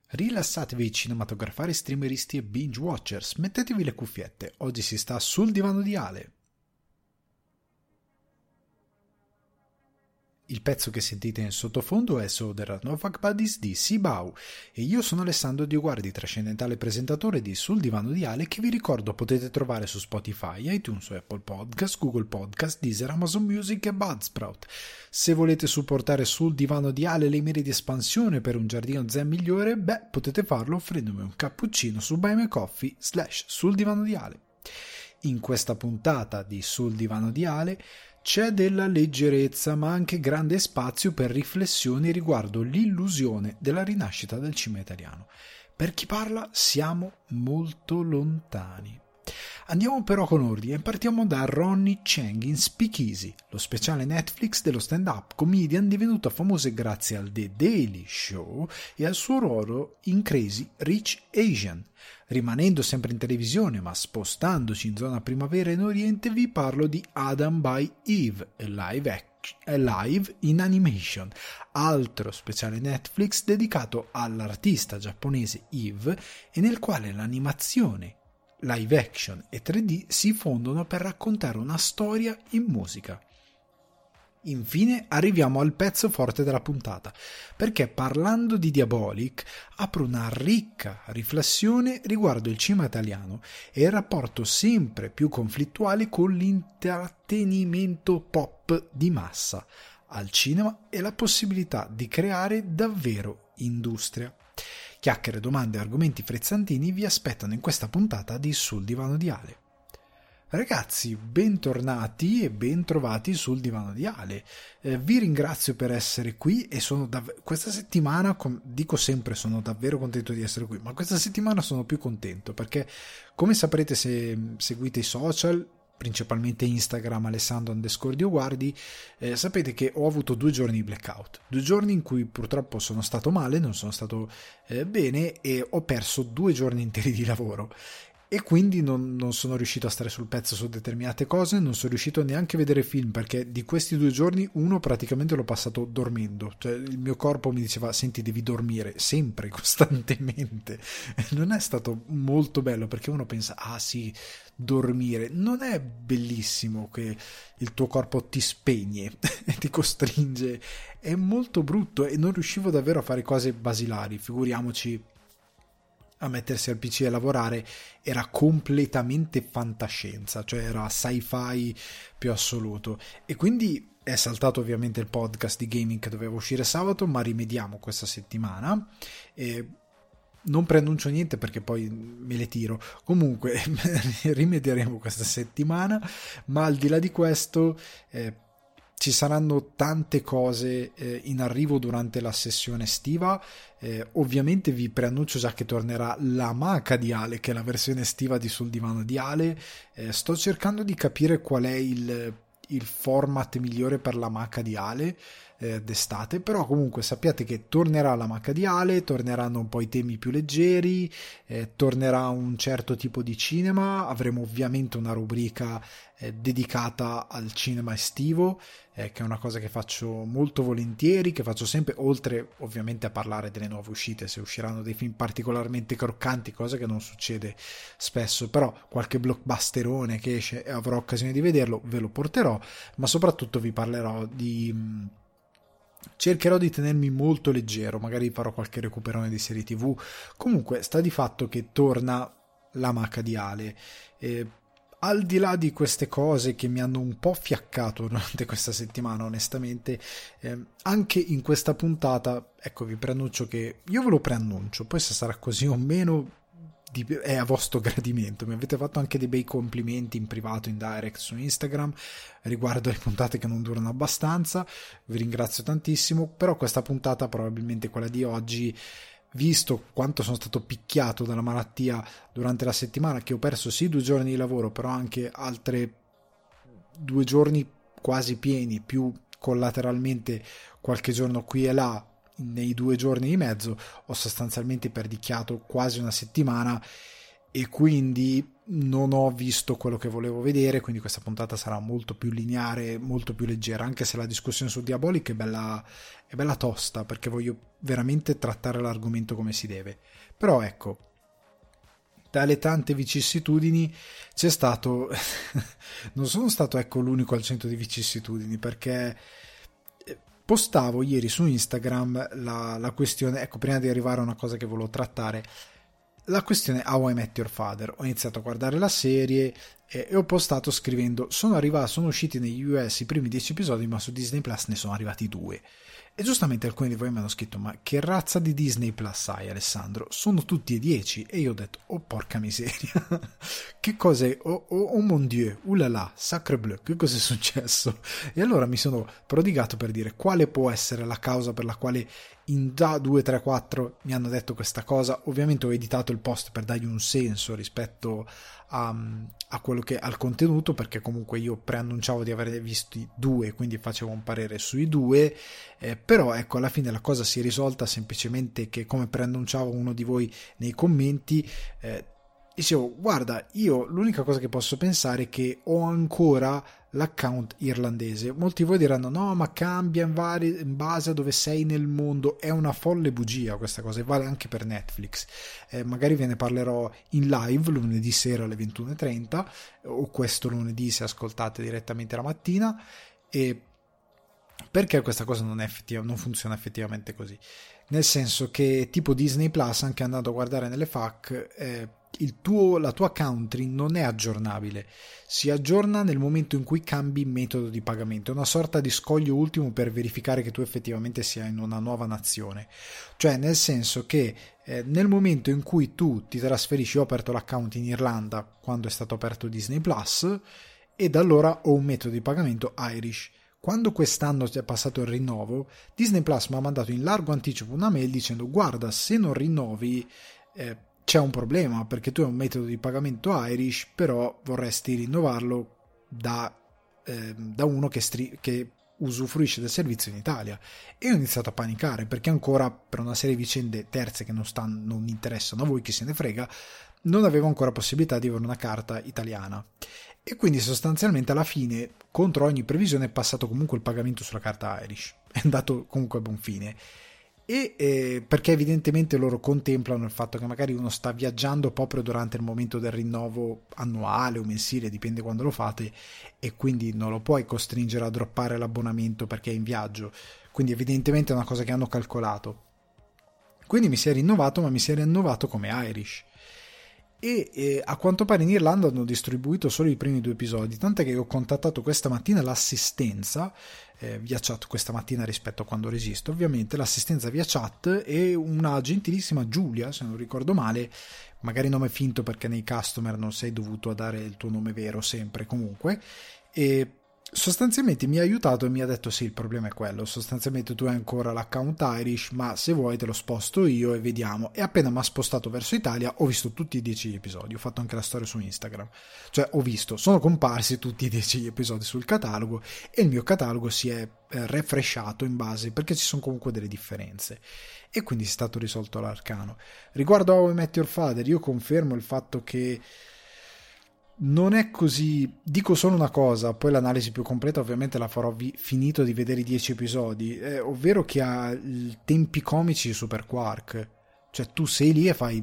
Rilassatevi cinematografari, streameristi e binge watchers, mettetevi le cuffiette, oggi si sta sul divano di Ale. Il pezzo che sentite in sottofondo è So There Are No Fuck Buddies di Sibau e io sono Alessandro Dioguardi, trascendentale presentatore di Sul Divano di Ale, che vi ricordo potete trovare su Spotify, iTunes, Apple Podcast, Google Podcast, Deezer, Amazon Music e Buzzsprout. Se volete supportare Sul Divano di Ale le mire di espansione per un giardino zen migliore, potete farlo offrendomi un cappuccino su Buy Me Coffee /Sul Divano di Ale. In questa puntata di Sul Divano di Ale c'è della leggerezza, ma anche grande spazio per riflessioni riguardo l'illusione della rinascita del cinema italiano. Per chi parla siamo molto lontani. Andiamo però con ordine e partiamo da Ronny Chieng in Speakeasy, lo speciale Netflix dello stand-up comedian divenuto famoso grazie al The Daily Show e al suo ruolo in Crazy Rich Asian. Rimanendo sempre in televisione ma spostandoci in zona primavera in Oriente, vi parlo di Adam by Eve, live in animation, altro speciale Netflix dedicato all'artista giapponese Eve e nel quale l'animazione, live action e 3D si fondono per raccontare una storia in musica. Infine arriviamo al pezzo forte della puntata, perché parlando di Diabolic apro una ricca riflessione riguardo il cinema italiano e il rapporto sempre più conflittuale con l'intrattenimento pop di massa al cinema e la possibilità di creare davvero industria. Chiacchiere, domande e argomenti frizzantini vi aspettano in questa puntata di Sul Divano di Ale. Ragazzi, bentornati e bentrovati sul Divano di Ale. Vi ringrazio per essere qui e questa settimana, dico sempre sono davvero contento di essere qui, ma questa settimana sono più contento perché, come saprete se seguite i social, principalmente Instagram Alessandro_Dioguardi, sapete che ho avuto 2 giorni di blackout, 2 giorni in cui purtroppo sono stato male, non sono stato bene e ho perso 2 giorni interi di lavoro. E quindi non sono riuscito a stare sul pezzo su determinate cose, non sono riuscito neanche a vedere film, perché di questi 2 giorni uno praticamente l'ho passato dormendo, cioè il mio corpo mi diceva senti devi dormire sempre, costantemente. Non è stato molto bello, perché uno pensa ah sì, dormire non è bellissimo che il tuo corpo ti spegne e ti costringe, è molto brutto e non riuscivo davvero a fare cose basilari, figuriamoci a mettersi al PC e lavorare. Era completamente fantascienza, cioè era sci-fi più assoluto, e quindi è saltato ovviamente il podcast di gaming che doveva uscire sabato, ma rimediamo questa settimana e non preannuncio niente perché poi me le tiro, comunque rimedieremo questa settimana, ma al di là di questo ci saranno tante cose in arrivo durante la sessione estiva. Ovviamente vi preannuncio già che tornerà la Maca di Ale, che è la versione estiva di Sul Divano di Ale. Sto cercando di capire qual è il format migliore per la Maca di Ale d'estate, però comunque sappiate che tornerà la Maca di Ale, torneranno un po' i temi più leggeri, tornerà un certo tipo di cinema, avremo ovviamente una rubrica dedicata al cinema estivo, che è una cosa che faccio molto volentieri, che faccio sempre, oltre ovviamente a parlare delle nuove uscite, se usciranno dei film particolarmente croccanti, cosa che non succede spesso, però qualche blockbusterone che esce e avrò occasione di vederlo ve lo porterò, ma soprattutto vi parlerò cercherò di tenermi molto leggero, magari farò qualche recuperone di serie TV. Comunque sta di fatto che torna la Maca di Ale. Al di là di queste cose che mi hanno un po' fiaccato durante questa settimana, onestamente, anche in questa puntata, ecco, vi preannuncio che io ve lo preannuncio, poi se sarà così o meno è a vostro gradimento. Mi avete fatto anche dei bei complimenti in privato, in direct su Instagram, riguardo le puntate che non durano abbastanza, vi ringrazio tantissimo, però questa puntata, probabilmente quella di oggi, visto quanto sono stato picchiato dalla malattia durante la settimana, che ho perso sì 2 giorni di lavoro, però anche altre 2 giorni quasi pieni, più collateralmente qualche giorno qui e là nei 2 giorni di mezzo, ho sostanzialmente perdicchiato quasi una settimana e quindi non ho visto quello che volevo vedere, quindi questa puntata sarà molto più lineare, molto più leggera, anche se la discussione su Diabolic è bella tosta, perché voglio veramente trattare l'argomento come si deve. Però ecco, dalle tante vicissitudini c'è stato non sono stato ecco l'unico al centro di vicissitudini, perché postavo ieri su Instagram la questione, ecco, prima di arrivare a una cosa che volevo trattare, la questione How I Met Your Father. Ho iniziato a guardare la serie e ho postato scrivendo: sono usciti negli US i primi 10 episodi, ma su Disney Plus ne sono arrivati 2. E giustamente alcuni di voi mi hanno scritto: ma che razza di Disney Plus hai, Alessandro? Sono tutti e 10. E io ho detto: oh porca miseria, che cos'è? Oh mon dieu, oulala, sacre bleu, che cos'è successo? E allora mi sono prodigato per dire quale può essere la causa per la quale in da 2, 3, 4 mi hanno detto questa cosa. Ovviamente ho editato il post per dargli un senso rispetto a quello che al contenuto, perché comunque io preannunciavo di aver visti 2, quindi facevo un parere sui 2, però ecco, alla fine la cosa si è risolta semplicemente che, come preannunciavo uno di voi nei commenti, dicevo: guarda, io l'unica cosa che posso pensare è che ho ancora l'account irlandese. Molti di voi diranno: no, ma cambia in base a dove sei nel mondo. È una folle bugia questa cosa, e vale anche per Netflix. Magari ve ne parlerò in live lunedì sera alle 21:30, o questo lunedì se ascoltate direttamente la mattina, e perché questa cosa non funziona effettivamente così, nel senso che tipo Disney Plus, anche andando a guardare nelle FAQ, la tua country non è aggiornabile, si aggiorna nel momento in cui cambi metodo di pagamento. È una sorta di scoglio ultimo per verificare che tu effettivamente sia in una nuova nazione, cioè nel senso che nel momento in cui tu ti trasferisci, ho aperto l'account in Irlanda quando è stato aperto Disney Plus, e da allora ho un metodo di pagamento Irish. Quando quest'anno è passato il rinnovo, Disney Plus mi ha mandato in largo anticipo una mail dicendo: guarda, se non rinnovi c'è un problema, perché tu hai un metodo di pagamento Irish, però vorresti rinnovarlo da uno che usufruisce del servizio in Italia. E ho iniziato a panicare, perché ancora, per una serie di vicende terze che non interessano a voi, chi se ne frega, non avevo ancora possibilità di avere una carta italiana. E quindi sostanzialmente alla fine, contro ogni previsione, è passato comunque il pagamento sulla carta Irish, è andato comunque a buon fine. E perché evidentemente loro contemplano il fatto che magari uno sta viaggiando proprio durante il momento del rinnovo annuale o mensile, dipende quando lo fate, e quindi non lo puoi costringere a droppare l'abbonamento perché è in viaggio. Quindi evidentemente è una cosa che hanno calcolato. Quindi mi si è rinnovato, ma mi si è rinnovato come Irish. E a quanto pare in Irlanda hanno distribuito solo i primi 2 episodi, tant'è che ho contattato questa mattina l'assistenza via chat, questa mattina rispetto a quando resisto, ovviamente l'assistenza via chat, e una gentilissima Giulia, se non ricordo male, magari nome finto perché nei customer non sei dovuto a dare il tuo nome vero sempre, comunque, e sostanzialmente mi ha aiutato e mi ha detto: sì, il problema è quello, sostanzialmente tu hai ancora l'account Irish, ma se vuoi te lo sposto io e vediamo. E appena mi ha spostato verso Italia ho visto tutti i 10 episodi, ho fatto anche la storia su Instagram, cioè sono comparsi tutti i 10 episodi sul catalogo, e il mio catalogo si è refreshato in base, perché ci sono comunque delle differenze, e quindi è stato risolto l'arcano. Riguardo a How I Met Your Father, io confermo il fatto che non è così. Dico solo una cosa, poi l'analisi più completa ovviamente la farò finito di vedere i 10 episodi, ovvero che ha i tempi comici super quark, cioè tu sei lì e fai: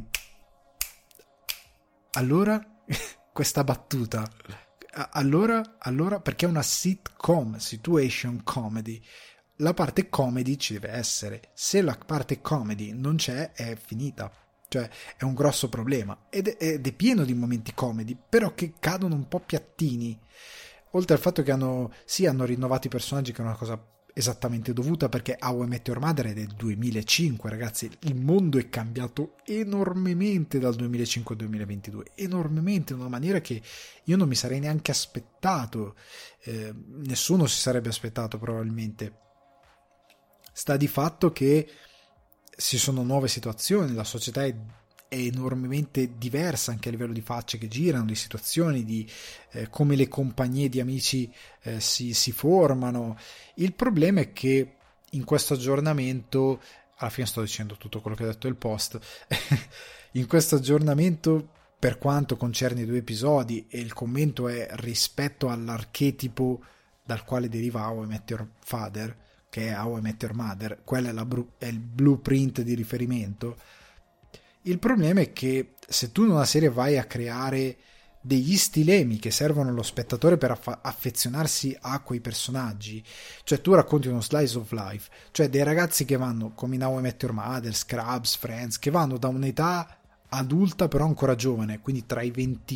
allora questa battuta, allora perché è una sitcom, situation comedy, la parte comedy ci deve essere, se la parte comedy non c'è è finita. Cioè è un grosso problema, ed è pieno di momenti comedy, però che cadono un po' piattini, oltre al fatto che hanno rinnovato i personaggi, che è una cosa esattamente dovuta, perché How I Met Your Mother è del 2005, ragazzi, il mondo è cambiato enormemente dal 2005 al 2022, enormemente, in una maniera che io non mi sarei neanche aspettato, nessuno si sarebbe aspettato probabilmente. Sta di fatto che ci sono nuove situazioni, la società è enormemente diversa anche a livello di facce che girano, di situazioni, di come le compagnie di amici si formano. Il problema è che in questo aggiornamento, alla fine sto dicendo tutto quello che ha detto il post, in questo aggiornamento per quanto concerne i 2 episodi, e il commento è rispetto all'archetipo dal quale deriva How I Met Your Father, che è How I Met Your Mother, quello è il blueprint di riferimento. Il problema è che se tu in una serie vai a creare degli stilemi che servono allo spettatore per affezionarsi a quei personaggi, cioè tu racconti uno slice of life, cioè dei ragazzi che vanno, come in How I Met Your Mother, Scrubs, Friends, che vanno da un'età adulta però ancora giovane, quindi tra i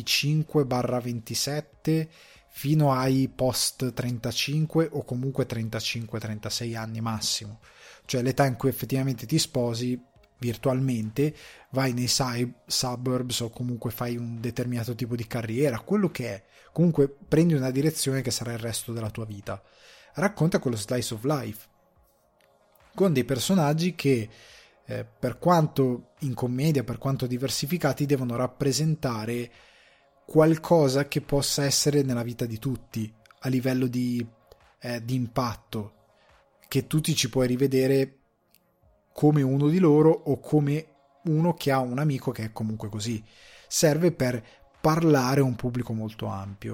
25-27 fino ai post 35 o comunque 35-36 anni massimo, cioè l'età in cui effettivamente ti sposi virtualmente, vai nei suburbs o comunque fai un determinato tipo di carriera, quello che è, comunque prendi una direzione che sarà il resto della tua vita. Racconta quello slice of life con dei personaggi che per quanto in commedia, per quanto diversificati, devono rappresentare qualcosa che possa essere nella vita di tutti a livello di impatto, che tutti ci puoi rivedere come uno di loro o come uno che ha un amico che è comunque così. Serve per parlare a un pubblico molto ampio.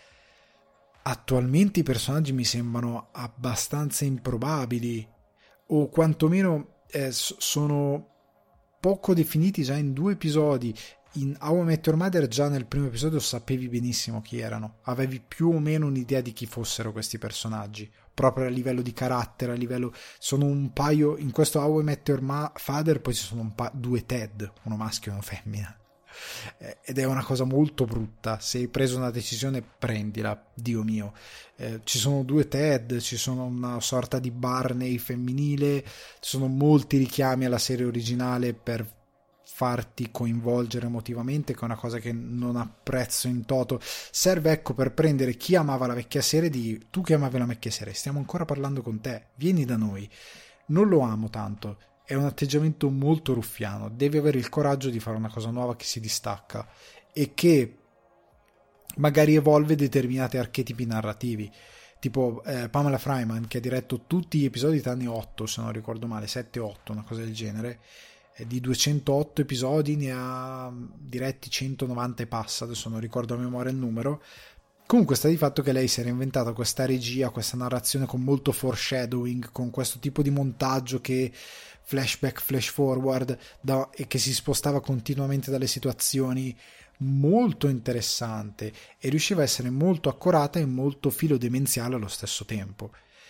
Attualmente i personaggi mi sembrano abbastanza improbabili, o quantomeno sono poco definiti già in 2 episodi. In How I Met Your Mother già nel primo episodio sapevi benissimo chi erano, avevi più o meno un'idea di chi fossero questi personaggi, proprio a livello di carattere, a livello, sono un paio, in questo How I Met Your Father poi ci sono 2 Ted, uno maschio e una femmina, ed è una cosa molto brutta. Se hai preso una decisione prendila, Dio mio. Ci sono 2 Ted, ci sono una sorta di Barney femminile, ci sono molti richiami alla serie originale per farti coinvolgere emotivamente, che è una cosa che non apprezzo in toto. Serve, ecco, per prendere chi amava la vecchia serie, di tu che amavi la vecchia serie, stiamo ancora parlando con te, vieni da noi. Non lo amo tanto, è un atteggiamento molto ruffiano, devi avere il coraggio di fare una cosa nuova che si distacca e che magari evolve determinati archetipi narrativi, tipo Pamela Fryman, che ha diretto tutti gli episodi tranne 8, se non ricordo male, 7-8, una cosa del genere. Di 208 episodi ne ha diretti 190 e passa, adesso non ricordo a memoria il numero. Comunque sta di fatto che lei si era inventata questa regia, questa narrazione con molto foreshadowing, con questo tipo di montaggio che flashback, flash forward, e che si spostava continuamente dalle situazioni, molto interessante, e riusciva a essere molto accurata e molto filodemenziale allo stesso tempo.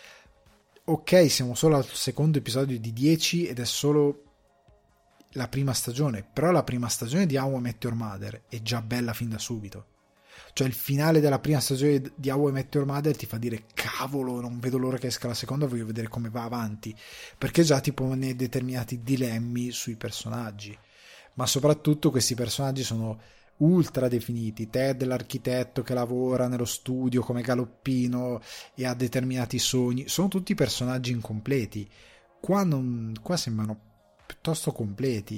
Ok, siamo solo al secondo episodio di 10 ed è solo la prima stagione, però la prima stagione di How I Met Your Mother è già bella fin da subito. Cioè il finale della prima stagione di How I Met Your Mother ti fa dire cavolo, non vedo l'ora che esca la seconda, voglio vedere come va avanti, perché già ti pone determinati dilemmi sui personaggi, ma soprattutto questi personaggi sono ultra definiti. Ted, l'architetto che lavora nello studio come galoppino e ha determinati sogni, sono tutti personaggi incompleti. Qua sembrano piuttosto completi.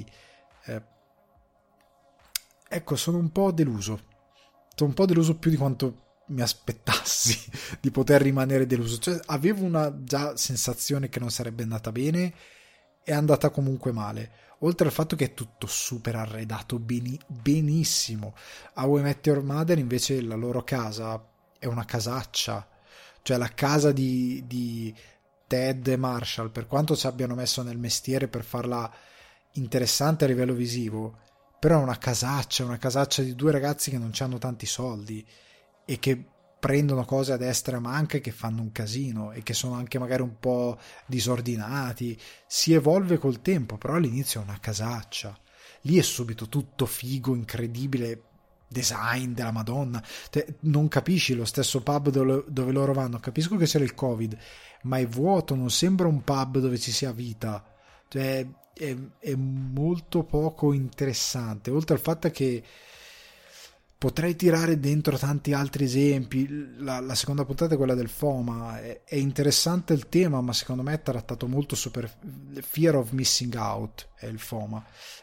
Ecco, sono un po' deluso più di quanto mi aspettassi di poter rimanere deluso. Cioè, avevo una già sensazione che non sarebbe andata bene, è andata comunque male, oltre al fatto che è tutto super arredato benissimo. A How I Met Your Mother invece la loro casa è una casaccia, cioè la casa di Ted e Marshall, per quanto ci abbiano messo nel mestiere per farla interessante a livello visivo, però è una casaccia di 2 ragazzi che non hanno tanti soldi e che prendono cose a destra e a manca e che fanno un casino e che sono anche magari un po' disordinati. Si evolve col tempo, però all'inizio è una casaccia. Lì è subito tutto figo, incredibile, design della Madonna. Non capisci, lo stesso pub dove loro vanno, capisco che c'era il Covid, ma è vuoto, non sembra un pub dove ci sia vita. Cioè è molto poco interessante, oltre al fatto che potrei tirare dentro tanti altri esempi. La seconda puntata è quella del FOMA, è interessante il tema, ma secondo me è trattato molto fear of missing out è il FOMA.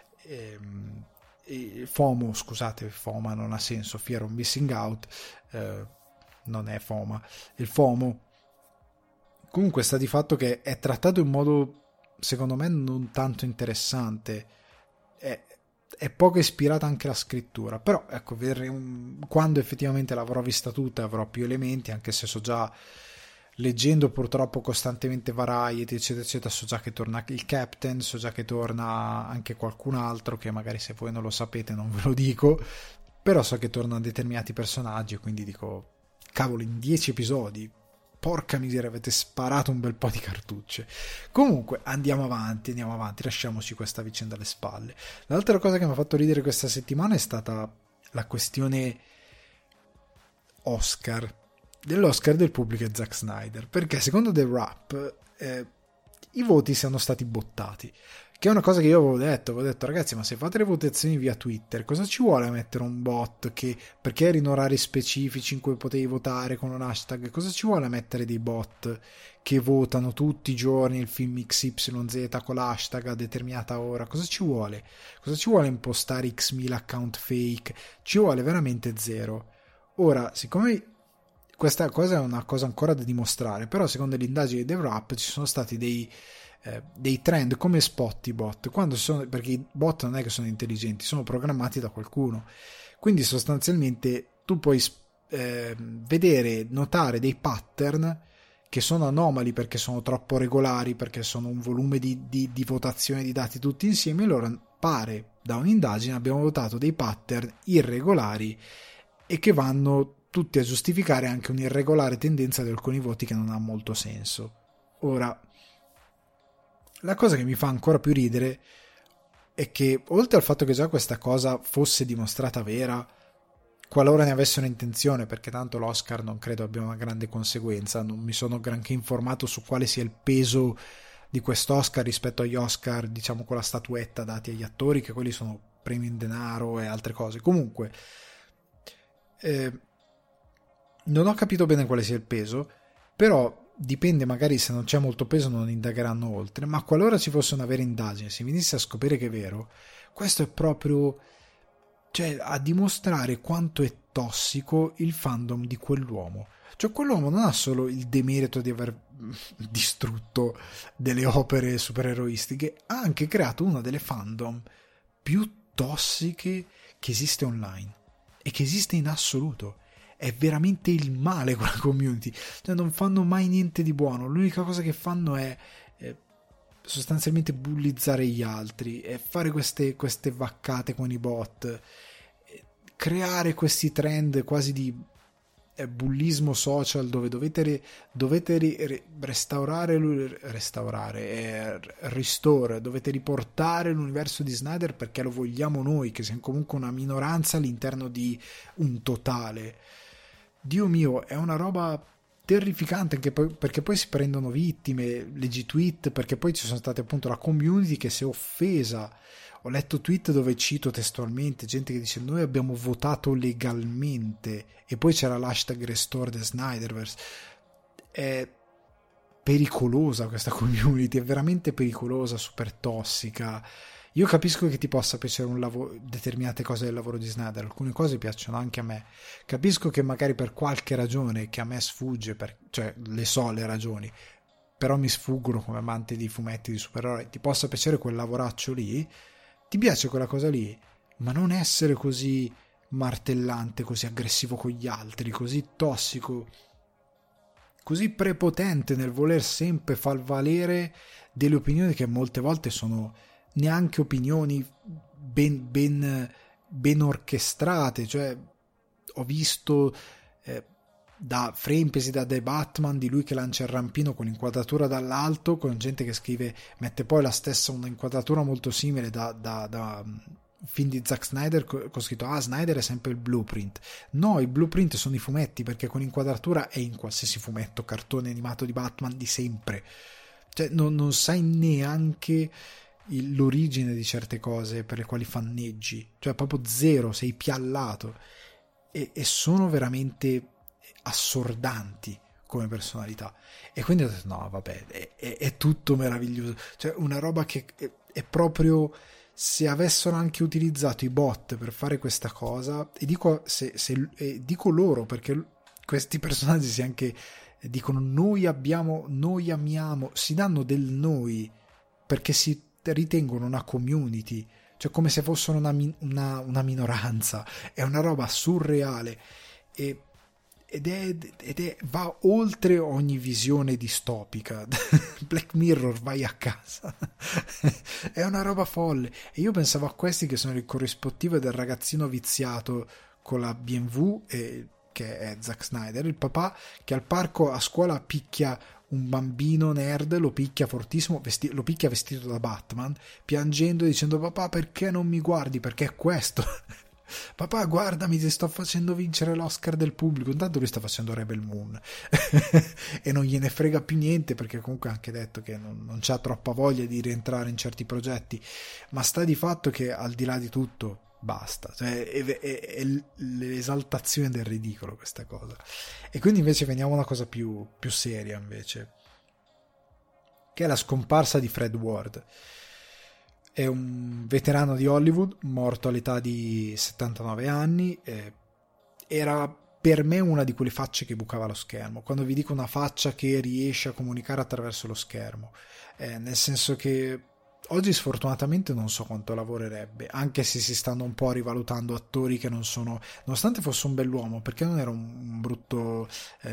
FOMO, scusate, FOMA non ha senso, fear of missing out non è FOMA, il FOMO. Comunque sta di fatto che è trattato in modo secondo me non tanto interessante. è poco ispirata anche la scrittura, però ecco, quando effettivamente l'avrò vista tutta avrò più elementi, anche se so già, leggendo purtroppo costantemente Variety eccetera eccetera, so già che torna il Captain, so già che torna anche qualcun altro che magari se voi non lo sapete non ve lo dico, però so che tornano determinati personaggi, quindi dico cavolo, in 10 episodi porca miseria, avete sparato un bel po' di cartucce. Comunque andiamo avanti, lasciamoci questa vicenda alle spalle. L'altra cosa che mi ha fatto ridere questa settimana è stata la questione Oscar, dell'Oscar del pubblico e Zack Snyder, perché secondo The Wrap i voti siano stati bottati, che è una cosa che io avevo detto ragazzi, ma se fate le votazioni via Twitter cosa ci vuole mettere un bot che, perché erano orari specifici in cui potevi votare con un hashtag, cosa ci vuole mettere dei bot che votano tutti i giorni il film XYZ con l'hashtag a determinata ora, cosa ci vuole impostare x mila account fake, ci vuole veramente zero. Ora, siccome questa cosa è una cosa ancora da dimostrare, però secondo le indagini di The Wrap ci sono stati dei trend come spot i bot, perché i bot non è che sono intelligenti, sono programmati da qualcuno, quindi sostanzialmente tu puoi notare dei pattern che sono anomali perché sono troppo regolari, perché sono un volume di votazione di dati tutti insieme, e loro pare da un'indagine abbiamo notato dei pattern irregolari e che vanno tutti a giustificare anche un'irregolare tendenza di alcuni voti che non ha molto senso. Ora, la cosa che mi fa ancora più ridere è che, oltre al fatto che già questa cosa fosse dimostrata vera, qualora ne avessero intenzione, perché tanto l'Oscar non credo abbia una grande conseguenza, non mi sono granché informato su quale sia il peso di quest'Oscar rispetto agli Oscar, diciamo con la statuetta dati agli attori, che quelli sono premi in denaro e altre cose. Comunque, non ho capito bene quale sia il peso, però dipende, magari se non c'è molto peso non indagheranno oltre, ma qualora ci fosse una vera indagine, se venisse a scoprire che è vero, questo è proprio, cioè, a dimostrare quanto è tossico il fandom di quell'uomo. Cioè, quell'uomo non ha solo il demerito di aver distrutto delle opere supereroistiche, ha anche creato una delle fandom più tossiche che esiste online e che esiste in assoluto. È veramente il male quella community, cioè non fanno mai niente di buono, l'unica cosa che fanno è sostanzialmente bullizzare gli altri e fare queste vaccate con i bot, creare questi trend quasi di bullismo social dove dovete restore, dovete riportare l'universo di Snyder perché lo vogliamo noi, che siamo comunque una minoranza all'interno di un totale. Dio mio, è una roba terrificante, anche perché poi si prendono vittime, leggi tweet, perché poi ci sono state appunto la community che si è offesa. Ho letto tweet dove cito testualmente gente che dice noi abbiamo votato legalmente, e poi c'era l'hashtag Restore the Snyderverse. È pericolosa questa community, è veramente pericolosa, super tossica. Io capisco che ti possa piacere determinate cose del lavoro di Snyder, alcune cose piacciono anche a me, capisco che magari per qualche ragione che a me sfugge, cioè le so le ragioni, però mi sfuggono come amante di fumetti di supereroi, ti possa piacere quel lavoraccio lì, ti piace quella cosa lì, ma non essere così martellante, così aggressivo con gli altri, così tossico, così prepotente nel voler sempre far valere delle opinioni che molte volte sono neanche opinioni ben orchestrate. Cioè, ho visto da Frampesi, da The Batman, di lui che lancia il rampino con l'inquadratura dall'alto, con gente che scrive, mette poi la stessa, un'inquadratura molto simile da film di Zack Snyder con scritto Snyder è sempre il blueprint. No, i blueprint sono i fumetti, perché con l'inquadratura è in qualsiasi fumetto cartone animato di Batman di sempre. Cioè non sai neanche l'origine di certe cose per le quali fanneggi, cioè proprio zero, sei piallato, e sono veramente assordanti come personalità. E quindi ho detto no vabbè, è tutto meraviglioso, cioè una roba che è proprio, se avessero anche utilizzato i bot per fare questa cosa, e dico dico loro, perché questi personaggi si anche dicono noi amiamo, si danno del noi perché si ritengono una community, cioè come se fossero una minoranza. È una roba surreale va oltre ogni visione distopica. Black Mirror, vai a casa. È una roba folle. E io pensavo a questi che sono il corrispettivo del ragazzino viziato con la BMW, che è Zack Snyder, il papà che al parco a scuola picchia un bambino nerd, lo picchia fortissimo, lo picchia vestito da Batman, piangendo, dicendo: papà, perché non mi guardi? Perché è questo. Papà, guardami, ti sto facendo vincere l'Oscar del pubblico. Intanto lui sta facendo Rebel Moon e non gliene frega più niente, perché comunque ha anche detto che non c'ha troppa voglia di rientrare in certi progetti, ma sta di fatto che al di là di tutto basta, cioè è l'esaltazione del ridicolo questa cosa. E quindi invece veniamo a una cosa più seria invece, che è la scomparsa di Fred Ward. È un veterano di Hollywood morto all'età di 79 anni. Era per me una di quelle facce che bucava lo schermo. Quando vi dico una faccia che riesce a comunicare attraverso lo schermo, nel senso che oggi sfortunatamente non so quanto lavorerebbe, anche se si stanno un po' rivalutando attori che non sono, nonostante fosse un bell'uomo, perché non era un brutto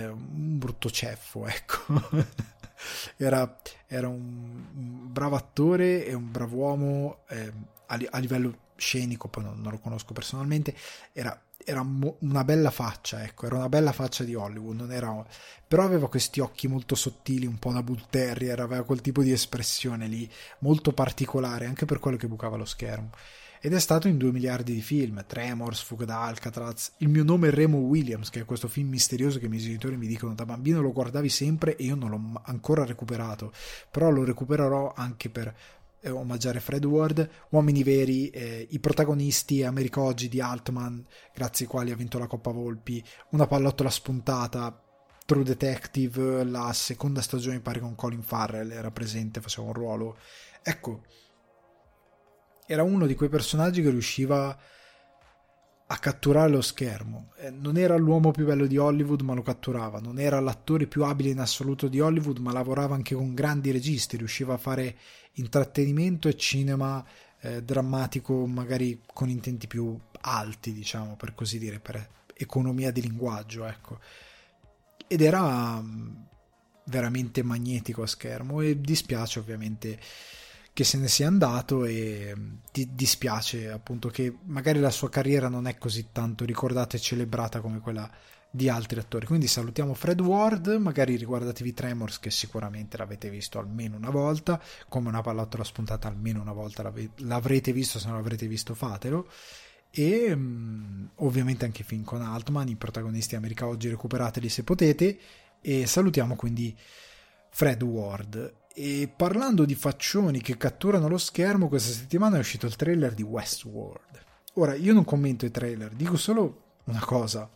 ceffo, ecco. Era un bravo attore e un bravo uomo, a livello scenico, poi non lo conosco personalmente. Era una bella faccia, ecco, era una bella faccia di Hollywood, non era, però aveva questi occhi molto sottili, un po' da Bull Terrier, aveva quel tipo di espressione lì molto particolare, anche per quello che bucava lo schermo. Ed è stato in 2 miliardi di film: Tremors, Fuga da Alcatraz, Il mio nome è Remo Williams, che è questo film misterioso che i miei genitori mi dicono da bambino lo guardavi sempre, e io non l'ho ancora recuperato, però lo recupererò anche per omaggiare Fred Ward. Uomini veri, i protagonisti, America Oggi di Altman, grazie ai quali ha vinto la Coppa Volpi, Una pallottola spuntata, True Detective, la seconda stagione mi pare con Colin Farrell era presente, faceva un ruolo, ecco. Era uno di quei personaggi che riusciva a catturare lo schermo. Non era l'uomo più bello di Hollywood, ma lo catturava. Non era l'attore più abile in assoluto di Hollywood, ma lavorava anche con grandi registi. Riusciva a fare intrattenimento e cinema drammatico, magari con intenti più alti, diciamo, per così dire, per economia di linguaggio, ecco. Ed era veramente magnetico a schermo, e dispiace ovviamente che se ne sia andato, e ti dispiace appunto che magari la sua carriera non è così tanto ricordata e celebrata come quella di altri attori. Quindi salutiamo Fred Ward, magari riguardatevi Tremors, che sicuramente l'avete visto almeno una volta, come Una pallottola spuntata almeno una volta l'avrete visto, se non l'avrete visto fatelo, e ovviamente anche film con Altman, i protagonisti America Oggi, recuperateli se potete. E salutiamo quindi Fred Ward. E parlando di faccioni che catturano lo schermo, questa settimana è uscito il trailer di Westworld. Ora, io non commento i trailer, dico solo una cosa: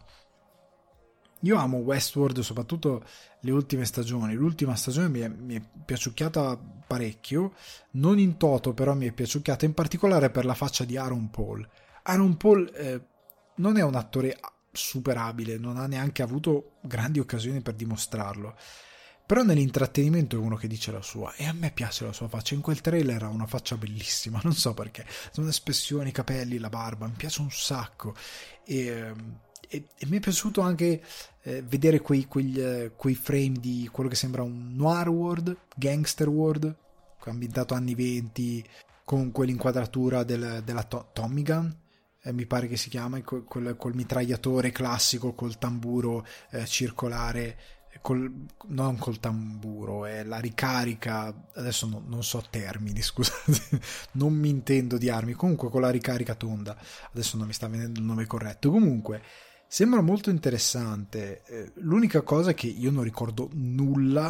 io amo Westworld, soprattutto le ultime stagioni. L'ultima stagione mi è piaciucchiata parecchio, non in toto, però mi è piaciucchiata, in particolare per la faccia di Aaron Paul. Aaron Paul non è un attore super abile, non ha neanche avuto grandi occasioni per dimostrarlo, però nell'intrattenimento è uno che dice la sua, e a me piace la sua faccia. In quel trailer ha una faccia bellissima, non so perché, sono espressioni, i capelli, la barba, mi piace un sacco, e mi è piaciuto anche vedere quei frame di quello che sembra un noir world, gangster world, ambientato anni 20, con quell'inquadratura della Tommy Gun, mi pare che si chiama, col mitragliatore classico, col tamburo circolare, non col tamburo, è la ricarica, adesso non so termini, scusate, non mi intendo di armi, comunque con la ricarica tonda, adesso non mi sta venendo il nome corretto. Comunque sembra molto interessante. L'unica cosa è che io non ricordo nulla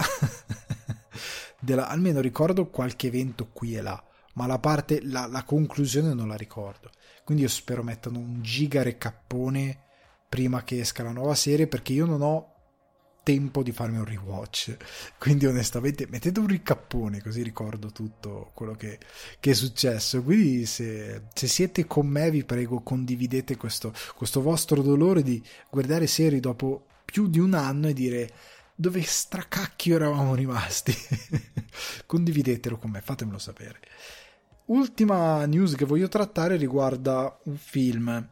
almeno ricordo qualche evento qui e là, ma la conclusione non la ricordo, quindi io spero mettano un giga recappone prima che esca la nuova serie, perché io non ho tempo di farmi un rewatch, quindi onestamente mettete un ricappone così ricordo tutto quello che è successo. Quindi se siete con me, vi prego, condividete questo vostro dolore di guardare serie dopo più di un anno e dire: dove stracacchio eravamo rimasti? Condividetelo con me, fatemelo sapere. ultima news che voglio trattare riguarda un film,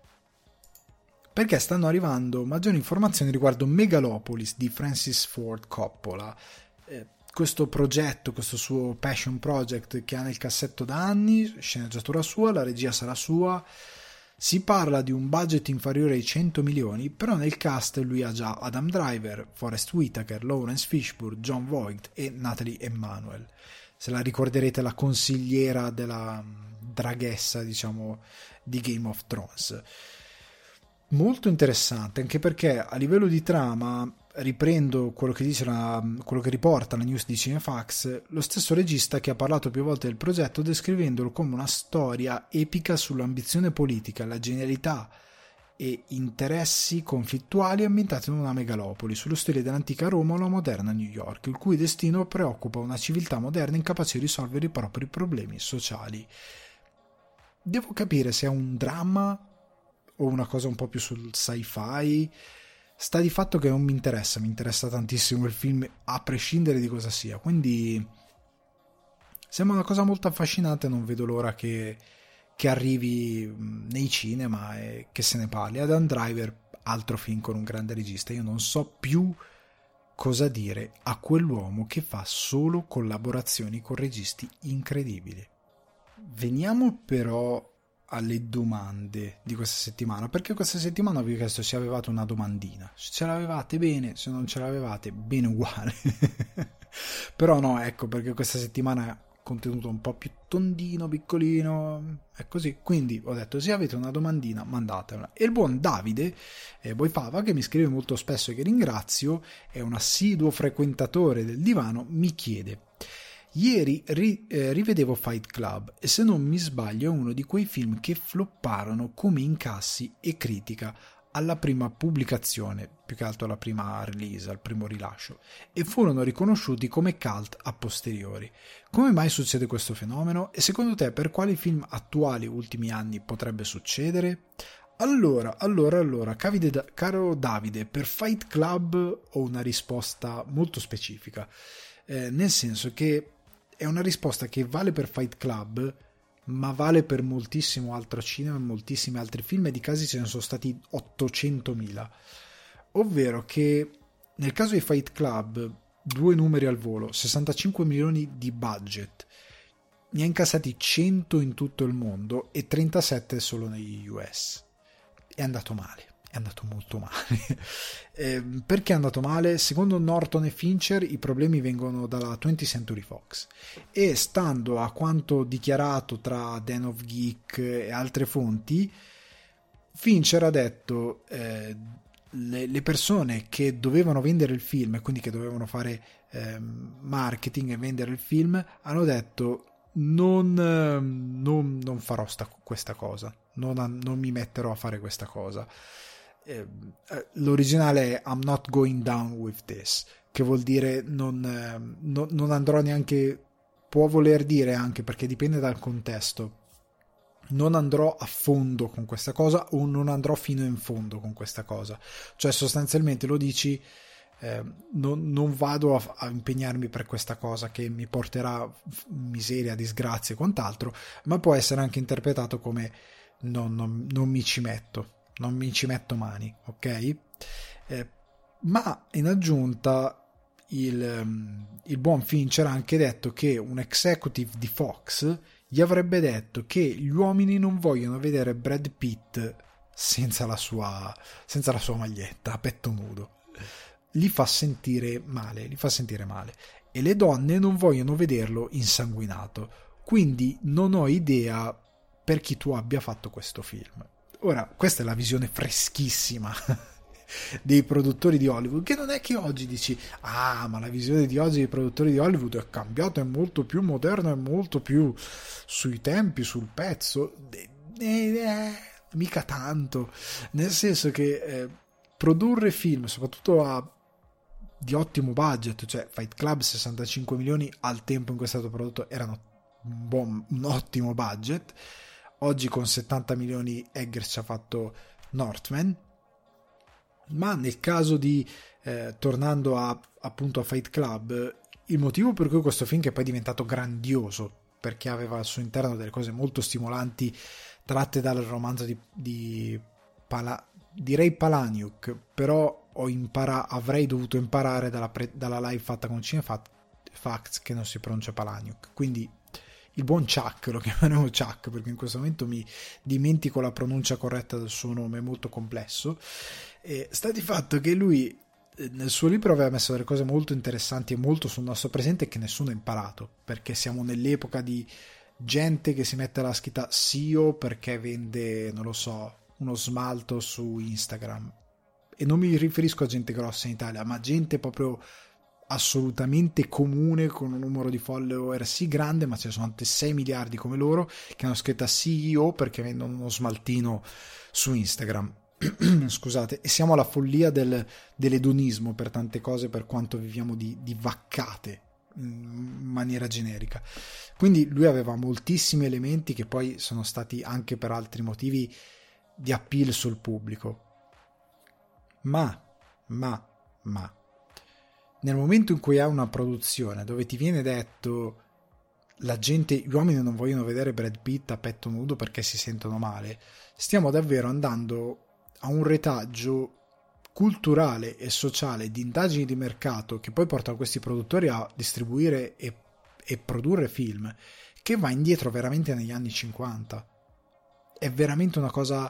perché stanno arrivando maggiori informazioni riguardo Megalopolis di Francis Ford Coppola. Questo progetto, questo suo passion project che ha nel cassetto da anni, sceneggiatura sua, la regia sarà sua. Si parla di un budget inferiore ai 100 milioni, però nel cast lui ha già Adam Driver, Forest Whitaker, Lawrence Fishburne, Jon Voight e Natalie Emmanuel. Se la ricorderete, la consigliera della draghessa, diciamo, di Game of Thrones. Molto interessante, anche perché a livello di trama, riprendo quello che dice quello che riporta la news di Cinefax, lo stesso regista che ha parlato più volte del progetto descrivendolo come una storia epica sull'ambizione politica, la genialità e interessi conflittuali ambientati in una megalopoli, sullo stile dell'antica Roma o la moderna New York, il cui destino preoccupa una civiltà moderna incapace di risolvere i propri problemi sociali. Devo capire se è un dramma o una cosa un po' più sul sci-fi. Sta di fatto che non mi interessa tantissimo il film a prescindere di cosa sia, quindi sembra una cosa molto affascinante, non vedo l'ora che arrivi nei cinema e che se ne parli. Adam Driver, altro film con un grande regista, io non so più cosa dire a quell'uomo che fa solo collaborazioni con registi incredibili. Veniamo però alle domande di questa settimana, perché questa settimana vi ho chiesto se avevate una domandina, se ce l'avevate bene, se non ce l'avevate bene uguale. Però no, ecco, perché questa settimana è contenuto un po' più tondino, piccolino, è così, quindi ho detto se avete una domandina mandatela. E il buon Davide Boifava, che mi scrive molto spesso e che ringrazio, è un assiduo frequentatore del divano, mi chiede: ieri rivedevo Fight Club e se non mi sbaglio è uno di quei film che flopparono come incassi e critica alla prima pubblicazione, più che altro alla prima release, al primo rilascio, e furono riconosciuti come cult a posteriori. Come mai succede questo fenomeno? E secondo te per quali film attuali ultimi anni potrebbe succedere? Allora, caro Davide, per Fight Club ho una risposta molto specifica, nel senso che è una risposta che vale per Fight Club, ma vale per moltissimo altro cinema e moltissimi altri film, e di casi ce ne sono stati 800.000. Ovvero che nel caso di Fight Club, due numeri al volo, 65 milioni di budget, ne ha incassati 100 in tutto il mondo e 37 solo negli US. È andato male. È andato molto male. Perché è andato male? Secondo Norton e Fincher i problemi vengono dalla 20th Century Fox, e stando a quanto dichiarato tra Den of Geek e altre fonti, Fincher ha detto le persone che dovevano vendere il film e quindi che dovevano fare marketing e vendere il film hanno detto non farò questa cosa, non mi metterò a fare questa cosa. L'originale è I'm not going down with this, che vuol dire non andrò neanche, può voler dire anche, perché dipende dal contesto, non andrò a fondo con questa cosa o non andrò fino in fondo con questa cosa, cioè sostanzialmente lo dici, non vado a impegnarmi per questa cosa che mi porterà miseria, disgrazia e quant'altro, ma può essere anche interpretato come non mi ci metto, non mi ci metto mani, ok? Ma in aggiunta il buon Fincher ha anche detto che un executive di Fox gli avrebbe detto che gli uomini non vogliono vedere Brad Pitt senza la sua maglietta, a petto nudo. Li fa sentire male, e le donne non vogliono vederlo insanguinato, quindi non ho idea per chi tu abbia fatto questo film. Ora, questa è la visione freschissima dei produttori di Hollywood, che non è che oggi dici ma la visione di oggi dei produttori di Hollywood è cambiata, è molto più moderna, è molto più sui tempi, sul pezzo. Mica tanto, nel senso che produrre film, soprattutto di ottimo budget, cioè Fight Club 65 milioni al tempo in cui è stato prodotto erano un ottimo budget. Oggi con 70 milioni Eggers ci ha fatto Northman, ma nel caso di tornando appunto a Fight Club, il motivo per cui questo film, che poi è diventato grandioso perché aveva al suo interno delle cose molto stimolanti tratte dal romanzo direi Palahniuk, però avrei dovuto imparare dalla live fatta con Cinefacts che non si pronuncia Palahniuk, quindi il buon Chuck, lo chiameremo Chuck perché in questo momento mi dimentico la pronuncia corretta del suo nome, è molto complesso. Sta di fatto che lui nel suo libro aveva messo delle cose molto interessanti e molto sul nostro presente che nessuno ha imparato, perché siamo nell'epoca di gente che si mette la scritta SEO perché vende, non lo so, uno smalto su Instagram, e non mi riferisco a gente grossa in Italia, ma gente proprio assolutamente comune con un numero di follower sì grande, ma ce ne sono 6 miliardi come loro che hanno scritto CEO perché vendono uno smaltino su Instagram. Scusate, e siamo alla follia dell'edonismo per tante cose, per quanto viviamo di vaccate in maniera generica. Quindi lui aveva moltissimi elementi che poi sono stati anche per altri motivi di appeal sul pubblico, ma nel momento in cui hai una produzione dove ti viene detto gli uomini non vogliono vedere Brad Pitt a petto nudo perché si sentono male, stiamo davvero andando a un retaggio culturale e sociale di indagini di mercato che poi portano questi produttori a distribuire e produrre film che va indietro veramente negli anni 50. È veramente una cosa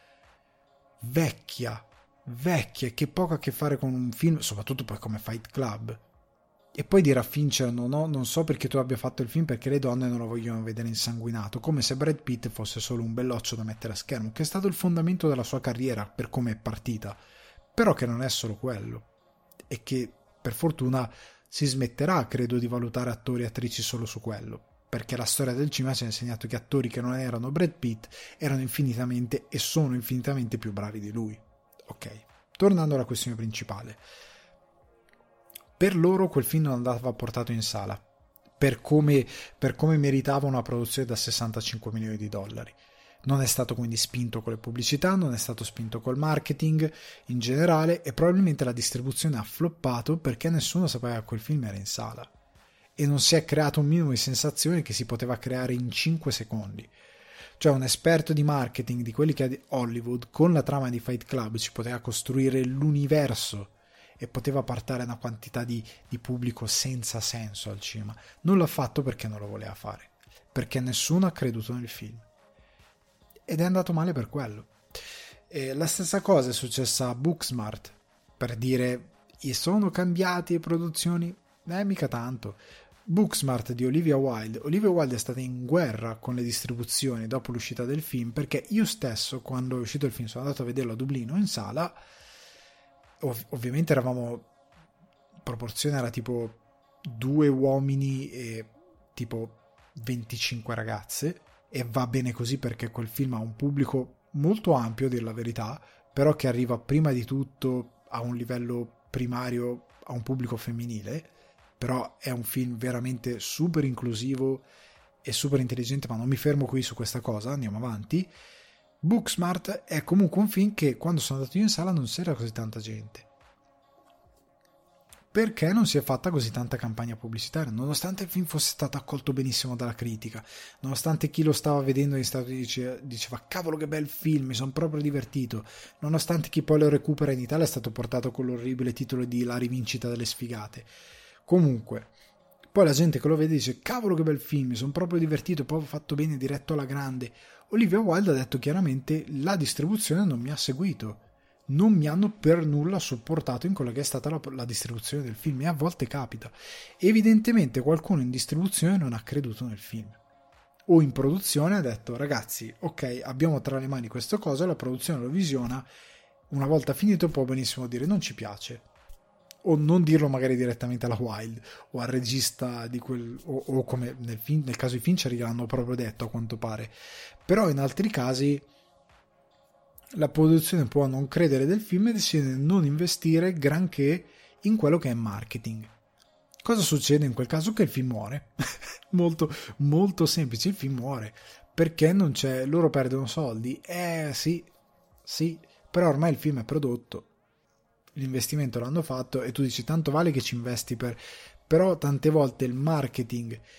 vecchia che poco a che fare con un film, soprattutto poi come Fight Club. E poi dire a Fincher non so perché tu abbia fatto il film, perché le donne non lo vogliono vedere insanguinato, come se Brad Pitt fosse solo un belloccio da mettere a schermo, che è stato il fondamento della sua carriera per come è partita, però che non è solo quello, e che per fortuna si smetterà, credo, di valutare attori e attrici solo su quello, perché la storia del cinema ci ha insegnato che attori che non erano Brad Pitt erano infinitamente e sono infinitamente più bravi di lui. Ok, tornando alla questione principale, per loro quel film non andava portato in sala per come meritava una produzione da 65 milioni di dollari. Non è stato quindi spinto con le pubblicità, non è stato spinto col marketing in generale, e probabilmente la distribuzione ha floppato perché nessuno sapeva che quel film era in sala e non si è creato un minimo di sensazione che si poteva creare in 5 secondi. Cioè un esperto di marketing di quelli che ha di Hollywood con la trama di Fight Club ci poteva costruire l'universo e poteva portare una quantità di pubblico senza senso al cinema. Non l'ha fatto perché non lo voleva fare, perché nessuno ha creduto nel film ed è andato male per quello. E la stessa cosa è successa a Booksmart, per dire sono cambiate le produzioni, mica tanto. Booksmart di Olivia Wilde è stata in guerra con le distribuzioni dopo l'uscita del film, perché io stesso quando è uscito il film sono andato a vederlo a Dublino in sala. Ovviamente proporzione era tipo 2 uomini e tipo 25 ragazze, e va bene così perché quel film ha un pubblico molto ampio, a dir la verità, però che arriva prima di tutto a un livello primario a un pubblico femminile. Però è un film veramente super inclusivo e super intelligente, ma non mi fermo qui su questa cosa, andiamo avanti. Booksmart è comunque un film che quando sono andato io in sala non c'era così tanta gente, perché non si è fatta così tanta campagna pubblicitaria, nonostante il film fosse stato accolto benissimo dalla critica, nonostante chi lo stava vedendo negli Stati Uniti diceva cavolo che bel film, mi sono proprio divertito, nonostante chi poi lo recupera in Italia è stato portato con l'orribile titolo di La rivincita delle sfigate. Comunque, poi la gente che lo vede dice cavolo che bel film, mi sono proprio divertito, proprio fatto bene, diretto alla grande. Olivia Wilde ha detto chiaramente la distribuzione non mi ha seguito, non mi hanno per nulla supportato in quella che è stata la distribuzione del film, e a volte capita. Evidentemente qualcuno in distribuzione non ha creduto nel film, o in produzione ha detto ragazzi ok, abbiamo tra le mani questa cosa, la produzione lo visiona, una volta finito può benissimo dire non ci piace, o non dirlo magari direttamente alla Wilde o al regista di quel, o come nel caso di Fincher gliel'hanno proprio detto a quanto pare. Però in altri casi la produzione può non credere del film e decide di non investire granché in quello che è marketing. Cosa succede in quel caso? Che il film muore. Molto molto semplice, il film muore perché non c'è, loro perdono soldi. Sì, però ormai il film è prodotto, l'investimento l'hanno fatto e tu dici tanto vale che ci investi però tante volte il marketing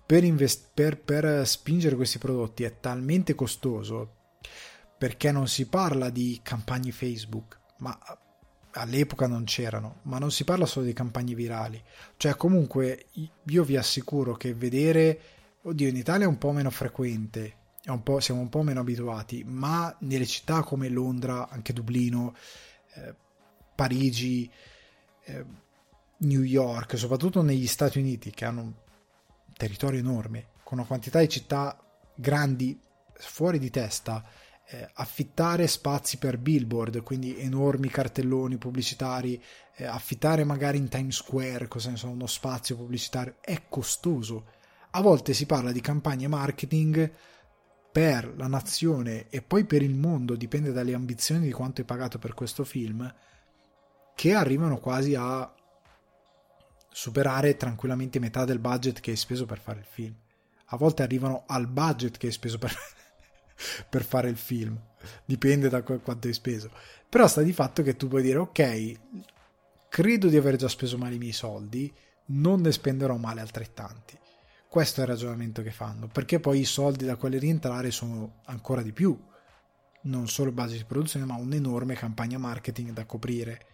per spingere questi prodotti è talmente costoso, perché non si parla di campagne Facebook, ma all'epoca non c'erano, ma non si parla solo di campagne virali, cioè comunque io vi assicuro che vedere, oddio, in Italia è un po' meno frequente, siamo un po' meno abituati, ma nelle città come Londra, anche Dublino, Parigi, New York, soprattutto negli Stati Uniti, che hanno un territorio enorme, con una quantità di città grandi fuori di testa, affittare spazi per billboard, quindi enormi cartelloni pubblicitari, affittare magari in Times Square, cosa ne so, uno spazio pubblicitario, è costoso. A volte si parla di campagne marketing per la nazione e poi per il mondo, dipende dalle ambizioni di quanto hai pagato per questo film, che arrivano quasi a superare tranquillamente metà del budget che hai speso per fare il film. A volte arrivano al budget che hai speso per fare il film, dipende da quanto hai speso. Però sta di fatto che tu puoi dire: ok, credo di aver già speso male i miei soldi, non ne spenderò male altrettanti. Questo è il ragionamento che fanno, perché poi i soldi da quelli rientrare sono ancora di più, non solo base di produzione, ma un'enorme campagna marketing da coprire.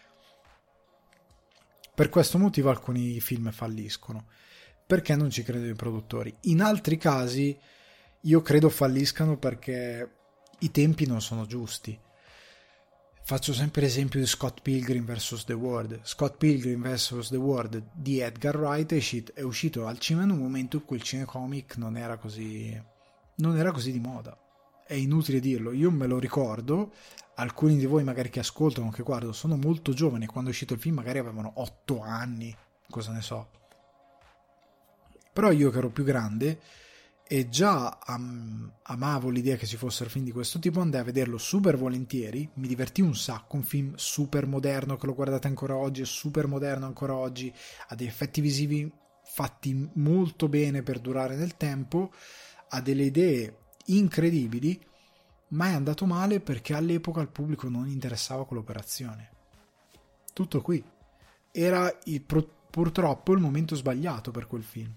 Per questo motivo alcuni film falliscono, perché non ci credono i produttori. In altri casi io credo falliscano perché i tempi non sono giusti. Faccio sempre l'esempio di Scott Pilgrim vs. The World. Scott Pilgrim vs. The World di Edgar Wright è uscito al cinema in un momento in cui il cinecomic non era così di moda. È inutile dirlo, io me lo ricordo, alcuni di voi magari che ascoltano, che guardano, sono molto giovani, quando è uscito il film magari avevano 8 anni, cosa ne so. Però io che ero più grande e già amavo l'idea che ci fossero film di questo tipo, andai a vederlo super volentieri, mi divertì un sacco, un film super moderno che lo guardate ancora oggi, è super moderno ancora oggi, ha degli effetti visivi fatti molto bene per durare nel tempo, ha delle idee incredibili, ma è andato male perché all'epoca al pubblico non interessava quell'operazione. Tutto qui. Era purtroppo il momento sbagliato per quel film.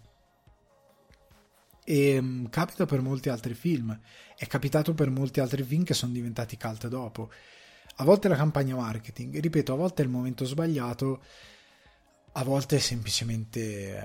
E capita per molti altri film, è capitato per molti altri film che sono diventati cult dopo. A volte la campagna marketing, ripeto, a volte è il momento sbagliato, a volte è semplicemente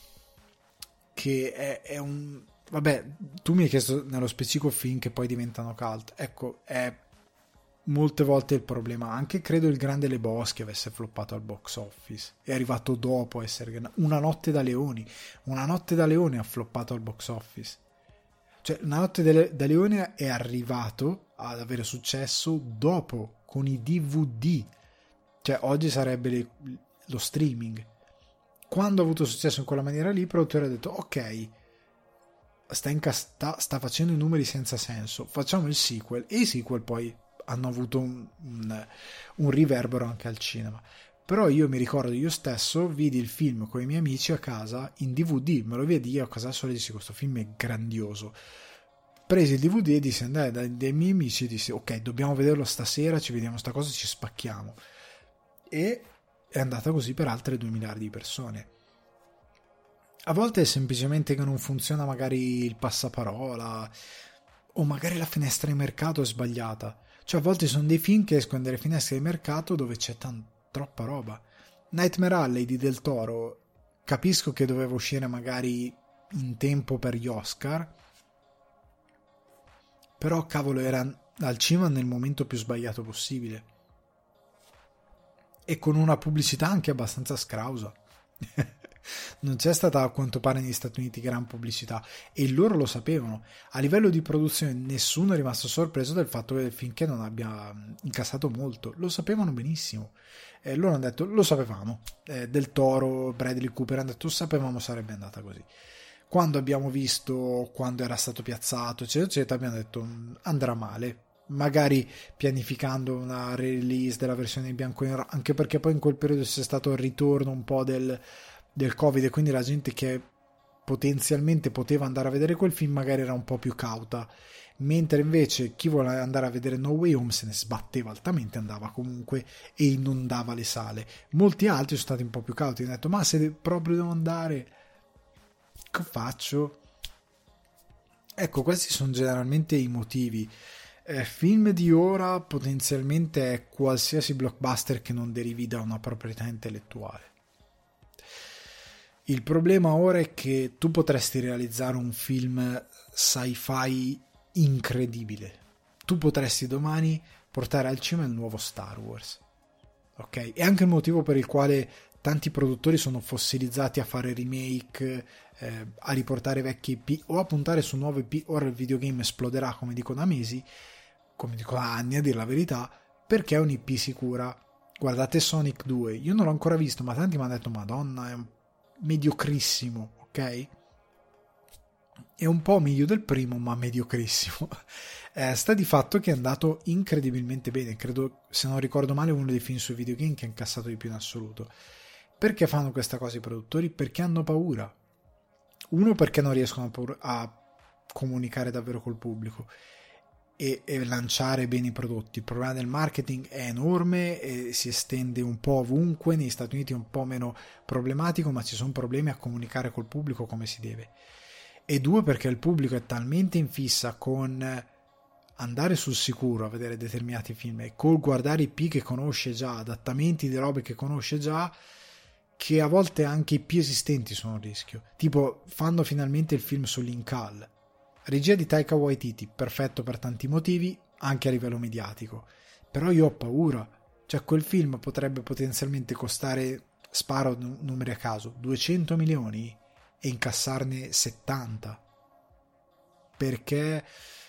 che è un... Vabbè, tu mi hai chiesto nello specifico film che poi diventano cult. Ecco, è molte volte il problema. Anche credo Il Grande Lebowski avesse floppato al box office. È arrivato dopo a essere... Una notte da leoni. Una notte da leoni ha floppato al box office. Cioè, Una notte da leoni è arrivato ad avere successo dopo, con i DVD. Cioè, oggi sarebbe lo streaming. Quando ha avuto successo in quella maniera lì, il produttore ha detto: ok, sta facendo i numeri senza senso, facciamo il sequel. E i sequel poi hanno avuto un riverbero anche al cinema. Però io mi ricordo, io stesso vidi il film con i miei amici a casa in DVD, me lo vedi a casa sola e dissi: questo film è grandioso. Presi il DVD e dissi, andai dai miei amici e dissi: ok, dobbiamo vederlo stasera, ci vediamo sta cosa, ci spacchiamo. E è andata così per altre 2 miliardi di persone. A volte è semplicemente che non funziona magari il passaparola, o magari la finestra di mercato è sbagliata. Cioè a volte sono dei film che escono dalle finestre di mercato dove c'è troppa roba. Nightmare Alley di Del Toro, capisco che doveva uscire magari in tempo per gli Oscar, però cavolo, era al cinema nel momento più sbagliato possibile e con una pubblicità anche abbastanza scrausa. Non c'è stata, a quanto pare, negli Stati Uniti gran pubblicità, e loro lo sapevano. A livello di produzione nessuno è rimasto sorpreso del fatto che il film che non abbia incassato molto, lo sapevano benissimo. Loro hanno detto: lo sapevamo. Del Toro, Bradley Cooper hanno detto: sapevamo sarebbe andata così. Quando abbiamo visto, quando era stato piazzato eccetera eccetera, abbiamo detto: andrà male, magari pianificando una release della versione in bianco e nero, anche perché poi in quel periodo c'è stato il ritorno un po' del Covid, e quindi la gente che potenzialmente poteva andare a vedere quel film magari era un po' più cauta, mentre invece chi vuole andare a vedere No Way Home se ne sbatteva altamente, andava comunque e inondava le sale. Molti altri sono stati un po' più cauti, hanno detto: ma se proprio devo andare, che faccio? Ecco, questi sono generalmente i motivi. Film di ora potenzialmente è qualsiasi blockbuster che non derivi da una proprietà intellettuale. Il problema ora è che tu potresti realizzare un film sci-fi incredibile. Tu potresti domani portare al cinema il nuovo Star Wars. Ok? È anche il motivo per il quale tanti produttori sono fossilizzati a fare remake, a riportare vecchi IP o a puntare su nuovi IP. Ora il videogame esploderà, come dico da mesi, come dico da anni a dire la verità, perché è un IP sicura. Guardate Sonic 2, io non l'ho ancora visto, ma tanti mi hanno detto Madonna, è un mediocrissimo, ok? È un po' meglio del primo, ma mediocrissimo. Sta di fatto che è andato incredibilmente bene, credo, se non ricordo male, uno dei film sui videogame che ha incassato di più in assoluto. Perché fanno questa cosa i produttori? Perché hanno paura. Uno, perché non riescono a comunicare davvero col pubblico e lanciare bene i prodotti. Il problema del marketing è enorme e si estende un po' ovunque. Negli Stati Uniti è un po' meno problematico, ma ci sono problemi a comunicare col pubblico come si deve. E due, perché il pubblico è talmente in fissa con andare sul sicuro a vedere determinati film e col guardare IP che conosce già, adattamenti di robe che conosce già, che a volte anche i più esistenti sono un rischio. Tipo, fanno finalmente il film sull'Incal, regia di Taika Waititi, perfetto per tanti motivi, anche a livello mediatico, però io ho paura. Cioè, quel film potrebbe potenzialmente costare, sparo numeri a caso, 200 milioni e incassarne 70, perché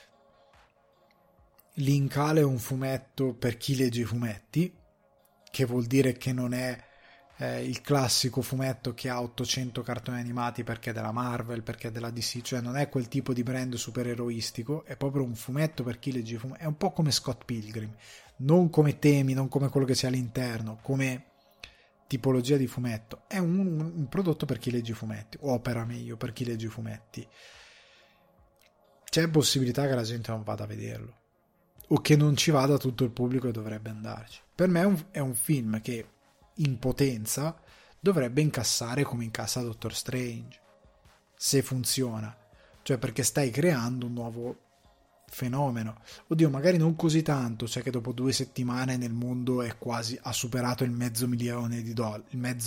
l'Incal è un fumetto per chi legge i fumetti, che vuol dire che non è il classico fumetto che ha 800 cartoni animati perché è della Marvel, perché è della DC, cioè non è quel tipo di brand supereroistico, è proprio un fumetto per chi legge i fumetti. È un po' come Scott Pilgrim, non come temi, non come quello che c'è all'interno, come tipologia di fumetto. È un prodotto per chi legge i fumetti, o opera meglio per chi legge i fumetti. C'è possibilità che la gente non vada a vederlo, o che non ci vada tutto il pubblico che dovrebbe andarci. Per me è un film che in potenza dovrebbe incassare come incassa Doctor Strange, se funziona, cioè perché stai creando un nuovo fenomeno. Oddio, magari non così tanto, cioè che dopo 2 settimane nel mondo è quasi, ha superato il $500 milioni,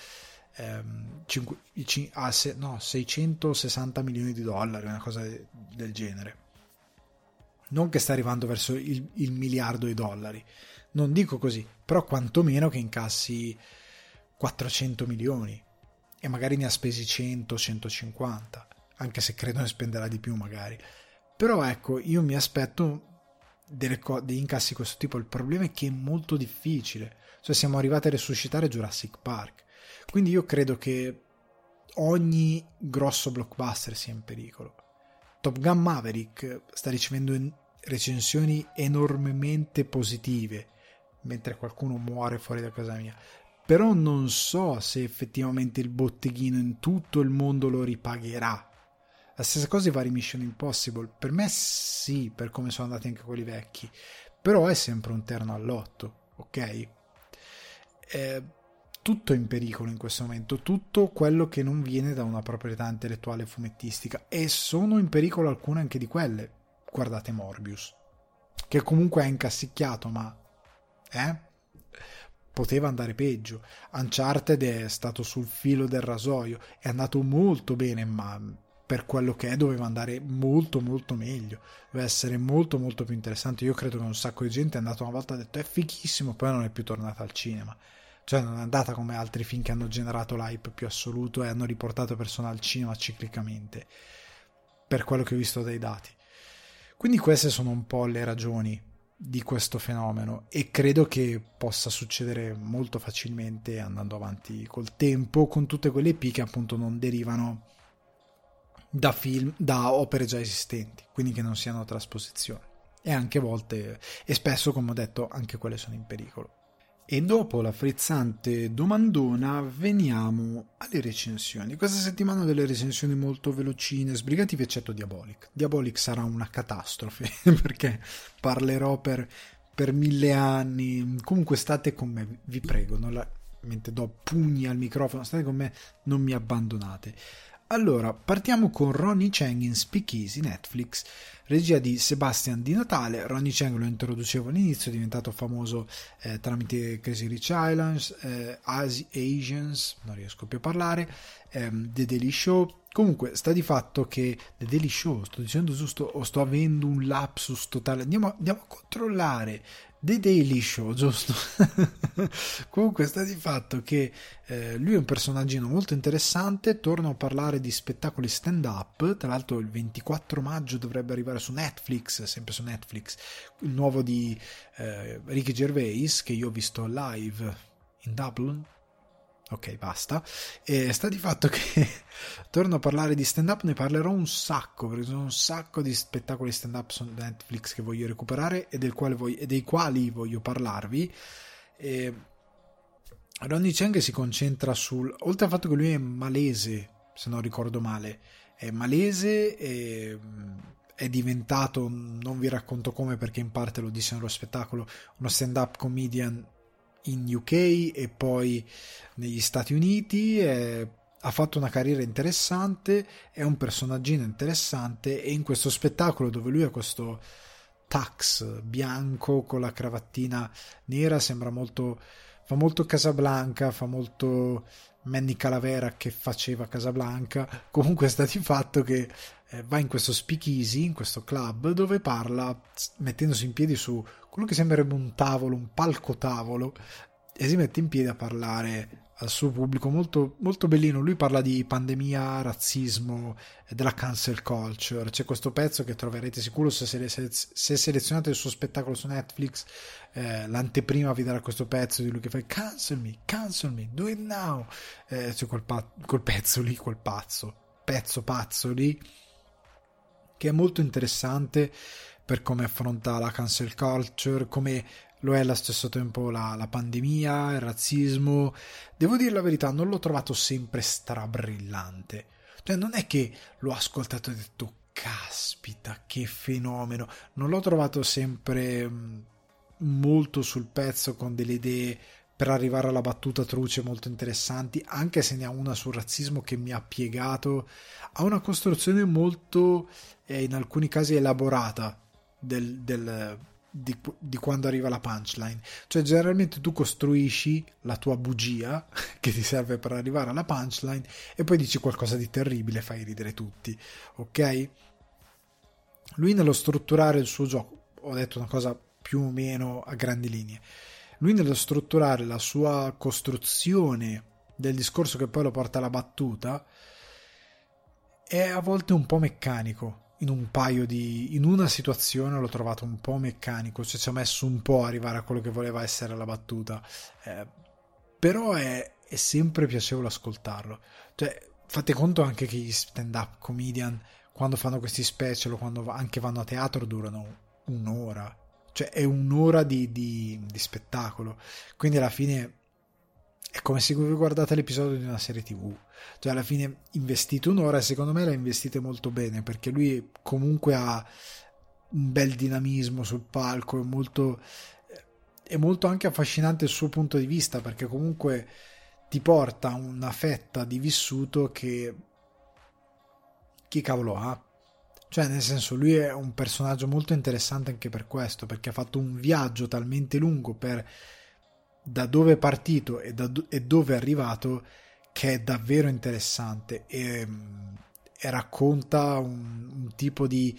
il 660 milioni di dollari, una cosa del genere. Non che sta arrivando verso il miliardo di dollari, non dico così, però quantomeno che incassi 400 milioni e magari ne ha spesi 100, 150, anche se credo ne spenderà di più magari. Però ecco, io mi aspetto degli incassi di questo tipo. Il problema è che è molto difficile, cioè siamo arrivati a resuscitare Jurassic Park, quindi io credo che ogni grosso blockbuster sia in pericolo. Top Gun Maverick sta ricevendo recensioni enormemente positive, mentre qualcuno muore fuori da casa mia, però non so se effettivamente il botteghino in tutto il mondo lo ripagherà. La stessa cosa i vari Mission Impossible, per me sì, per come sono andati anche quelli vecchi, però è sempre un terno all'otto, ok? Tutto è in pericolo in questo momento, tutto quello che non viene da una proprietà intellettuale fumettistica, e sono in pericolo alcune anche di quelle. Guardate Morbius, che comunque è incassicchiato, ma poteva andare peggio. Uncharted è stato sul filo del rasoio, è andato molto bene, ma per quello che è doveva andare molto molto meglio, doveva essere molto molto più interessante. Io credo che un sacco di gente è andato una volta e ha detto è fighissimo, poi non è più tornata al cinema, cioè non è andata come altri film che hanno generato l'hype più assoluto e hanno riportato persone al cinema ciclicamente, per quello che ho visto dai dati. Quindi queste sono un po' le ragioni di questo fenomeno, e credo che possa succedere molto facilmente andando avanti col tempo, con tutte quelle IP che appunto non derivano da film, da opere già esistenti, quindi che non siano trasposizioni, e anche volte, e spesso, come ho detto, anche quelle sono in pericolo. E dopo la frizzante domandona veniamo alle recensioni. Questa settimana delle recensioni molto velocine, sbrigative, eccetto Diabolic. Diabolic sarà una catastrofe perché parlerò per 1000 anni. Comunque state con me, vi prego, mentre do pugni al microfono, state con me, non mi abbandonate. Allora, partiamo con Ronny Cheng in Speakeasy, Netflix, regia di Sebastian Di Natale. Ronny Cheng lo introducevo all'inizio, è diventato famoso tramite Crazy Rich Islands, Asians, non riesco più a parlare, The Daily Show. Comunque, sta di fatto che The Daily Show, sto dicendo giusto o sto avendo un lapsus totale? Andiamo a controllare. The Daily Show, giusto? Comunque sta di fatto che lui è un personaggino molto interessante. Torno a parlare di spettacoli stand up, tra l'altro il 24 maggio dovrebbe arrivare su Netflix, sempre su Netflix, il nuovo di Ricky Gervais, che io ho visto live in Dublin. Ok, basta. E sta di fatto che torno a parlare di stand up, ne parlerò un sacco, perché sono un sacco di spettacoli stand up su Netflix che voglio recuperare e dei quali voglio parlarvi. E Ronny Cheng si concentra oltre al fatto che lui è malese, se non ricordo male, è malese e è diventato, non vi racconto come perché in parte lo disse nello spettacolo, uno stand up comedian in UK e poi negli Stati Uniti. Ha fatto una carriera interessante, è un personaggino interessante, e in questo spettacolo dove lui ha questo tux bianco con la cravattina nera fa molto Casablanca, fa molto Manny Calavera che faceva Casablanca. Comunque sta di fatto che va in questo speakeasy, in questo club, dove parla mettendosi in piedi su quello che sembrerebbe un tavolo, un palco tavolo, e si mette in piedi a parlare al suo pubblico. Molto, molto bellino. Lui parla di pandemia, razzismo, della cancel culture. C'è questo pezzo che troverete sicuro se selezionate il suo spettacolo su Netflix. L'anteprima vi darà questo pezzo di lui che fa cancel me, do it now. C'è quel pezzo lì, pezzo pazzo lì, che è molto interessante per come affronta la cancel culture, come lo è allo stesso tempo la pandemia, il razzismo. Devo dire la verità, non l'ho trovato sempre strabrillante. Cioè, non è che l'ho ascoltato e ho detto caspita, che fenomeno. Non l'ho trovato sempre molto sul pezzo, con delle idee per arrivare alla battuta truce molto interessanti, anche se ne ha una sul razzismo che mi ha piegato. Ha una costruzione molto, in alcuni casi, elaborata di quando arriva la punchline. Cioè, generalmente tu costruisci la tua bugia che ti serve per arrivare alla punchline e poi dici qualcosa di terribile, fai ridere tutti, ok? Lui, nello strutturare il suo gioco, ho detto una cosa più o meno a grandi linee, lui nello strutturare la sua costruzione del discorso che poi lo porta alla battuta è a volte un po' meccanico. In una situazione l'ho trovato un po' meccanico, cioè ci ha messo un po' a arrivare a quello che voleva essere la battuta, però è sempre piacevole ascoltarlo. Cioè, fate conto anche che gli stand up comedian, quando fanno questi special o quando anche vanno a teatro, durano un'ora, cioè è un'ora di spettacolo, quindi alla fine è come se voi guardate l'episodio di una serie TV. Cioè, alla fine investite un'ora e secondo me la investite molto bene, perché lui comunque ha un bel dinamismo sul palco, è molto anche affascinante il suo punto di vista, perché comunque ti porta una fetta di vissuto che chi cavolo ha? Cioè, nel senso, lui è un personaggio molto interessante anche per questo, perché ha fatto un viaggio talmente lungo da dove è partito e dove è arrivato, che è davvero interessante, e racconta un tipo di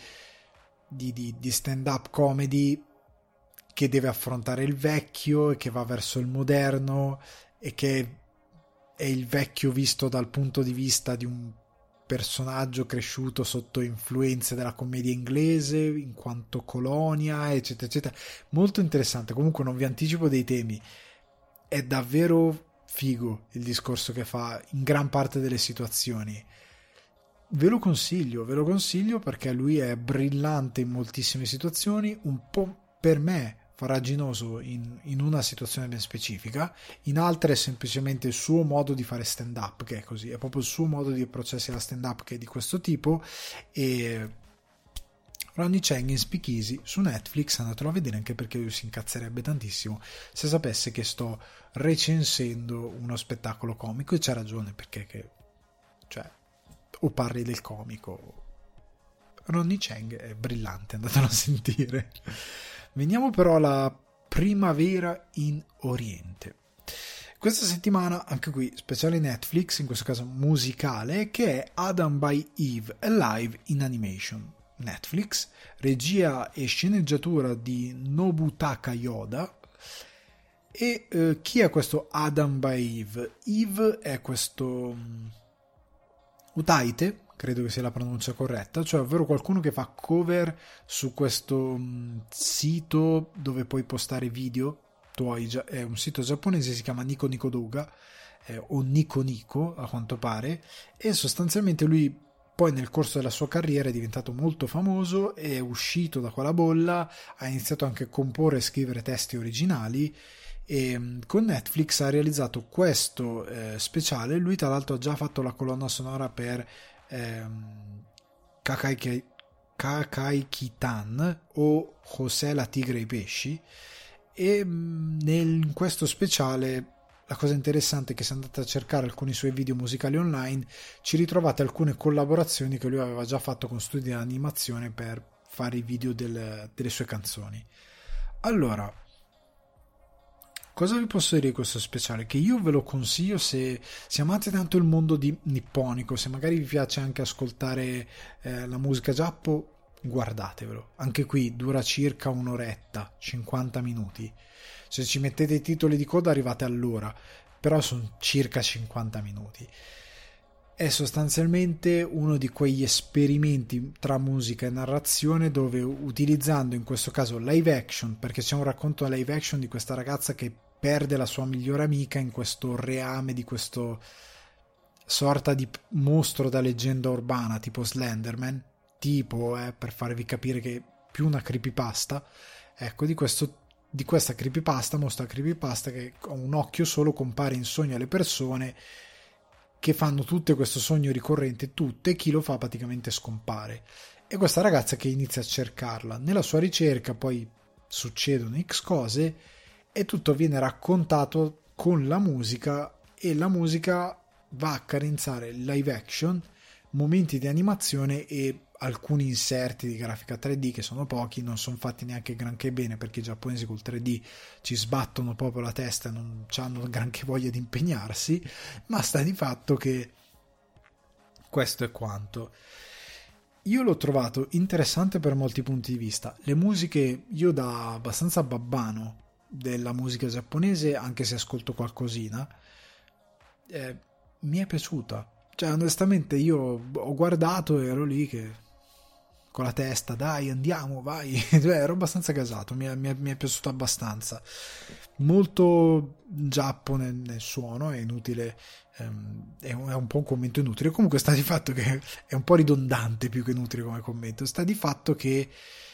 stand up comedy che deve affrontare il vecchio e che va verso il moderno, e che è il vecchio visto dal punto di vista di un personaggio cresciuto sotto influenze della commedia inglese in quanto colonia, eccetera eccetera. Molto interessante. Comunque non vi anticipo dei temi, è davvero figo il discorso che fa in gran parte delle situazioni. Ve lo consiglio perché lui è brillante in moltissime situazioni, un po' per me farraginoso in una situazione ben specifica, in altre è semplicemente il suo modo di fare stand up che è così, è proprio il suo modo di approcciarsi alla stand up che è di questo tipo. E Ronny Cheng in Speakeasy su Netflix, andatelo a vedere, anche perché lui si incazzerebbe tantissimo se sapesse che sto recensendo uno spettacolo comico, e c'ha ragione, perché cioè, o parli del comico. Ronny Cheng è brillante, andatelo a sentire. Veniamo però alla Primavera in Oriente. Questa settimana, anche qui, speciale Netflix, in questo caso musicale, che è Adam by Eve, a live in animation. Netflix, regia e sceneggiatura di Nobutaka Yoda. E chi è questo Adam by Eve? Eve è questo Utaite, credo che sia la pronuncia corretta, cioè ovvero qualcuno che fa cover su questo sito dove puoi postare video tuoi. È un sito giapponese, si chiama Nico Nico Douga, o Nico Nico a quanto pare, e sostanzialmente lui poi nel corso della sua carriera è diventato molto famoso, è uscito da quella bolla, ha iniziato anche a comporre e scrivere testi originali, e con Netflix ha realizzato questo speciale. Lui tra l'altro ha già fatto la colonna sonora per Kakai Kitan o José la tigre e i pesci, e in questo speciale la cosa interessante è che se andate a cercare alcuni suoi video musicali online ci ritrovate alcune collaborazioni che lui aveva già fatto con studi di animazione per fare i video delle sue canzoni. Allora, cosa vi posso dire di questo speciale? Che io ve lo consiglio se amate tanto il mondo nipponico, se magari vi piace anche ascoltare la musica giappo, guardatevelo. Anche qui dura circa un'oretta, 50 minuti. Se ci mettete i titoli di coda arrivate all'ora, però sono circa 50 minuti. È sostanzialmente uno di quegli esperimenti tra musica e narrazione dove, utilizzando in questo caso live action, perché c'è un racconto live action di questa ragazza che perde la sua migliore amica in questo reame di questo sorta di mostro da leggenda urbana tipo Slenderman, per farvi capire che è più una creepypasta, ecco, di questa creepypasta, mostra creepypasta che con un occhio solo compare in sogno alle persone che fanno tutte questo sogno ricorrente, e chi lo fa praticamente scompare. E questa ragazza che inizia a cercarla. Nella sua ricerca poi succedono X cose e tutto viene raccontato con la musica, e la musica va a carezzare live action, momenti di animazione e alcuni inserti di grafica 3D che sono pochi, non sono fatti neanche granché bene perché i giapponesi col 3D ci sbattono proprio la testa e non hanno granché voglia di impegnarsi, ma sta di fatto che questo è quanto. Io l'ho trovato interessante per molti punti di vista. Le musiche, io da abbastanza babbano della musica giapponese, anche se ascolto qualcosina, mi è piaciuta. Cioè, onestamente, io ho guardato e ero lì che con la testa, dai, andiamo, vai. Ero abbastanza gasato, mi è piaciuto abbastanza. Molto giappo nel suono, è inutile, è un po' un commento inutile. Comunque sta di fatto che è un po' ridondante più che inutile come commento. Sta di fatto che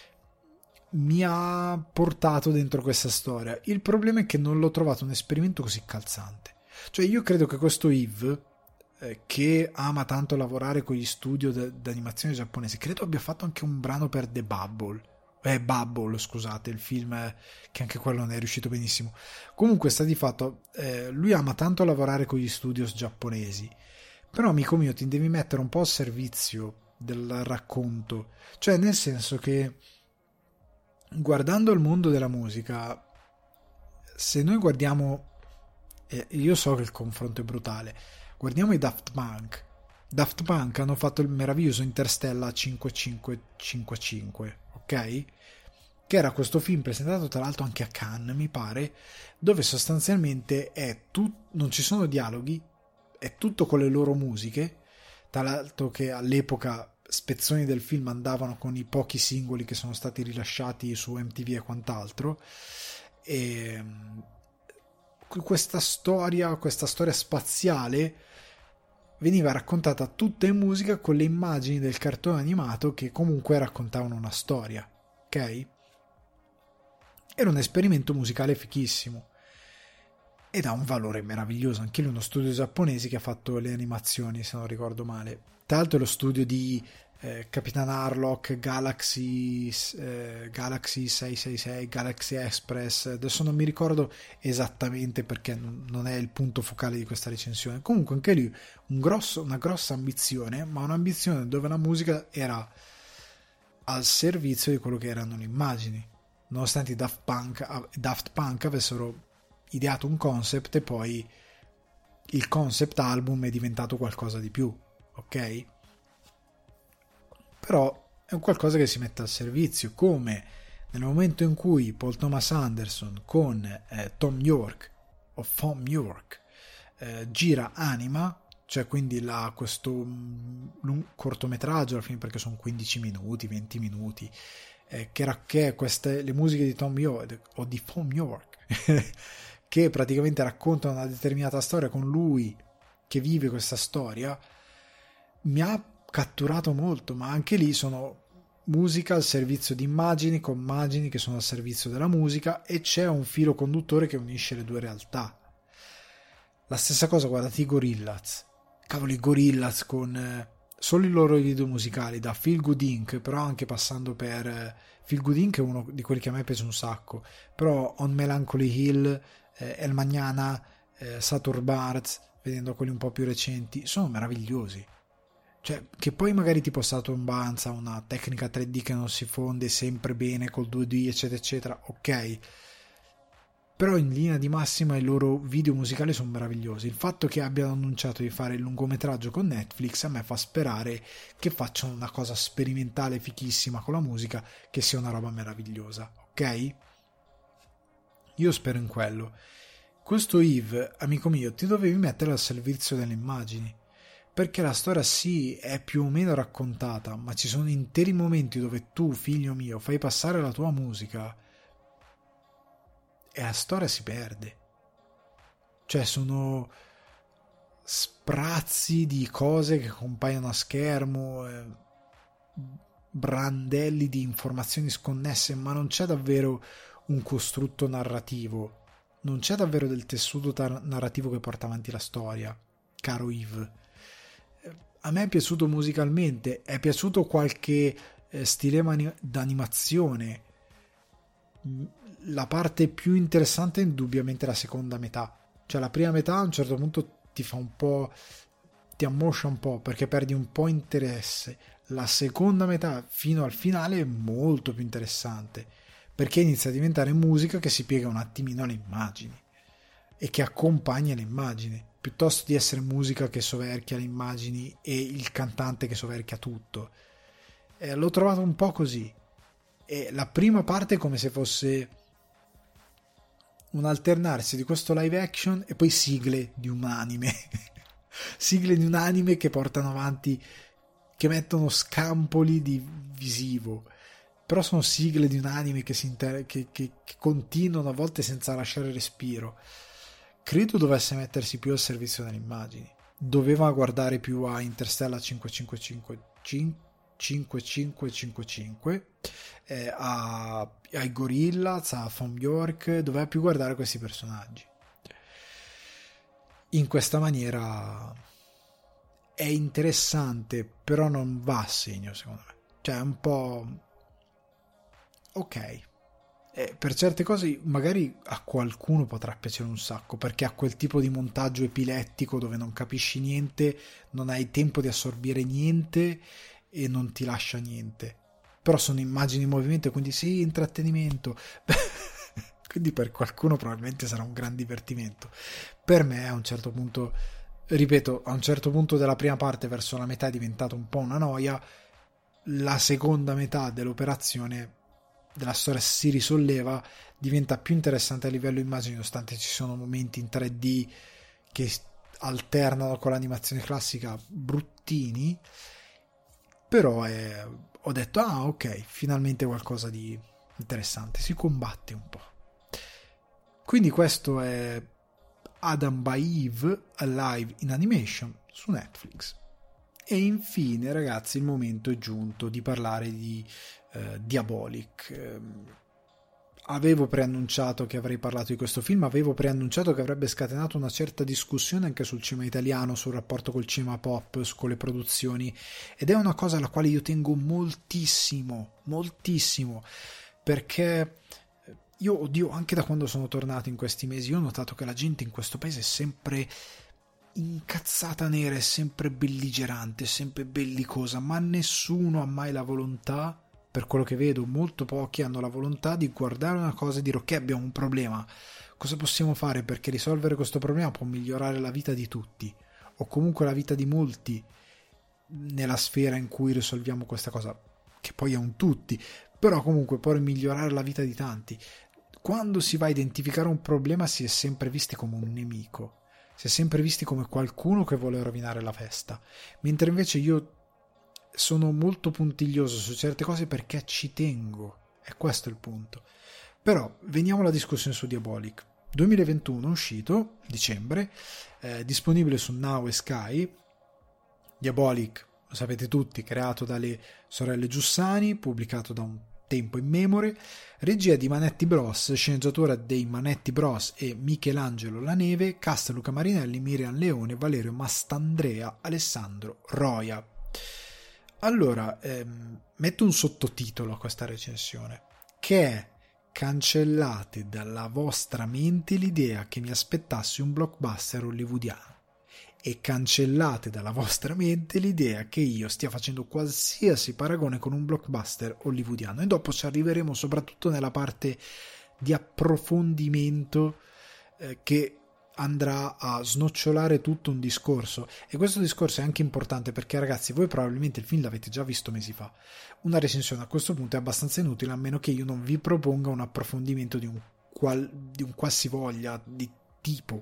mi ha portato dentro questa storia. Il problema è che non l'ho trovato un esperimento così calzante. Cioè, io credo che questo Yves, che ama tanto lavorare con gli studio d'animazione giapponesi, credo abbia fatto anche un brano per The Bubble, scusate, il film, che anche quello non è riuscito benissimo. Comunque sta di fatto, lui ama tanto lavorare con gli studios giapponesi, però amico mio ti devi mettere un po' al servizio del racconto, cioè nel senso che guardando il mondo della musica, se noi guardiamo, io so che il confronto è brutale, guardiamo i Daft Punk. Daft Punk hanno fatto il meraviglioso Interstellar 5555, ok? Che era questo film presentato tra l'altro anche a Cannes, mi pare, dove sostanzialmente non ci sono dialoghi, è tutto con le loro musiche, tra l'altro che all'epoca spezzoni del film andavano con i pochi singoli che sono stati rilasciati su MTV e quant'altro, e questa storia spaziale veniva raccontata tutta in musica con le immagini del cartone animato che comunque raccontavano una storia, ok? Era un esperimento musicale fichissimo ed ha un valore meraviglioso. Anche lì uno studio giapponese che ha fatto le animazioni, se non ricordo male. Tra l'altro è lo studio di Capitan Harlock, Galaxy 666, Galaxy Express. Adesso non mi ricordo esattamente perché non è il punto focale di questa recensione. Comunque anche lì una grossa ambizione, ma un'ambizione dove la musica era al servizio di quello che erano le immagini, nonostante i Daft Punk avessero ideato un concept e poi il concept album è diventato qualcosa di più, ok? Però è un qualcosa che si mette al servizio, come nel momento in cui Paul Thomas Anderson con Thom Yorke gira Anima, cioè quindi questo cortometraggio alla fine, perché sono 15 minuti, 20 minuti, che è le musiche di Thom Yorke o di Thom Yorke che praticamente raccontano una determinata storia con lui che vive questa storia, mi ha catturato molto. Ma anche lì sono musica al servizio di immagini, con immagini che sono al servizio della musica, e c'è un filo conduttore che unisce le due realtà. La stessa cosa, guardate i Gorillaz, cavolo, i Gorillaz con solo i loro video musicali, da Feel Good Inc., però anche passando per Feel Good Inc. è uno di quelli che a me piace un sacco, però On Melancholy Hill, El Mañana, Saturn Bards, vedendo quelli un po' più recenti, sono meravigliosi. Cioè, che poi magari tipo Saturn Bards ha una tecnica 3D che non si fonde sempre bene col 2D, eccetera eccetera, ok, però in linea di massima i loro video musicali sono meravigliosi. Il fatto che abbiano annunciato di fare il lungometraggio con Netflix a me fa sperare che facciano una cosa sperimentale fichissima con la musica, che sia una roba meravigliosa, ok? Io spero in quello. Questo Yves, amico mio, ti dovevi mettere al servizio delle immagini, perché la storia sì è più o meno raccontata, ma ci sono interi momenti dove tu, figlio mio, fai passare la tua musica e la storia si perde. Cioè sono sprazzi di cose che compaiono a schermo, brandelli di informazioni sconnesse, ma non c'è davvero un costrutto narrativo, non c'è davvero del tessuto narrativo che porta avanti la storia, caro Yves. A me è piaciuto musicalmente, è piaciuto qualche stile d'animazione. La parte più interessante è indubbiamente la seconda metà, cioè la prima metà a un certo punto ti fa un po', ti ammoscia un po' perché perdi un po' interesse. La seconda metà fino al finale è molto più interessante, perché inizia a diventare musica che si piega un attimino alle immagini e che accompagna le immagini, piuttosto di essere musica che soverchia le immagini e il cantante che soverchia tutto. L'ho trovato un po' così, e la prima parte è come se fosse un alternarsi di questo live action e poi sigle di un anime sigle di un anime che portano avanti, che mettono scampoli di visivo, però sono sigle di un anime che continuano a volte senza lasciare respiro. Credo dovesse mettersi più al servizio delle immagini, doveva guardare più a Interstellar 5555, ai Gorillaz, a Thom Yorke, doveva più guardare questi personaggi. In questa maniera è interessante, però non va a segno, secondo me. Cioè è un po' ok. Per certe cose magari a qualcuno potrà piacere un sacco, perché ha quel tipo di montaggio epilettico dove non capisci niente, non hai tempo di assorbire niente e non ti lascia niente, però sono immagini in movimento, quindi sì, intrattenimento quindi per qualcuno probabilmente sarà un gran divertimento. Per me a un certo punto, ripeto, a un certo punto della prima parte verso la metà è diventato un po' una noia. La seconda metà dell'operazione della storia si risolleva, diventa più interessante a livello immagini, nonostante ci sono momenti in 3D che alternano con l'animazione classica bruttini, però ho detto ok, finalmente qualcosa di interessante, si combatte un po'. Quindi questo è Adam by Eve Alive in Animation su Netflix. E infine, ragazzi, il momento è giunto di parlare di Diabolic. avevo preannunciato che avrei parlato di questo film, avevo preannunciato che avrebbe scatenato una certa discussione anche sul cinema italiano, sul rapporto col cinema pop, con le produzioni, ed è una cosa alla quale io tengo moltissimo, moltissimo, perché io, oddio, anche da quando sono tornato in questi mesi, io ho notato che la gente in questo paese è sempre incazzata nera, è sempre belligerante, è sempre bellicosa, ma nessuno ha mai la volontà, per quello che vedo, molto pochi hanno la volontà di guardare una cosa e dire ok, abbiamo un problema, cosa possiamo fare perché risolvere questo problema può migliorare la vita di tutti, o comunque la vita di molti nella sfera in cui risolviamo questa cosa, che poi è un tutti, però comunque può migliorare la vita di tanti. Quando si va a identificare un problema si è sempre visti come un nemico, si è sempre visti come qualcuno che vuole rovinare la festa, mentre invece io sono molto puntiglioso su certe cose perché ci tengo, e questo è il punto. Però veniamo alla discussione su Diabolic. 2021 uscito, dicembre, disponibile su Now e Sky. Diabolic, lo sapete tutti, creato dalle sorelle Giussani, pubblicato da un tempo immemore, regia di Manetti Bros, sceneggiatura dei Manetti Bros e Michelangelo La Neve, cast Luca Marinelli, Miriam Leone, Valerio Mastandrea, Alessandro Roia. Allora, metto un sottotitolo a questa recensione, che è: cancellate dalla vostra mente l'idea che mi aspettassi un blockbuster hollywoodiano e cancellate dalla vostra mente l'idea che io stia facendo qualsiasi paragone con un blockbuster hollywoodiano, e dopo ci arriveremo soprattutto nella parte di approfondimento che andrà a snocciolare tutto un discorso, e questo discorso è anche importante perché, ragazzi, voi probabilmente il film l'avete già visto mesi fa. Una recensione a questo punto è abbastanza inutile, a meno che io non vi proponga un approfondimento di un qualsivoglia di tipo.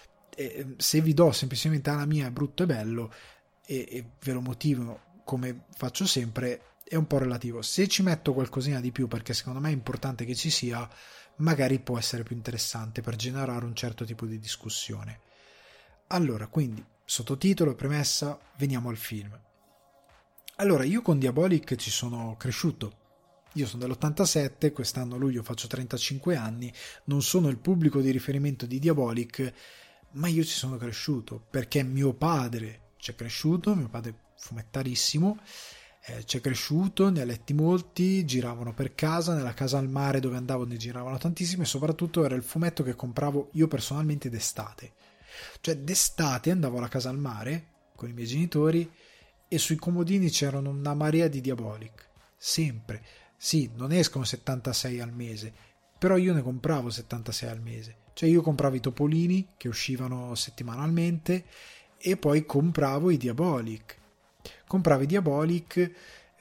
Se vi do semplicemente la mia è brutto e bello e ve lo motivo come faccio sempre, è un po' relativo. Se ci metto qualcosina di più, perché secondo me è importante che ci sia, magari può essere più interessante per generare un certo tipo di discussione. Allora, quindi, sottotitolo, premessa, veniamo al film. Allora, io con Diabolic ci sono cresciuto. Io sono dell'87, quest'anno a luglio faccio 35 anni, non sono il pubblico di riferimento di Diabolic, ma io ci sono cresciuto, perché mio padre ci è cresciuto, mio padre fumettarissimo, c'è cresciuto, ne ha letti molti, giravano per casa, nella casa al mare dove andavo ne giravano tantissimi, e soprattutto era il fumetto che compravo io personalmente d'estate. Cioè d'estate andavo alla casa al mare con i miei genitori e sui comodini c'erano una marea di Diabolic, sempre. Sì, non escono 76 al mese, però io ne compravo 76 al mese. Cioè io compravo i topolini che uscivano settimanalmente e poi compravo i Diabolic. Compravo i Diabolic,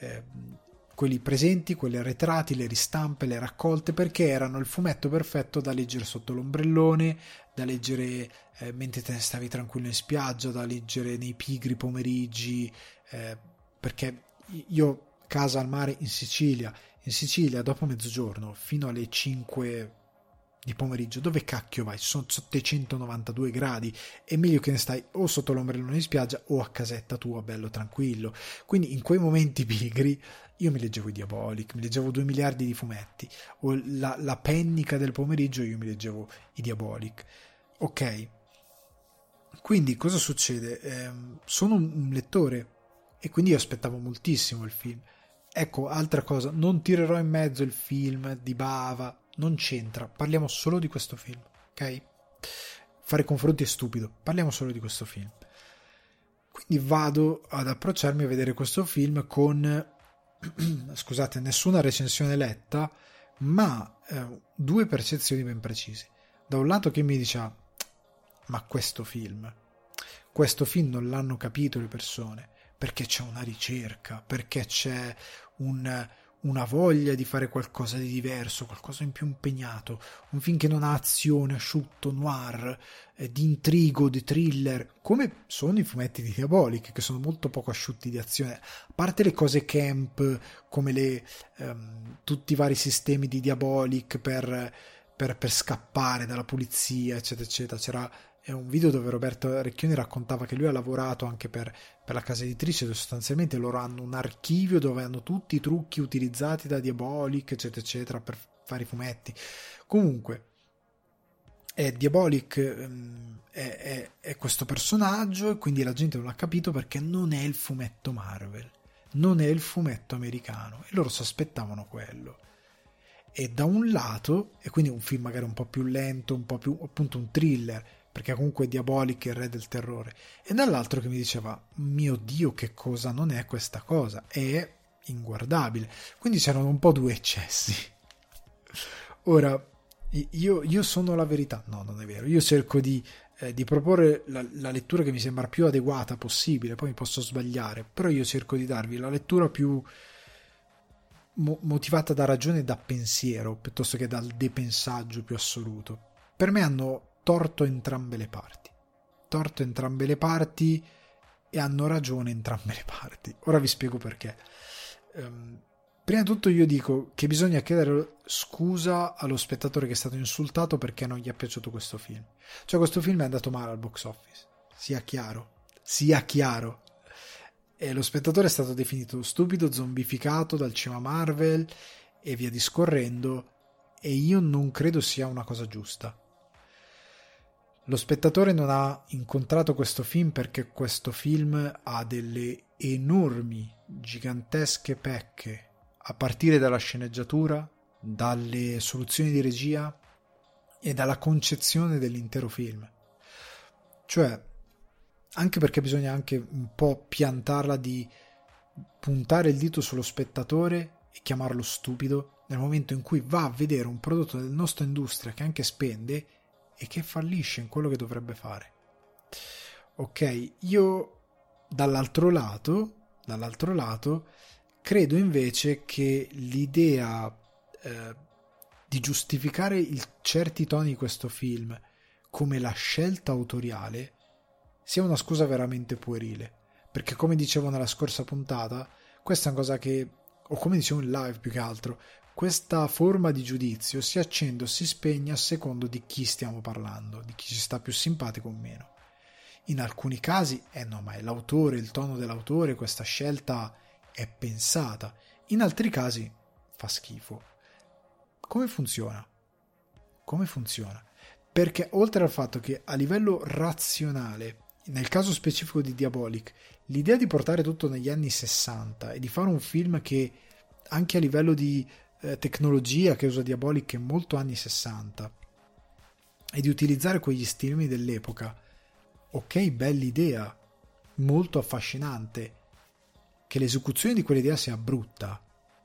quelli presenti, quelli arretrati, le ristampe, le raccolte, perché erano il fumetto perfetto da leggere sotto l'ombrellone, da leggere mentre te ne stavi tranquillo in spiaggia, da leggere nei pigri pomeriggi, perché io casa al mare in Sicilia dopo mezzogiorno fino alle 5 di pomeriggio, dove cacchio vai? Sono 792 gradi, è meglio che ne stai o sotto l'ombrellone in spiaggia o a casetta tua bello tranquillo. Quindi in quei momenti pigri io mi leggevo i Diabolic, mi leggevo 2 miliardi di fumetti, o la pennica del pomeriggio io mi leggevo i Diabolic. Ok, quindi cosa succede? Sono un lettore e quindi io aspettavo moltissimo il film. Ecco, altra cosa, non tirerò in mezzo il film di Bava, non c'entra, parliamo solo di questo film, ok? Fare confronti è stupido, parliamo solo di questo film. Quindi vado ad approcciarmi a vedere questo film con, scusate, nessuna recensione letta, ma 2 percezioni ben precise. Da un lato che mi dice, ma questo film non l'hanno capito le persone, perché c'è una ricerca, perché c'è una voglia di fare qualcosa di diverso, qualcosa in più impegnato, un film che non ha azione, asciutto, noir, di intrigo, di thriller, come sono i fumetti di Diabolic, che sono molto poco asciutti di azione, a parte le cose camp, come tutti i vari sistemi di Diabolic per scappare dalla polizia, eccetera, eccetera. È un video dove Roberto Recchioni raccontava che lui ha lavorato anche per la casa editrice, dove sostanzialmente loro hanno un archivio dove hanno tutti i trucchi utilizzati da Diabolic, eccetera, eccetera, per fare i fumetti. Comunque Diabolic è questo personaggio, e quindi la gente non l'ha capito perché non è il fumetto Marvel, non è il fumetto americano, e loro si aspettavano quello. E da un lato, e quindi un film magari un po' più lento, un po' più appunto un thriller, perché comunque Diabolic è il re del terrore, e dall'altro che mi diceva, mio Dio, che cosa non è questa cosa, è inguardabile. Quindi c'erano un po' due eccessi. Ora, io sono la verità, no, non è vero, io cerco di proporre la lettura che mi sembra più adeguata possibile, poi mi posso sbagliare, però io cerco di darvi la lettura più motivata da ragione e da pensiero, piuttosto che dal depensaggio più assoluto. Per me hanno torto entrambe le parti e hanno ragione entrambe le parti. Ora vi spiego perché. Prima di tutto io dico che bisogna chiedere scusa allo spettatore che è stato insultato perché non gli è piaciuto questo film. Cioè, questo film è andato male al box office, sia chiaro. E lo spettatore è stato definito stupido, zombificato dal cinema Marvel e via discorrendo, e io non credo sia una cosa giusta. Lo spettatore non ha incontrato questo film perché questo film ha delle enormi, gigantesche pecche, a partire dalla sceneggiatura, dalle soluzioni di regia e dalla concezione dell'intero film. Cioè, anche perché bisogna anche un po' piantarla di puntare il dito sullo spettatore e chiamarlo stupido nel momento in cui va a vedere un prodotto della nostra industria che anche spende e che fallisce in quello che dovrebbe fare. Ok, io dall'altro lato credo invece che l'idea di giustificare certi toni di questo film come la scelta autoriale sia una scusa veramente puerile, perché come dicevo nella scorsa puntata, questa è una cosa che, o come dicevo in live più che altro, questa forma di giudizio si accende o si spegne a secondo di chi stiamo parlando, di chi ci sta più simpatico o meno. In alcuni casi no, ma è l'autore, il tono dell'autore, questa scelta è pensata. In altri casi fa schifo. Come funziona? Perché oltre al fatto che a livello razionale, nel caso specifico di Diabolic, l'idea di portare tutto negli anni 60 e di fare un film che anche a livello di tecnologia che usa Diabolic è molto anni 60 e di utilizzare quegli stilemi dell'epoca, ok, bella idea, molto affascinante. Che l'esecuzione di quell'idea sia brutta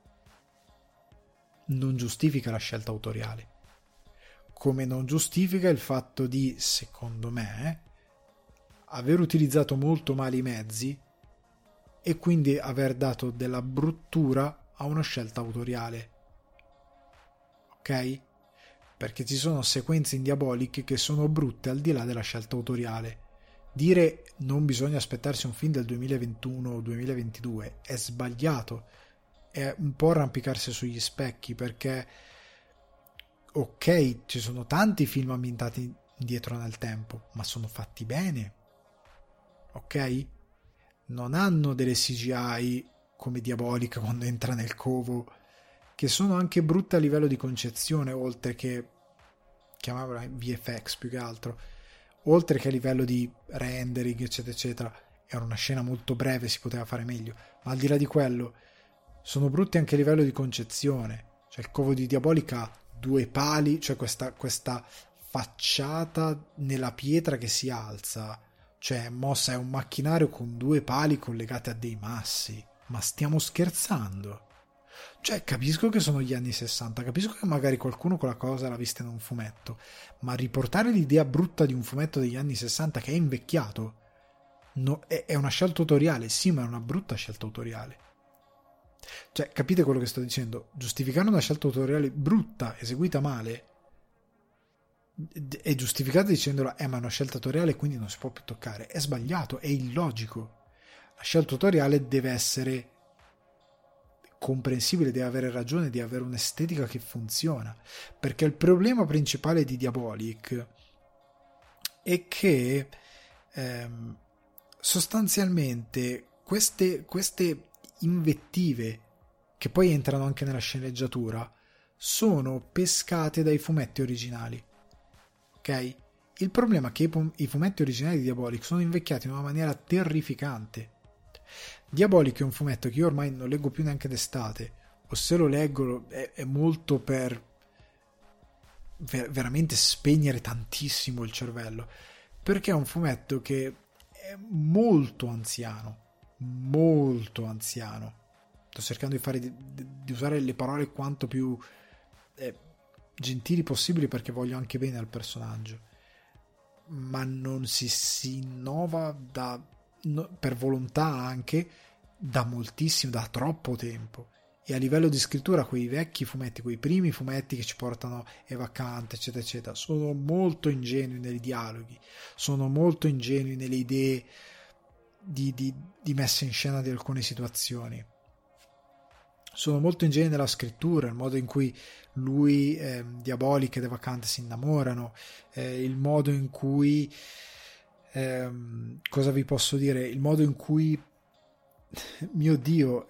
non giustifica la scelta autoriale, come non giustifica il fatto di, secondo me, aver utilizzato molto male i mezzi e quindi aver dato della bruttura a una scelta autoriale. Ok? Perché ci sono sequenze in Diabolic che sono brutte al di là della scelta autoriale. Dire non bisogna aspettarsi un film del 2021 o 2022 è sbagliato, è un po' arrampicarsi sugli specchi, perché ok, ci sono tanti film ambientati indietro nel tempo, ma sono fatti bene, ok? Non hanno delle CGI come Diabolic quando entra nel covo, che sono anche brutte a livello di concezione, oltre che chiamarla VFX più che altro, oltre che a livello di rendering eccetera eccetera. Era una scena molto breve, si poteva fare meglio, ma al di là di quello sono brutti anche a livello di concezione. Cioè il covo di Diabolic ha due pali, cioè questa facciata nella pietra che si alza, cioè mossa, è un macchinario con due pali collegati a dei massi. Ma stiamo scherzando? Cioè, capisco che sono gli anni 60, capisco che magari qualcuno quella cosa l'ha vista in un fumetto, ma riportare l'idea brutta di un fumetto degli anni 60 che è invecchiato è una scelta autoriale, sì, ma è una brutta scelta autoriale. Cioè, capite quello che sto dicendo? Giustificare una scelta autoriale brutta, eseguita male, è giustificata dicendola, ma è una scelta autoriale quindi non si può più toccare. È sbagliato, è illogico. La scelta autoriale deve essere comprensibile, deve avere ragione, deve avere un'estetica che funziona, perché il problema principale di Diabolic è che sostanzialmente queste invettive, che poi entrano anche nella sceneggiatura, sono pescate dai fumetti originali, ok? Il problema è che i fumetti originali di Diabolic sono invecchiati in una maniera terrificante. Diabolic è un fumetto che io ormai non leggo più neanche d'estate, o se lo leggo è molto per veramente spegnere tantissimo il cervello, perché è un fumetto che è molto anziano. Sto cercando di usare le parole quanto più gentili possibili, perché voglio anche bene al personaggio, ma non si innova per volontà, anche da moltissimo, da troppo tempo. E a livello di scrittura, quei vecchi fumetti, quei primi fumetti che ci portano Eva Kant, eccetera eccetera, sono molto ingenui nei dialoghi, sono molto ingenui nelle idee di messa in scena di alcune situazioni, sono molto ingenui nella scrittura, il modo in cui lui, Diabolic ed Eva Kant si innamorano, il modo in cui cosa vi posso dire, il modo in cui mio Dio,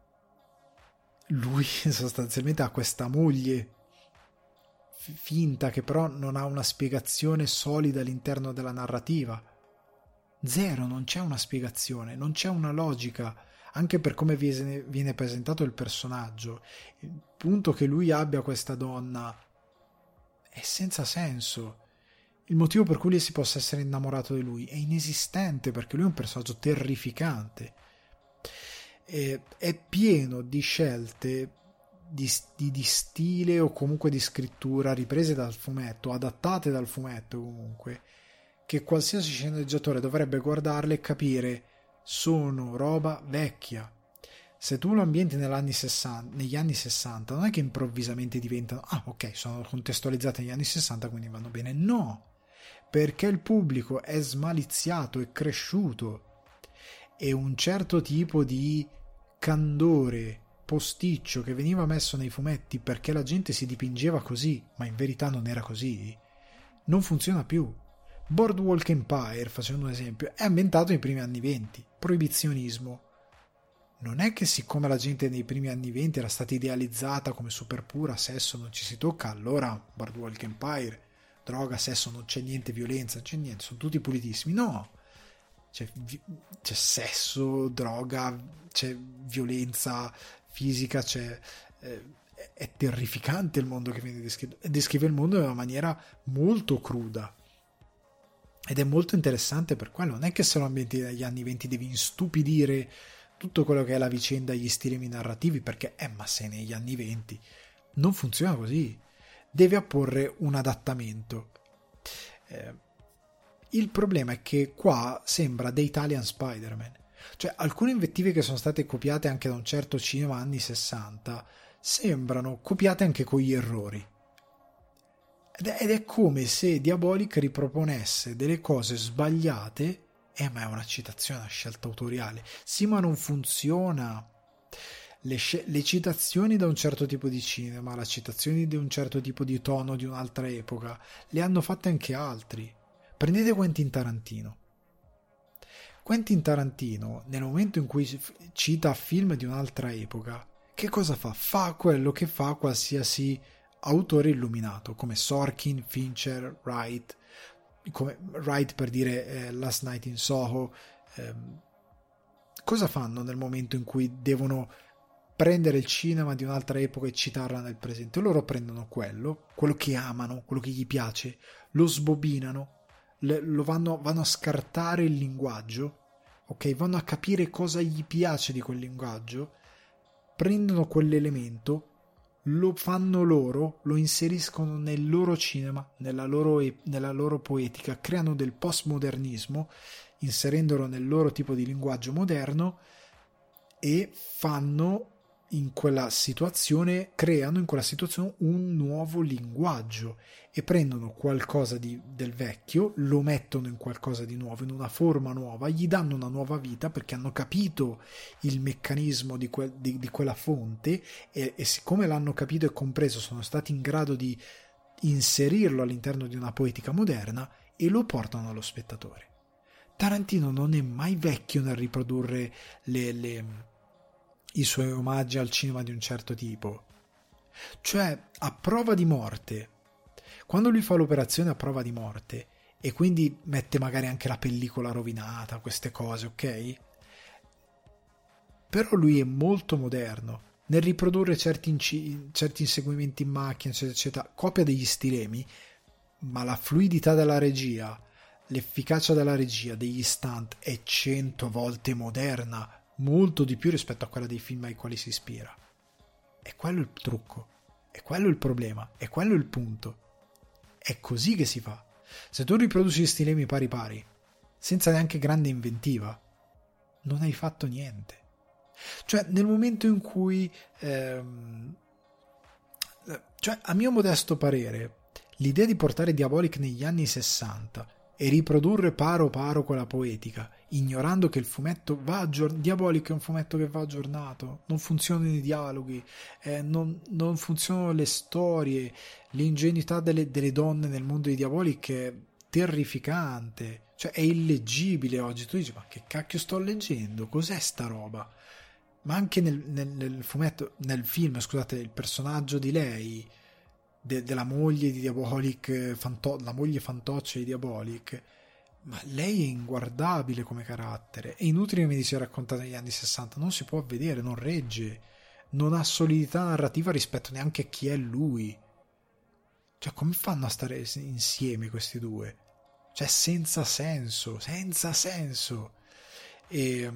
lui sostanzialmente ha questa moglie finta che però non ha una spiegazione solida all'interno della narrativa. Zero, non c'è una spiegazione, non c'è una logica, anche per come viene presentato il personaggio. Il punto che lui abbia questa donna è senza senso. Il motivo per cui lei si possa essere innamorato di lui è inesistente, perché lui è un personaggio terrificante. È pieno di scelte di stile o comunque di scrittura riprese dal fumetto, adattate dal fumetto comunque, che qualsiasi sceneggiatore dovrebbe guardarle e capire sono roba vecchia. Se tu lo ambienti negli anni 60, non è che improvvisamente diventano ok, sono contestualizzate negli anni 60 quindi vanno bene. No, perché il pubblico è smaliziato, è cresciuto, e un certo tipo di candore posticcio che veniva messo nei fumetti perché la gente si dipingeva così, ma in verità non era così, non funziona più. Boardwalk Empire, facendo un esempio, è ambientato nei primi anni 20, proibizionismo. Non è che siccome la gente nei primi anni 20 era stata idealizzata come super pura, sesso non ci si tocca, allora Boardwalk Empire, droga, sesso, non c'è niente, violenza, non c'è niente, sono tutti pulitissimi. No, c'è sesso, droga, c'è violenza fisica, è terrificante il mondo che viene descritto, e descrive il mondo in una maniera molto cruda, ed è molto interessante per quello. Non è che se lo ambienti negli anni 20 devi instupidire tutto quello che è la vicenda e gli stilemi narrativi, perché ma sei negli anni 20, non funziona così, deve apporre un adattamento. Il problema è che qua sembra The Italian Spider-Man, cioè alcune invettive che sono state copiate anche da un certo cinema anni 60 sembrano copiate anche con gli errori, ed è come se Diabolic riproponesse delle cose sbagliate. Ma è una citazione, una scelta autoriale, sì, ma non funziona. Le citazioni da un certo tipo di cinema, le citazioni di un certo tipo di tono di un'altra epoca, le hanno fatte anche altri. Prendete Quentin Tarantino, nel momento in cui cita film di un'altra epoca, che cosa fa? Fa quello che fa qualsiasi autore illuminato, come Sorkin, Fincher, Wright, come Wright per dire Last Night in Soho. Cosa fanno nel momento in cui devono prendere il cinema di un'altra epoca e citarla nel presente? Loro prendono quello che amano, quello che gli piace, lo sbobinano, vanno a scartare il linguaggio, ok? Vanno a capire cosa gli piace di quel linguaggio, prendono quell'elemento, lo fanno loro, lo inseriscono nel loro cinema, nella loro poetica, creano del postmodernismo inserendolo nel loro tipo di linguaggio moderno, e creano in quella situazione un nuovo linguaggio, e prendono qualcosa del vecchio, lo mettono in qualcosa di nuovo, in una forma nuova, gli danno una nuova vita perché hanno capito il meccanismo di quella fonte, e siccome l'hanno capito e compreso sono stati in grado di inserirlo all'interno di una poetica moderna e lo portano allo spettatore. Tarantino non è mai vecchio nel riprodurre i suoi omaggi al cinema di un certo tipo. Cioè, a prova di morte. Quando lui fa l'operazione a prova di morte e quindi mette magari anche la pellicola rovinata, queste cose, ok? Però lui è molto moderno nel riprodurre certi inseguimenti in macchina, eccetera, eccetera. Copia degli stilemi, ma la fluidità della regia, l'efficacia della regia, degli stunt è 100 volte moderna, molto di più rispetto a quella dei film ai quali si ispira. E quello è il trucco, è quello il problema, è quello il punto. È così che si fa. Se tu riproduci gli stilemi pari pari, senza neanche grande inventiva, non hai fatto niente. Cioè, nel momento in cui cioè, a mio modesto parere, l'idea di portare Diabolic negli anni 60 e riprodurre paro paro quella poetica, ignorando che il fumetto va aggiornato. Diabolic è un fumetto che va aggiornato, non funzionano i dialoghi, non funzionano le storie, l'ingenuità delle donne nel mondo di Diabolic è terrificante, cioè è illeggibile oggi. Tu dici, ma che cacchio sto leggendo? Cos'è sta roba? Ma anche nel fumetto, nel film, scusate, il personaggio di lei, della moglie di Diabolic, la moglie fantoccia di Diabolic, ma lei è inguardabile come carattere. È inutile che mi sia raccontata negli anni 60, non si può vedere, non regge, non ha solidità narrativa rispetto neanche a chi è lui. Cioè, come fanno a stare insieme questi due? Cioè, senza senso. E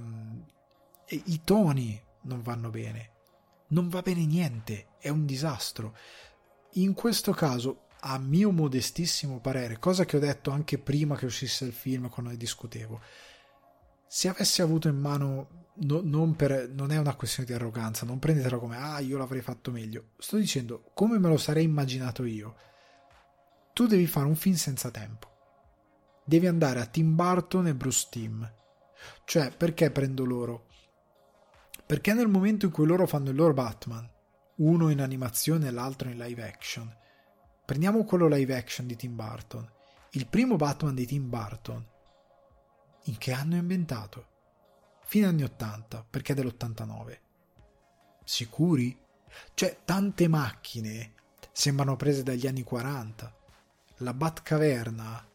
i toni non vanno bene, non va bene niente, è un disastro. In questo caso, a mio modestissimo parere, cosa che ho detto anche prima che uscisse il film quando ne discutevo, se avessi avuto in mano, non è una questione di arroganza, non prendetela come io l'avrei fatto meglio, sto dicendo come me lo sarei immaginato io. Tu devi fare un film senza tempo, devi andare a Tim Burton e Bruce Timm. Cioè, perché prendo loro? Perché nel momento in cui loro fanno il loro Batman, uno in animazione e l'altro in live action, prendiamo quello live action di Tim Burton, il primo Batman di Tim Burton, in che anno è inventato? Fine anni 80, perché è dell'89. Sicuri? Cioè, tante macchine sembrano prese dagli anni 40. La Batcaverna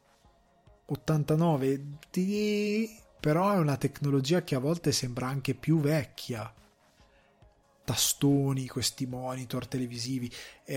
89, però è una tecnologia che a volte sembra anche più vecchia. Tastoni, questi monitor televisivi,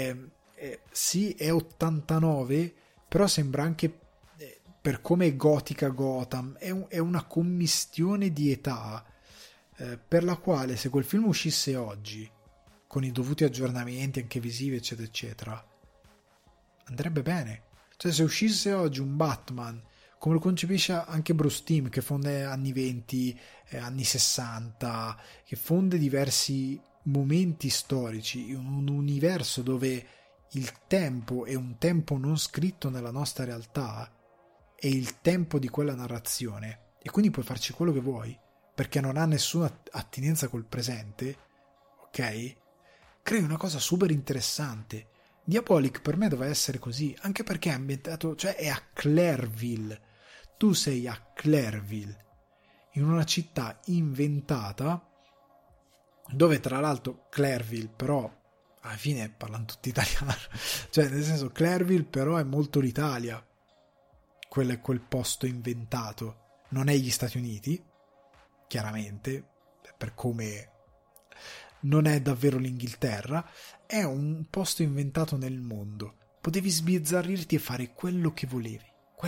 sì, è 89, però sembra anche, per come è gotica Gotham, è una commistione di età, per la quale se quel film uscisse oggi, con i dovuti aggiornamenti anche visivi eccetera eccetera, andrebbe bene. Cioè, se uscisse oggi un Batman come lo concepisce anche Bruce Timm, che fonde anni 20, anni 60, che fonde diversi momenti storici in un universo dove il tempo è un tempo non scritto nella nostra realtà, è il tempo di quella narrazione, e quindi puoi farci quello che vuoi perché non ha nessuna attinenza col presente, ok? Crei una cosa super interessante. Diabolic per me doveva essere così, anche perché è ambientato, cioè è a Clairville. Tu sei a Clairville, in una città inventata, dove tra l'altro Clairville però alla fine parlano tutti italiano, cioè nel senso Clairville però è molto l'Italia, quello è quel posto inventato, non è gli Stati Uniti, chiaramente, per come non è davvero l'Inghilterra, è un posto inventato nel mondo, potevi sbizzarrirti e fare quello che volevi,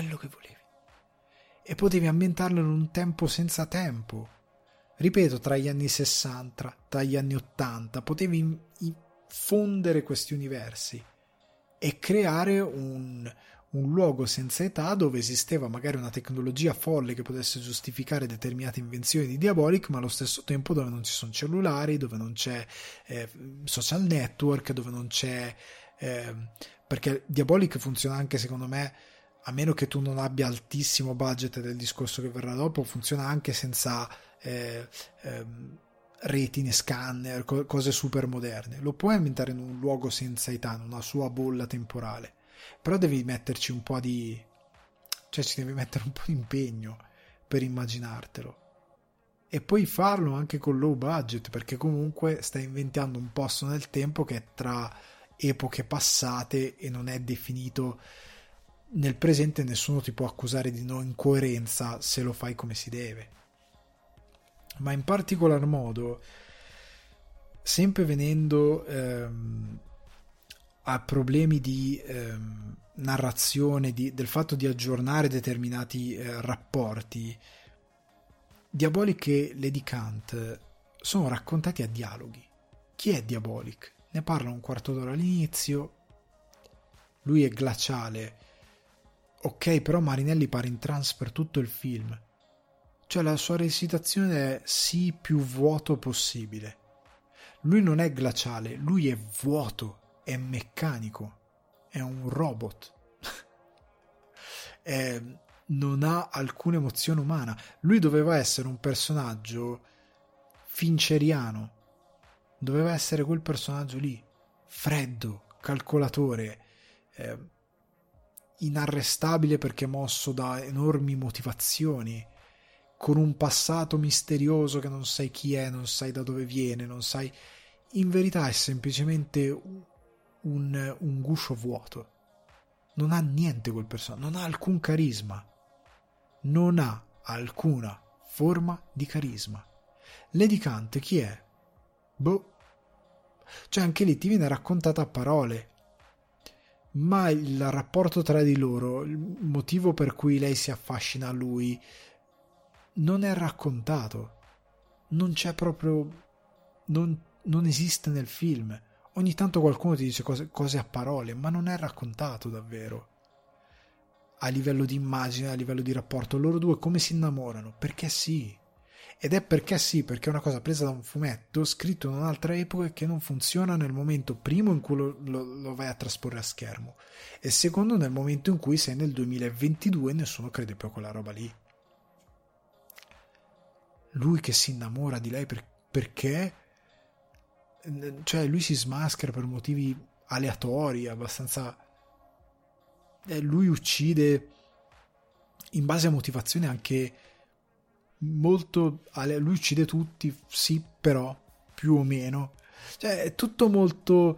e potevi ambientarlo in un tempo senza tempo, ripeto, tra gli anni 60, tra gli anni 80, potevi fondere questi universi e creare un luogo senza età dove esisteva magari una tecnologia folle che potesse giustificare determinate invenzioni di Diabolic, ma allo stesso tempo dove non ci sono cellulari, dove non c'è social network, dove non c'è perché Diabolic funziona anche, secondo me, a meno che tu non abbia altissimo budget del discorso che verrà dopo, funziona anche senza retine, scanner, cose super moderne. Lo puoi ambientare in un luogo senza età, in una sua bolla temporale, però devi metterci un po' ci devi mettere un po' di impegno per immaginartelo, e puoi farlo anche con low budget, perché comunque stai inventando un posto nel tempo che è tra epoche passate e non è definito nel presente. Nessuno ti può accusare di non incoerenza se lo fai come si deve. Ma in particolar modo, sempre venendo a problemi di narrazione, del fatto di aggiornare determinati rapporti, Diabolic e Lady Kant sono raccontati a dialoghi. Chi è Diabolic? Ne parla un quarto d'ora all'inizio, lui è glaciale, ok, però Marinelli pare in trance per tutto il film, cioè la sua recitazione è sì più vuoto possibile. Lui non è glaciale, lui è vuoto, è meccanico, è un robot. Non ha alcuna emozione umana. Lui doveva essere un personaggio fincheriano, doveva essere quel personaggio lì, freddo, calcolatore, inarrestabile perché mosso da enormi motivazioni, con un passato misterioso che non sai chi è, non sai da dove viene, non sai. In verità è semplicemente un guscio vuoto. Non ha niente quel personaggio, non ha alcun carisma, non ha alcuna forma di carisma. Lady Kant chi è? Boh. Cioè anche lì ti viene raccontata a parole, ma il rapporto tra di loro, il motivo per cui lei si affascina a lui, non è raccontato, non c'è proprio, non esiste nel film. Ogni tanto qualcuno ti dice cose a parole, ma non è raccontato davvero a livello di immagine, a livello di rapporto. Loro due come si innamorano? Perché sì. Ed è perché sì, perché è una cosa presa da un fumetto scritto in un'altra epoca che non funziona nel momento primo in cui lo vai a trasporre a schermo, e secondo nel momento in cui sei nel 2022 e nessuno crede più a quella roba lì. Lui che si innamora di lei perché, cioè lui si smaschera per motivi aleatori, abbastanza. Lui uccide in base a motivazioni anche molto. Lui uccide tutti, sì, però più o meno. Cioè è tutto molto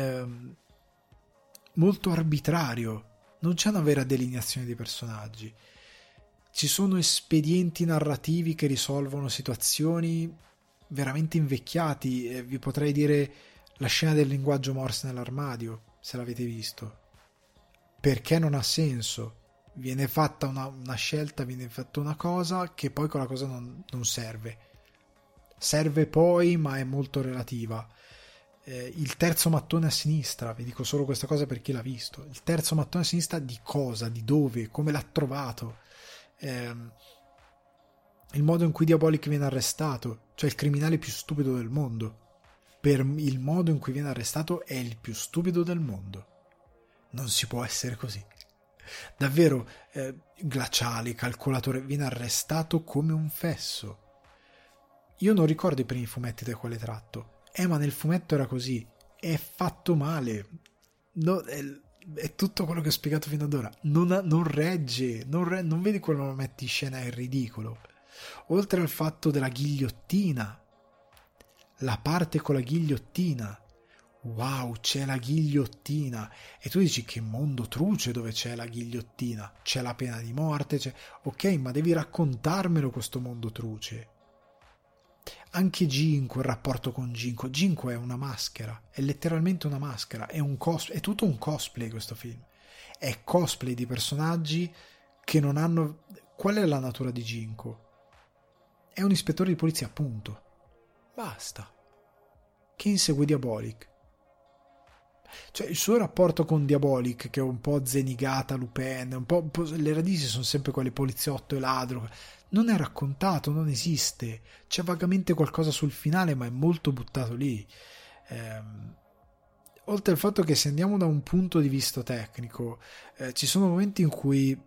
molto arbitrario. Non c'è una vera delineazione dei personaggi. Ci sono espedienti narrativi che risolvono situazioni veramente invecchiati. Vi potrei dire la scena del linguaggio Morse nell'armadio, se l'avete visto, perché non ha senso. Viene fatta una scelta, viene fatta una cosa che poi quella cosa non serve poi, ma è molto relativa. Il terzo mattone a sinistra, vi dico solo questa cosa per chi l'ha visto, il terzo mattone a sinistra di cosa, di dove, come l'ha trovato, il modo in cui Diabolic viene arrestato, cioè il criminale più stupido del mondo, per il modo in cui viene arrestato è il più stupido del mondo. Non si può essere così, davvero. Glaciale, calcolatore, viene arrestato come un fesso. Io non ricordo i primi fumetti da quale tratto, ma nel fumetto era così, è fatto male, no, è tutto quello che ho spiegato fino ad ora, non regge, non vedi quello lo metti in scena, è ridicolo. Oltre al fatto della ghigliottina, la parte con la ghigliottina, wow, c'è la ghigliottina, e tu dici che mondo truce dove c'è la ghigliottina, c'è la pena di morte, ok, ma devi raccontarmelo questo mondo truce. Anche Ginko, il rapporto con Ginko è una maschera, è letteralmente una maschera, è tutto un cosplay questo film, è cosplay di personaggi che non hanno. Qual è la natura di Ginko? È un ispettore di polizia, appunto, basta, che insegue Diabolic. Cioè il suo rapporto con Diabolic, che è un po' Zenigata, Lupin, un po', le radici sono sempre quelle poliziotto e ladro, non è raccontato, non esiste, c'è vagamente qualcosa sul finale ma è molto buttato lì. Oltre al fatto che se andiamo da un punto di vista tecnico, ci sono momenti in cui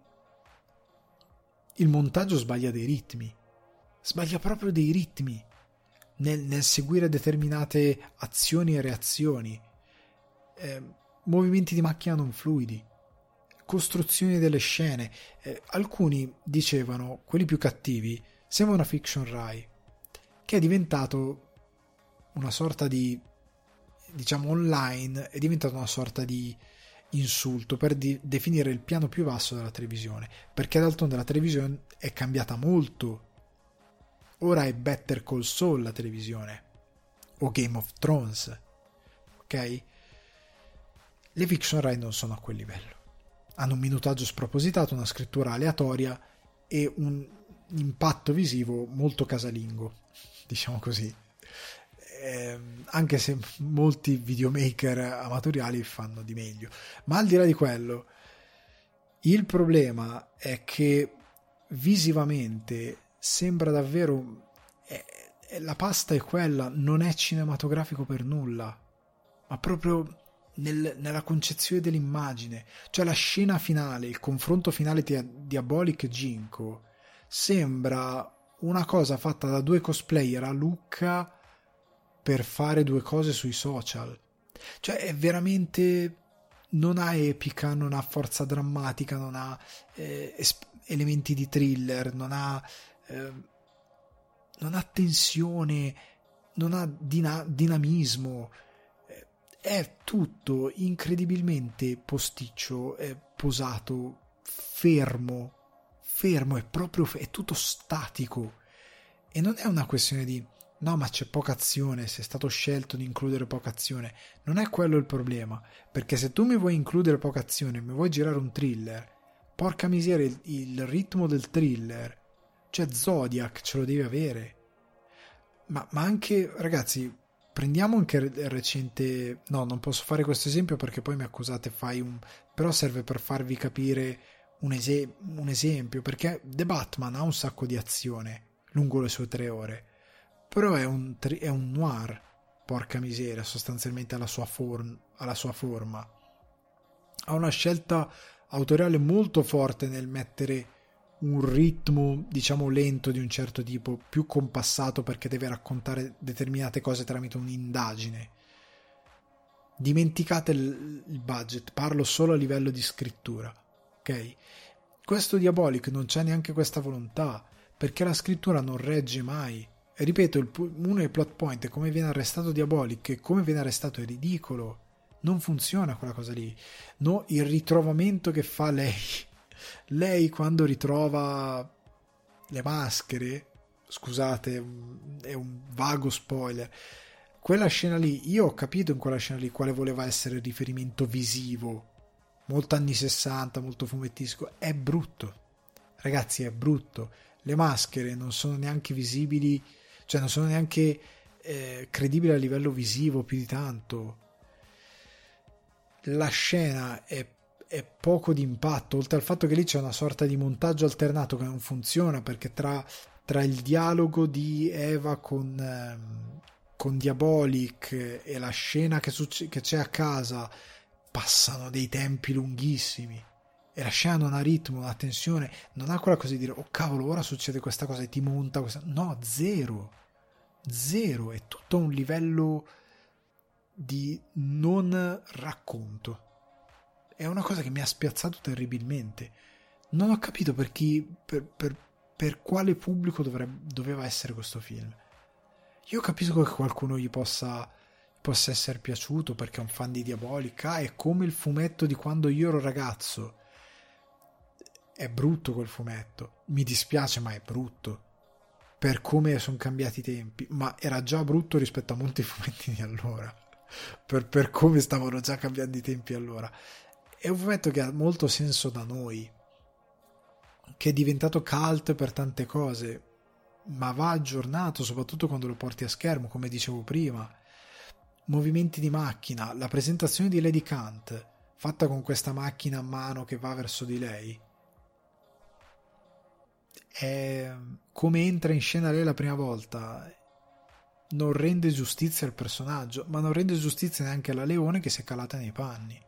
il montaggio sbaglia dei ritmi, sbaglia proprio dei ritmi nel seguire determinate azioni e reazioni, movimenti di macchina non fluidi, costruzioni delle scene. Alcuni dicevano, quelli più cattivi, sembra una fiction Rai. che è diventato una sorta di, diciamo, online, è diventato una sorta di insulto per definire il piano più basso della televisione, perché d'altronde la televisione è cambiata molto. Ora è Better Call Saul la televisione, o Game of Thrones, ok? Le fiction Rai non sono a quel livello, hanno un minutaggio spropositato, una scrittura aleatoria e un impatto visivo molto casalingo, diciamo così, anche se molti videomaker amatoriali fanno di meglio. Ma al di là di quello, il problema è che visivamente sembra davvero la pasta è quella, non è cinematografico per nulla, ma proprio nella concezione dell'immagine. Cioè la scena finale, il confronto finale di Diabolic e Ginko sembra una cosa fatta da due cosplayer a Lucca per fare due cose sui social. Cioè è veramente, non ha epica, non ha forza drammatica, non ha elementi di thriller, non ha tensione, non ha dinamismo, è tutto incredibilmente posticcio, posato, fermo, è tutto statico, e non è una questione di no, ma c'è poca azione, se è stato scelto di includere poca azione. Non è quello il problema, perché se tu mi vuoi includere poca azione, mi vuoi girare un thriller, porca miseria, il ritmo del thriller, cioè Zodiac ce lo devi avere. Ma anche, ragazzi, prendiamo anche il recente, no, non posso fare questo esempio perché poi mi accusate, però serve per farvi capire un esempio, perché The Batman ha un sacco di azione lungo le sue 3 ore, però è un noir, porca miseria, sostanzialmente alla sua forma. Ha una scelta autoriale molto forte nel mettere un ritmo, diciamo, lento di un certo tipo, più compassato, perché deve raccontare determinate cose tramite un'indagine. Dimenticate il budget, parlo solo a livello di scrittura, ok? Questo Diabolic non c'è neanche questa volontà, perché la scrittura non regge mai. E ripeto, uno dei plot point è come viene arrestato Diabolic, e come viene arrestato è ridicolo, non funziona quella cosa lì. No, il ritrovamento che fa lei quando ritrova le maschere, scusate, è un vago spoiler, quella scena lì, io ho capito in quella scena lì quale voleva essere il riferimento visivo, molto anni 60, molto fumettisco, è brutto, ragazzi, è brutto. Le maschere non sono neanche visibili, cioè non sono neanche credibili a livello visivo più di tanto. La scena è poco d'impatto, oltre al fatto che lì c'è una sorta di montaggio alternato che non funziona, perché tra il dialogo di Eva con Diabolic e la scena che c'è a casa passano dei tempi lunghissimi, e la scena non ha ritmo, non ha tensione, non ha quella cosa di dire oh cavolo, ora succede questa cosa e ti monta questa, no, zero, è tutto a un livello di non racconto. È una cosa che mi ha spiazzato terribilmente. Non ho capito per quale pubblico doveva essere questo film. Io capisco che qualcuno gli possa essere piaciuto perché è un fan di Diabolica, è come il fumetto di quando io ero ragazzo. È brutto quel fumetto, mi dispiace, ma è brutto per come sono cambiati i tempi, ma era già brutto rispetto a molti fumetti di allora, per come stavano già cambiando i tempi allora. È un fumetto che ha molto senso da noi, che è diventato cult per tante cose, ma va aggiornato, soprattutto quando lo porti a schermo, come dicevo prima. Movimenti di macchina, la presentazione di Lady Kant fatta con questa macchina a mano che va verso di lei, è come entra in scena lei la prima volta, non rende giustizia al personaggio, ma non rende giustizia neanche alla Leone che si è calata nei panni.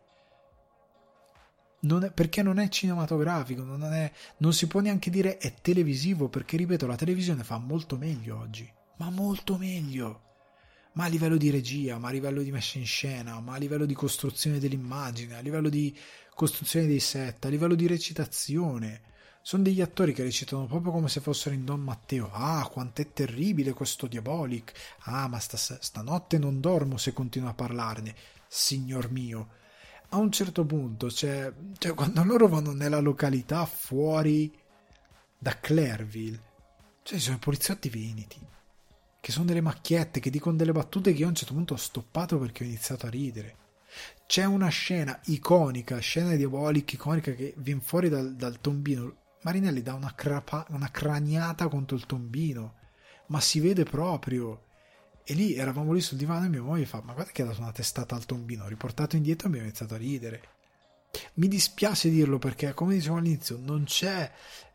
Perché non è cinematografico, non si può neanche dire è televisivo, perché ripeto, la televisione fa molto meglio oggi, ma molto meglio, ma a livello di regia, ma a livello di messa in scena, ma a livello di costruzione dell'immagine, a livello di costruzione dei set, a livello di recitazione, Sono degli attori che recitano proprio come se fossero in Don Matteo. Ah, quanto è terribile questo Diabolic. Ah, ma stanotte non dormo se continuo a parlarne, signor mio. A un certo punto, cioè quando loro vanno nella località fuori da Clairville, cioè ci sono i poliziotti veneti, che sono delle macchiette, che dicono delle battute che io a un certo punto ho stoppato perché ho iniziato a ridere. C'è una scena iconica, scena Diabolic iconica, che viene fuori dal tombino. Marinelli dà una craniata contro il tombino, ma si vede proprio. E lì eravamo lì sul divano e mia moglie fa: ma guarda che ha dato una testata al tombino. Ho riportato indietro e abbiamo iniziato a ridere. Mi dispiace dirlo perché, come dicevo all'inizio, non c'è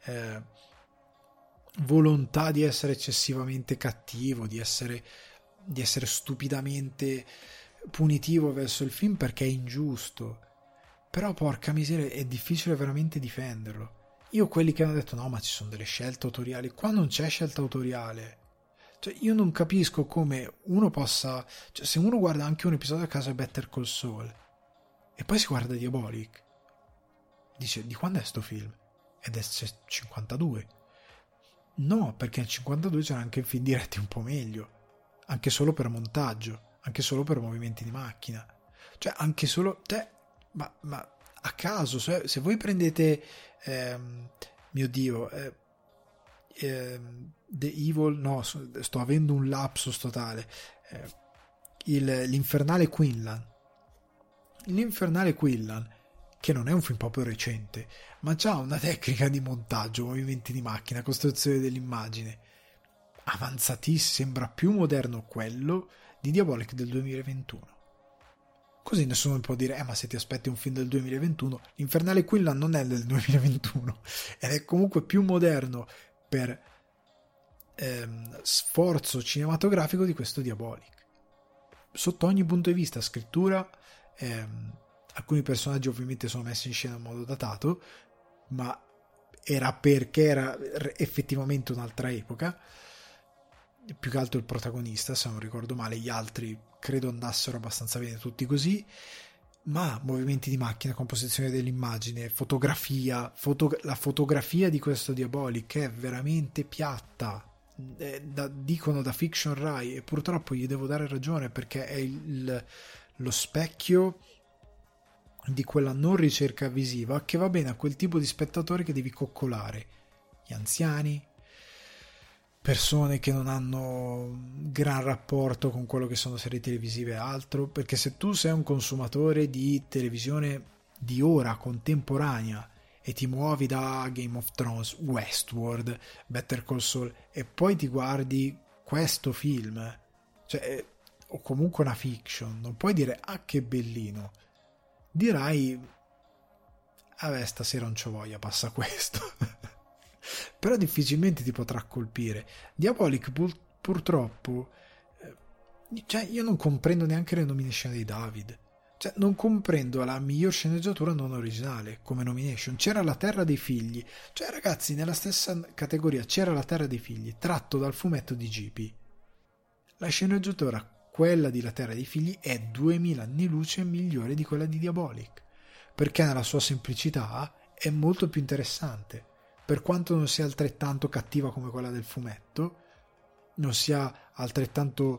volontà di essere eccessivamente cattivo, di essere stupidamente punitivo verso il film, perché è ingiusto. Però porca miseria, è difficile veramente difenderlo. Io quelli che hanno detto no, ma ci sono delle scelte autoriali, qua non c'è scelta autoriale. Cioè, io non capisco come uno possa, cioè, se uno guarda anche un episodio a caso di Better Call Saul e poi si guarda Diabolic, dice: di quando è sto film? Ed è 52. No, perché nel 52 c'era anche film diretti un po' meglio, anche solo per montaggio, anche solo per movimenti di macchina, cioè anche solo ma a caso, se voi prendete mio Dio, The Evil, no, sto avendo un lapsus totale, l'Infernale Quinlan, che non è un film proprio recente, ma c'ha una tecnica di montaggio, movimenti di macchina, costruzione dell'immagine avanzatissima, sembra più moderno quello di Diabolic del 2021. Così nessuno può dire: ma se ti aspetti un film del 2021, l'Infernale Quinlan non è del 2021 ed è comunque più moderno per sforzo cinematografico di questo Diabolic, sotto ogni punto di vista. Scrittura, alcuni personaggi ovviamente sono messi in scena in modo datato, ma era perché era effettivamente un'altra epoca. Più che altro il protagonista, se non ricordo male, gli altri credo andassero abbastanza bene tutti così, ma movimenti di macchina, composizione dell'immagine, fotografia, la fotografia di questo Diabolic è veramente piatta, dicono da Fiction Rai, e purtroppo gli devo dare ragione, perché è lo specchio di quella non ricerca visiva che va bene a quel tipo di spettatori che devi coccolare: gli anziani, persone che non hanno gran rapporto con quello che sono serie televisive e altro, perché se tu sei un consumatore di televisione di ora, contemporanea, e ti muovi da Game of Thrones, Westworld, Better Call Saul, e poi ti guardi questo film, cioè, o comunque una fiction, non puoi dire: ah, che bellino. Dirai: vabbè, stasera non c'ho voglia, passa questo. Però difficilmente ti potrà colpire. Diabolic purtroppo, cioè, io non comprendo neanche le nomination dei David, cioè non comprendo la miglior sceneggiatura non originale come nomination. C'era La Terra dei Figli, cioè ragazzi, nella stessa categoria c'era La Terra dei Figli, tratto dal fumetto di GP. La sceneggiatura, quella di La Terra dei Figli, è 2000 anni luce migliore di quella di Diabolic, perché nella sua semplicità è molto più interessante. Per quanto non sia altrettanto cattiva come quella del fumetto, non sia altrettanto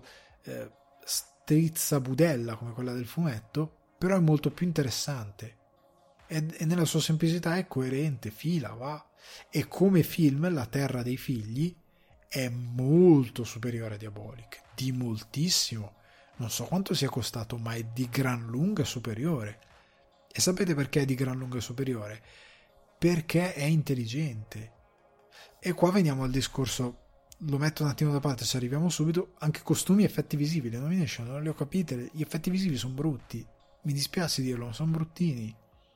strizzabudella come quella del fumetto, però è molto più interessante e nella sua semplicità è coerente, fila, va. E come film La Terra dei Figli è molto superiore a Diabolic, di moltissimo. Non so quanto sia costato, ma è di gran lunga superiore. E sapete perché è di gran lunga superiore? Perché è intelligente. E qua veniamo al discorso, lo metto un attimo da parte se arriviamo subito, anche costumi e effetti visivi. Le nomination non le ho capite, gli effetti visivi sono brutti, mi dispiace dirlo, sono bruttini,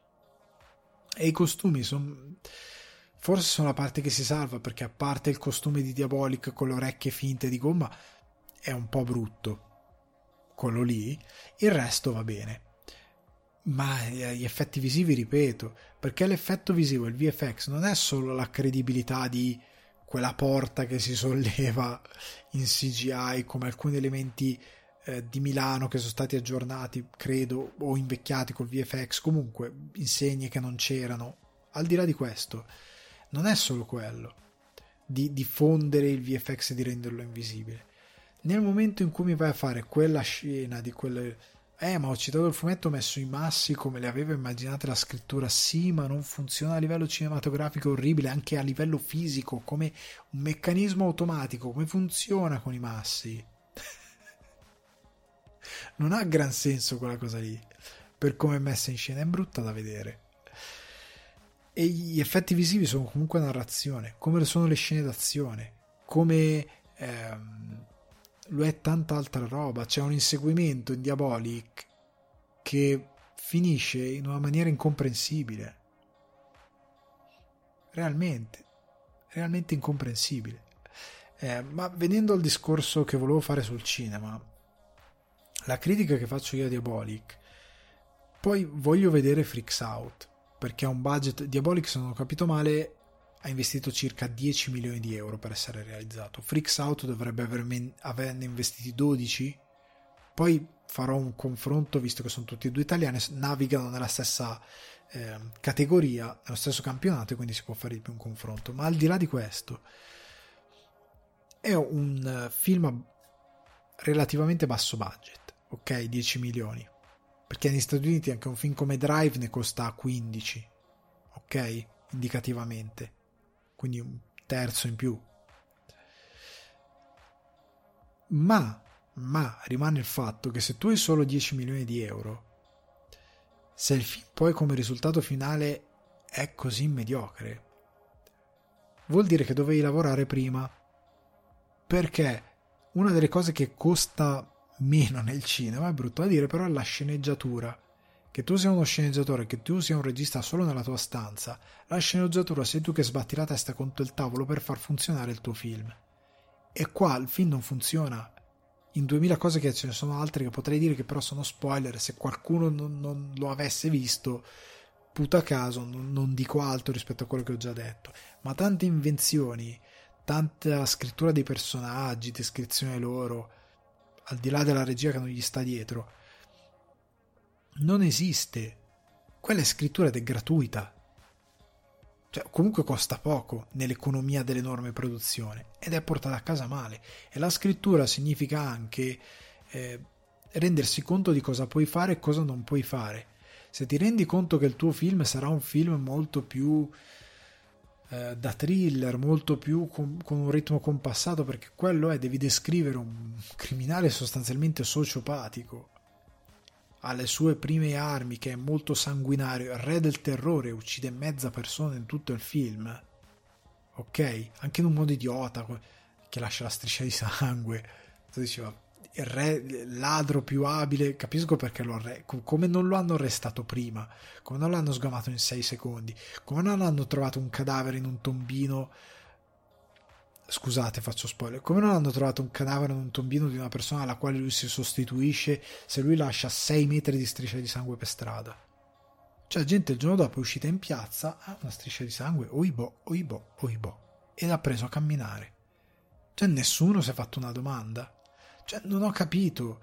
e i costumi forse sono la parte che si salva, perché a parte il costume di Diabolic con le orecchie finte di gomma è un po' brutto, quello lì, il resto va bene. Ma gli effetti visivi, ripeto, perché l'effetto visivo, il VFX, non è solo la credibilità di quella porta che si solleva in CGI, come alcuni elementi di Milano che sono stati aggiornati, credo, o invecchiati col VFX, comunque insegne che non c'erano. Al di là di questo, non è solo quello, di diffondere il VFX e di renderlo invisibile. Nel momento in cui mi vai a fare quella scena di quelle... ma ho citato il fumetto, ho messo i massi come le avevo immaginate, la scrittura sì, ma non funziona a livello cinematografico, orribile, anche a livello fisico, come un meccanismo automatico, come funziona con i massi. Non ha gran senso quella cosa lì, per come è messa in scena, è brutta da vedere. E gli effetti visivi sono comunque narrazione, come sono le scene d'azione, come lo è tanta altra roba. C'è un inseguimento in Diabolic che finisce in una maniera incomprensibile, realmente incomprensibile. Ma venendo al discorso che volevo fare sul cinema, la critica che faccio io a Diabolic, poi voglio vedere Freaks Out, perché ha un budget, Diabolic, se non ho capito male, ha investito circa 10 milioni di euro per essere realizzato. Freaks Out dovrebbe averne investiti 12. Poi farò un confronto, visto che sono tutti e due italiani, navigano nella stessa categoria, nello stesso campionato, e quindi si può fare di più un confronto. Ma al di là di questo, è un film a relativamente basso budget, ok? 10 milioni. Perché negli Stati Uniti anche un film come Drive ne costa 15, ok? Indicativamente. Quindi un terzo in più. Ma rimane il fatto che se tu hai solo 10 milioni di euro, se il film poi come risultato finale è così mediocre, vuol dire che dovevi lavorare prima, perché una delle cose che costa meno nel cinema, è brutto da dire, però è la sceneggiatura. Che tu sia uno sceneggiatore, che tu sia un regista solo nella tua stanza, la sceneggiatura sei tu che sbatti la testa contro il tavolo per far funzionare il tuo film. E qua il film non funziona in 2000 cose, che ce ne sono altre che potrei dire che però sono spoiler, se qualcuno non lo avesse visto, puta caso, non dico altro rispetto a quello che ho già detto. Ma tante invenzioni, tanta scrittura dei personaggi, descrizione loro, al di là della regia che non gli sta dietro, non esiste. Quella è scrittura ed è gratuita, cioè comunque costa poco nell'economia dell'enorme produzione, ed è portata a casa male. E la scrittura significa anche rendersi conto di cosa puoi fare e cosa non puoi fare. Se ti rendi conto che il tuo film sarà un film molto più da thriller, molto più con un ritmo compassato, perché quello è, devi descrivere un criminale sostanzialmente sociopatico, alle sue prime armi, che è molto sanguinario, il re del terrore, uccide mezza persona in tutto il film, ok? Anche in un modo idiota, che lascia la striscia di sangue. Tu diceva, il re ladro più abile, capisco perché come non lo hanno arrestato prima, come non l'hanno sgamato in 6 secondi, come non hanno trovato un cadavere in un tombino. Scusate, faccio spoiler. Come non hanno trovato un cadavere in un tombino di una persona alla quale lui si sostituisce, se lui lascia 6 metri di striscia di sangue per strada? Cioè, gente il giorno dopo è uscita in piazza, ha una striscia di sangue, oibò, ed ha preso a camminare. Cioè, nessuno si è fatto una domanda. Cioè, non ho capito.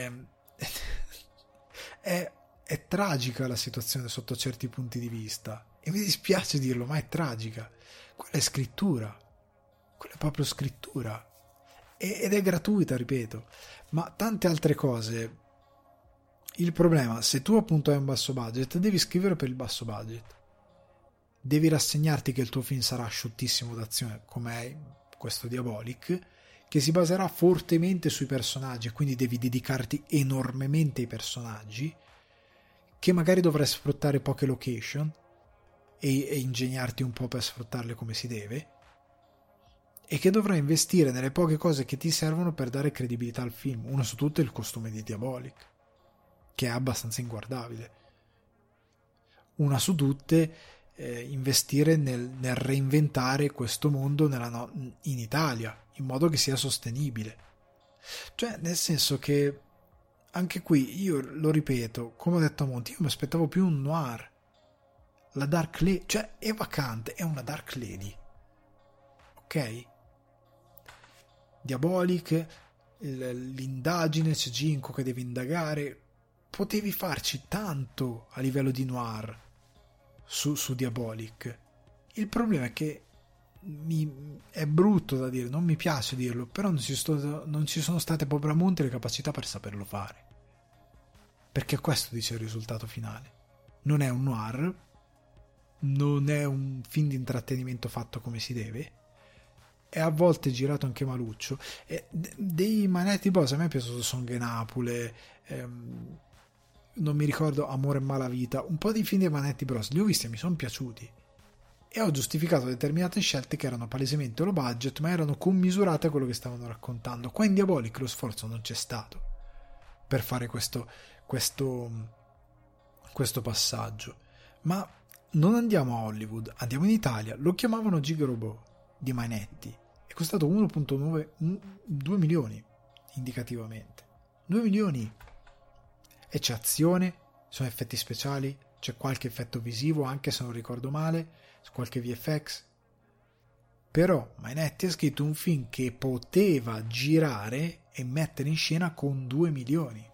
È tragica la situazione sotto certi punti di vista. E mi dispiace dirlo, ma è tragica. Quella è scrittura. Quella è proprio scrittura. Ed è gratuita, ripeto. Ma tante altre cose. Il problema, se tu appunto hai un basso budget, devi scrivere per il basso budget. Devi rassegnarti che il tuo film sarà asciuttissimo d'azione, come è questo Diabolic, che si baserà fortemente sui personaggi, quindi devi dedicarti enormemente ai personaggi, che magari dovrai sfruttare poche location e ingegnarti un po' per sfruttarle come si deve, e che dovrai investire nelle poche cose che ti servono per dare credibilità al film. Uno su tutte è il costume di Diabolic, che è abbastanza inguardabile. Una su tutte investire nel reinventare questo mondo in Italia, in modo che sia sostenibile. Cioè, nel senso che anche qui, io lo ripeto, come ho detto a Monti, io mi aspettavo più un noir. La Dark Lady, cioè è vacante, è una Dark Lady, ok? Diabolic, l'indagine, c'è Ginko che deve indagare. Potevi farci tanto a livello di noir su Diabolic. Il problema è che è brutto da dire, non mi piace dirlo, però non ci sono state proprio a monte le capacità per saperlo fare, perché questo dice il risultato finale. Non è un noir, non è un film di intrattenimento fatto come si deve, è a volte girato anche maluccio. Dei Manetti Bros a me è piaciuto Songenapule, non mi ricordo, Amore e Malavita, un po' di film dei Manetti Bros li ho visti e mi sono piaciuti, e ho giustificato determinate scelte che erano palesemente low budget ma erano commisurate a quello che stavano raccontando. Qua in Diabolic lo sforzo non c'è stato per fare questo passaggio. Ma non andiamo a Hollywood, andiamo in Italia. Lo chiamavano Gigrobot di Manetti, è costato 2 milioni indicativamente, 2 milioni, e c'è azione, sono effetti speciali, c'è qualche effetto visivo anche se non ricordo male, qualche VFX, però Manetti ha scritto un film che poteva girare e mettere in scena con 2 milioni.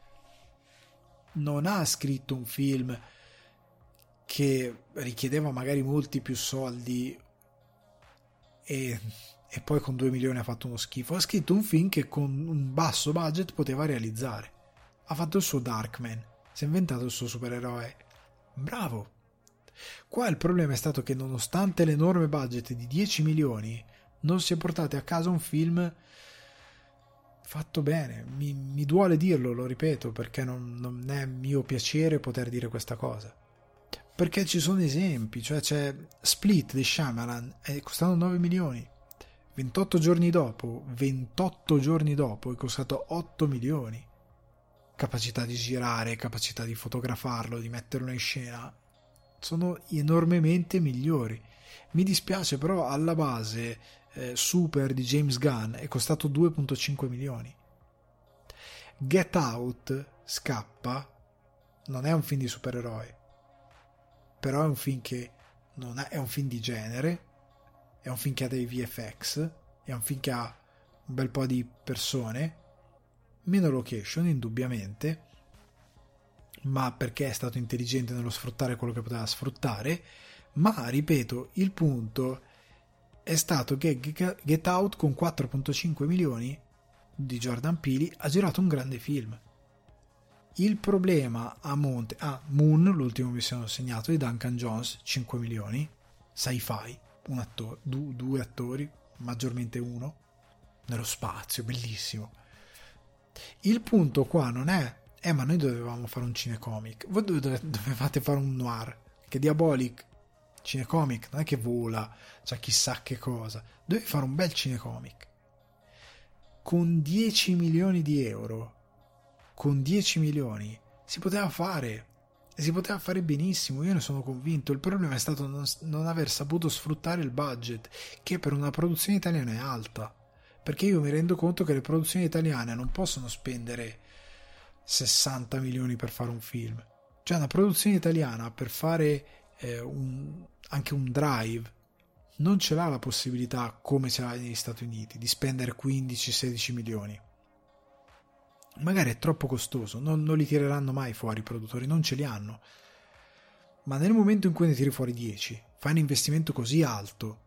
Non ha scritto un film che richiedeva magari molti più soldi e poi con 2 milioni ha fatto uno schifo. Ha scritto un film che con un basso budget poteva realizzare. Ha fatto il suo Darkman, si è inventato il suo supereroe. Bravo! Qua il problema è stato che nonostante l'enorme budget di 10 milioni non si è portato a casa un film fatto bene. Mi duole dirlo, lo ripeto, perché non è mio piacere poter dire questa cosa, perché ci sono esempi, cioè c'è Split di Shyamalan, è costato 9 milioni, 28 giorni dopo è costato 8 milioni. Capacità di girare, capacità di fotografarlo, di metterlo in scena sono enormemente migliori. Mi dispiace, però alla base Super di James Gunn è costato 2,5 milioni. Get Out, Scappa, non è un film di supereroi, però è un film che è un film di genere, è un film che ha dei VFX, è un film che ha un bel po' di persone, meno location indubbiamente, ma perché è stato intelligente nello sfruttare quello che poteva sfruttare. Ma ripeto, il punto è stato che Get Out con 4,5 milioni di Jordan Peele ha girato un grande film. Il problema a monte, Moon, l'ultimo mi sono segnato, di Duncan Jones, 5 milioni, sci-fi, un attore, due attori, maggiormente uno, nello spazio, bellissimo. Il punto qua non è ma noi dovevamo fare un cinecomic, voi dovevate fare un noir, che Diabolic cinecomic non è che vola, cioè chissà che cosa, dovevi fare un bel cinecomic con 10 milioni di euro, con 10 milioni si poteva fare, e si poteva fare benissimo, io ne sono convinto. Il problema è stato non aver saputo sfruttare il budget, che per una produzione italiana è alta, perché io mi rendo conto che le produzioni italiane non possono spendere 60 milioni per fare un film. Cioè una produzione italiana per fare anche un Drive non ce l'ha la possibilità, come ce l'ha negli Stati Uniti, di spendere 15-16 milioni. Magari è troppo costoso, non li tireranno mai fuori i produttori, non ce li hanno. Ma nel momento in cui ne tiri fuori 10, fai un investimento così alto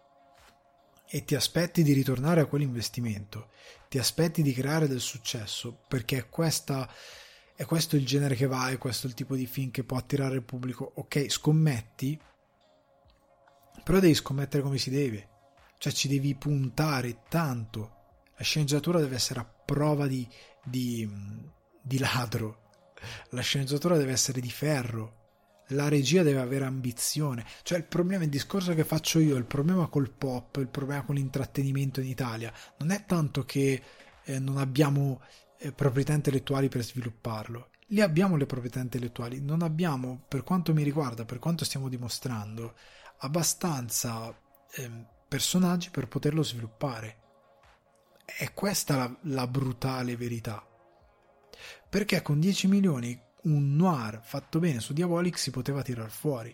e ti aspetti di ritornare a quell'investimento, ti aspetti di creare del successo, perché è questo il genere che va, è questo il tipo di film che può attirare il pubblico. Ok, scommetti, però devi scommettere come si deve, cioè ci devi puntare tanto. La sceneggiatura deve essere a prova di ladro, la sceneggiatura deve essere di ferro, la regia deve avere ambizione. Cioè il discorso che faccio io, il problema col pop, il problema con l'intrattenimento in Italia non è tanto che non abbiamo proprietà intellettuali per svilupparlo. Lì abbiamo le proprietà intellettuali, non abbiamo, per quanto mi riguarda, per quanto stiamo dimostrando, abbastanza personaggi per poterlo sviluppare. È questa la brutale verità, perché con 10 milioni un noir fatto bene su Diabolic si poteva tirar fuori.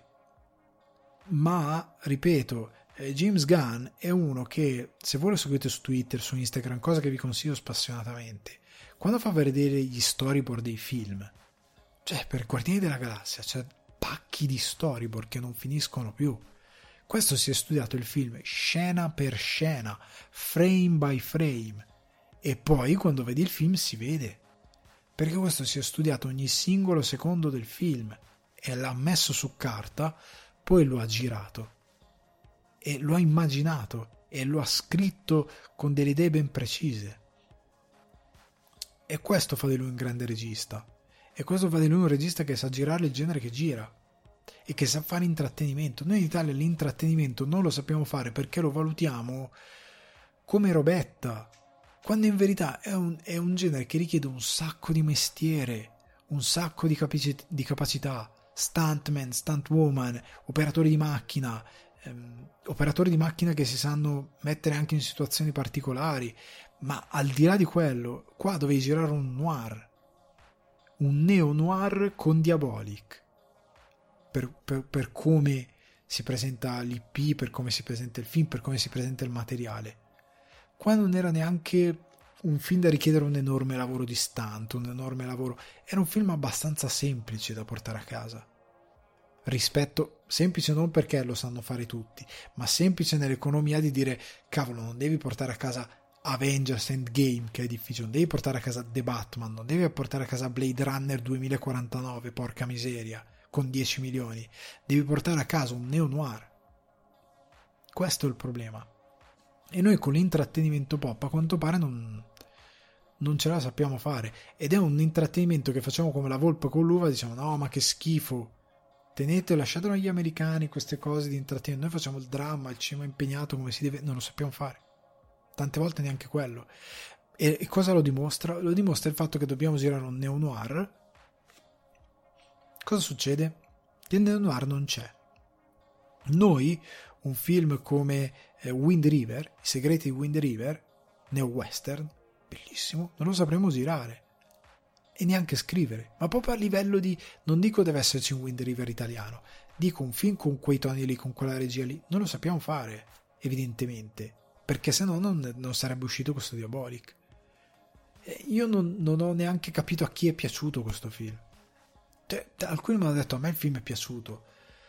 Ma ripeto, James Gunn è uno che, se voi lo seguite su Twitter, su Instagram, cosa che vi consiglio spassionatamente, quando fa vedere gli storyboard dei film, cioè per Guardiani della Galassia c'è pacchi di storyboard che non finiscono più, Questo si è studiato il film scena per scena, frame by frame, e poi quando vedi il film si vede, perché questo si è studiato ogni singolo secondo del film e l'ha messo su carta, poi lo ha girato e lo ha immaginato e lo ha scritto con delle idee ben precise. E questo fa di lui un grande regista, e questo fa di lui un regista che sa girare il genere che gira e che sa fare intrattenimento. Noi in Italia l'intrattenimento non lo sappiamo fare perché lo valutiamo come robetta, quando in verità è un genere che richiede un sacco di mestiere, un sacco di capacità, stuntman, stuntwoman, operatori di macchina che si sanno mettere anche in situazioni particolari. Ma al di là di quello, qua dovevi girare un noir, un neo-noir con Diabolic, per come si presenta l'IP, per come si presenta il film, per come si presenta il materiale. Qua non era neanche un film da richiedere un enorme lavoro di stunt, un enorme lavoro. Era un film abbastanza semplice da portare a casa. Semplice non perché lo sanno fare tutti, ma semplice nell'economia di dire, cavolo, non devi portare a casa Avengers Endgame, che è difficile, non devi portare a casa The Batman, non devi portare a casa Blade Runner 2049, porca miseria, con 10 milioni, devi portare a casa un neo-noir. Questo è il problema, e noi con l'intrattenimento pop a quanto pare non ce la sappiamo fare, ed è un intrattenimento che facciamo come la volpe con l'uva, diciamo no ma che schifo, lasciatelo agli americani queste cose di intrattenimento, noi facciamo il dramma, il cinema impegnato come si deve, non lo sappiamo fare. Tante volte neanche quello. E cosa lo dimostra? Lo dimostra il fatto che dobbiamo girare un neo-noir. Cosa succede? Che il neo-noir non c'è. Noi, un film come Wind River, I segreti di Wind River, neo-western, bellissimo, non lo sapremo girare. E neanche scrivere. Ma proprio a livello di... Non dico deve esserci un Wind River italiano. Dico un film con quei toni lì, con quella regia lì. Non lo sappiamo fare, evidentemente. Perché se no non sarebbe uscito questo Diabolic. Io non ho neanche capito a chi è piaciuto questo film. Alcuni mi hanno detto a me il film è piaciuto.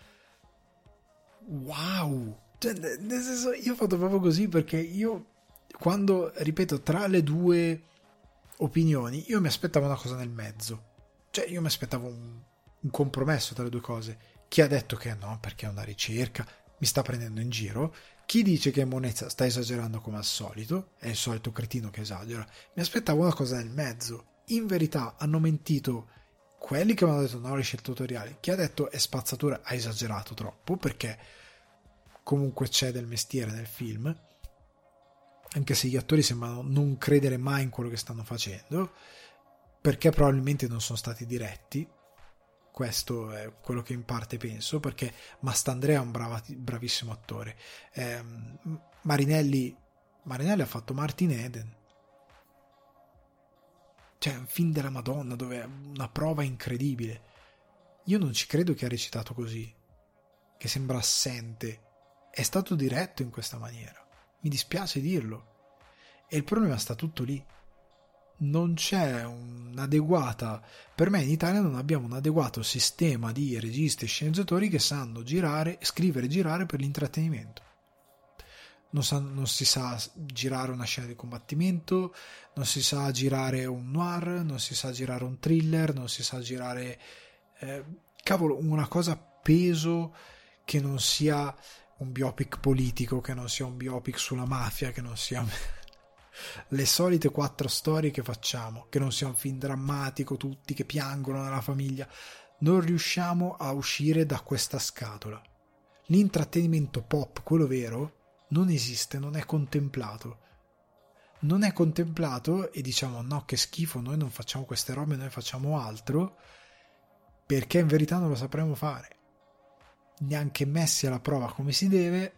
Wow, nel senso, io ho fatto proprio così perché io, quando, ripeto, tra le due opinioni, io mi aspettavo una cosa nel mezzo, cioè io mi aspettavo un compromesso tra le due cose. Chi ha detto che no perché è una ricerca, mi sta prendendo in giro. Chi dice che Monezza sta esagerando come al solito, è il solito cretino che esagera. Mi aspettavo una cosa nel mezzo. In verità hanno mentito quelli che mi hanno detto no, le scelte tutoriali. Chi ha detto è spazzatura ha esagerato troppo, perché comunque c'è del mestiere nel film, anche se gli attori sembrano non credere mai in quello che stanno facendo, perché probabilmente non sono stati diretti. Questo è quello che in parte penso, perché Mastandrea è un bravissimo attore. Marinelli ha fatto Martin Eden, cioè un film della Madonna dove è una prova incredibile. Io non ci credo che ha recitato così, che sembra assente. È stato diretto in questa maniera, mi dispiace dirlo, e il problema sta tutto lì. Non c'è un'adeguata, per me in Italia non abbiamo un adeguato sistema di registi e sceneggiatori che sanno scrivere e girare per l'intrattenimento. Non si sa girare una scena di combattimento, non si sa girare un noir, non si sa girare un thriller, non si sa girare una cosa peso che non sia un biopic politico, che non sia un biopic sulla mafia, che non sia le solite 4 storie che facciamo, che non sia un film drammatico, tutti che piangono nella famiglia. Non riusciamo a uscire da questa scatola. L'intrattenimento pop, quello vero, non esiste, non è contemplato. Non è contemplato, e diciamo no, che schifo, noi non facciamo queste robe, noi facciamo altro, perché in verità non lo sapremo fare. Neanche messi alla prova come si deve.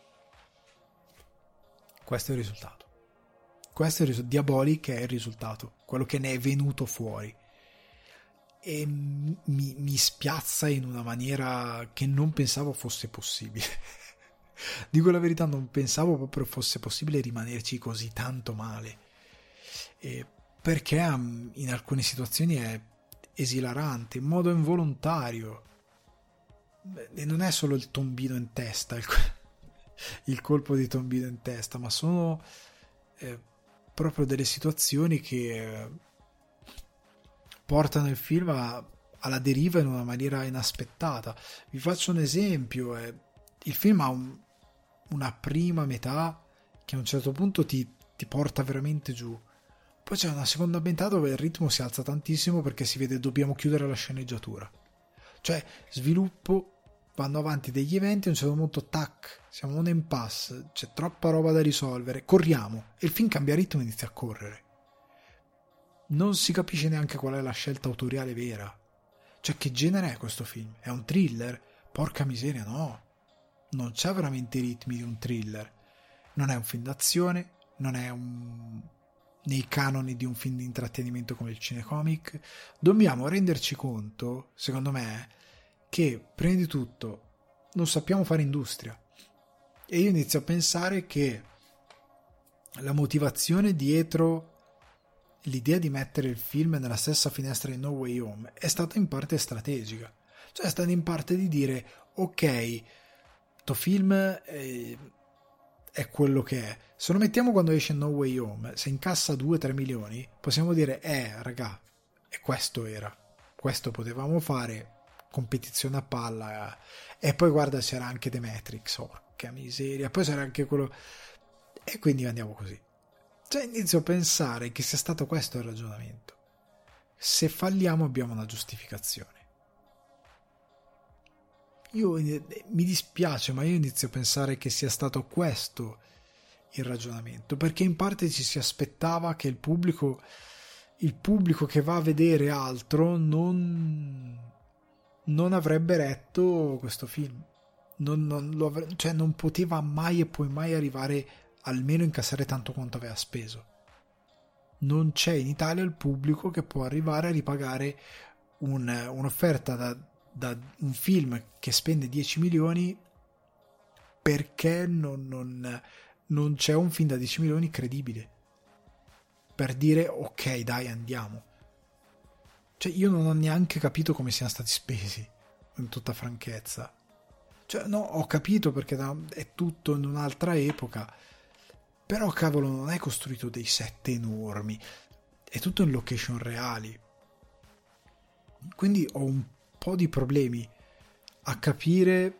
Questo è il risultato. Questo è il Diabolic è il risultato, quello che ne è venuto fuori, e mi spiazza in una maniera che non pensavo fosse possibile. Dico la verità, non pensavo proprio fosse possibile rimanerci così tanto male, perché in alcune situazioni è esilarante, in modo involontario. e non è solo il tombino in testa, il colpo di tombino in testa, ma sono proprio delle situazioni che portano il film alla deriva in una maniera inaspettata. Vi faccio un esempio: il film ha una prima metà che a un certo punto ti porta veramente giù, poi c'è una seconda metà dove il ritmo si alza tantissimo perché si vede dobbiamo chiudere la sceneggiatura, cioè sviluppo, vanno avanti degli eventi, a un certo punto tac, siamo in un impasse, c'è troppa roba da risolvere, corriamo, e il film cambia ritmo e inizia a correre. Non si capisce neanche qual è la scelta autoriale vera. Cioè, che genere è questo film? È un thriller? Porca miseria, no. Non c'ha veramente i ritmi di un thriller. Non è un film d'azione, non è nei canoni di un film di intrattenimento come il cinecomic. Dobbiamo renderci conto, secondo me, che prima di tutto non sappiamo fare industria. E io inizio a pensare che la motivazione dietro l'idea di mettere il film nella stessa finestra di No Way Home è stata in parte strategica, cioè è stata in parte di dire ok, sto film è quello che è, se lo mettiamo quando esce No Way Home, se incassa 2-3 milioni possiamo dire raga, e questo potevamo fare, competizione a palla, e poi guarda c'era anche The Matrix, porca miseria, poi c'era anche quello, e quindi andiamo così. Cioè inizio a pensare che sia stato questo il ragionamento. Se falliamo abbiamo una giustificazione. Mi dispiace, ma io inizio a pensare che sia stato questo il ragionamento, perché in parte ci si aspettava che il pubblico che va a vedere altro non avrebbe letto questo film. Cioè non poteva mai e poi mai arrivare almeno incassare tanto quanto aveva speso. Non c'è in Italia il pubblico che può arrivare a ripagare un'offerta da un film che spende 10 milioni perché non c'è un film da 10 milioni credibile per dire ok dai andiamo. Cioè io non ho neanche capito come siano stati spesi, in tutta franchezza. Cioè no, ho capito perché è tutto in un'altra epoca, però cavolo non è costruito dei set enormi, è tutto in location reali, quindi ho un po' di problemi a capire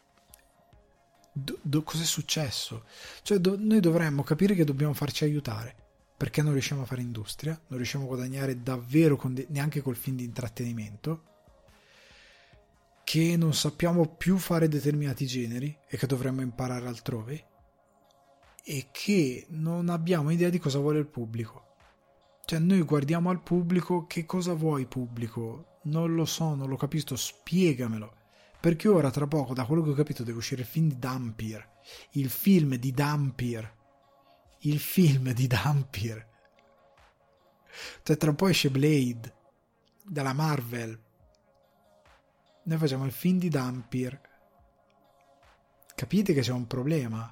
cosa è successo. Cioè noi dovremmo capire che dobbiamo farci aiutare perché non riusciamo a fare industria, non riusciamo a guadagnare davvero neanche col film di intrattenimento, che non sappiamo più fare determinati generi e che dovremmo imparare altrove, e che non abbiamo idea di cosa vuole il pubblico. Cioè noi guardiamo al pubblico, che cosa vuoi pubblico? Non lo so, non lo capisco, spiegamelo. Perché ora tra poco, da quello che ho capito, deve uscire il film di Dampier. Il film di Dampier. Cioè tra un po' esce Blade dalla Marvel. Noi facciamo il film di Dampier. Capite che c'è un problema?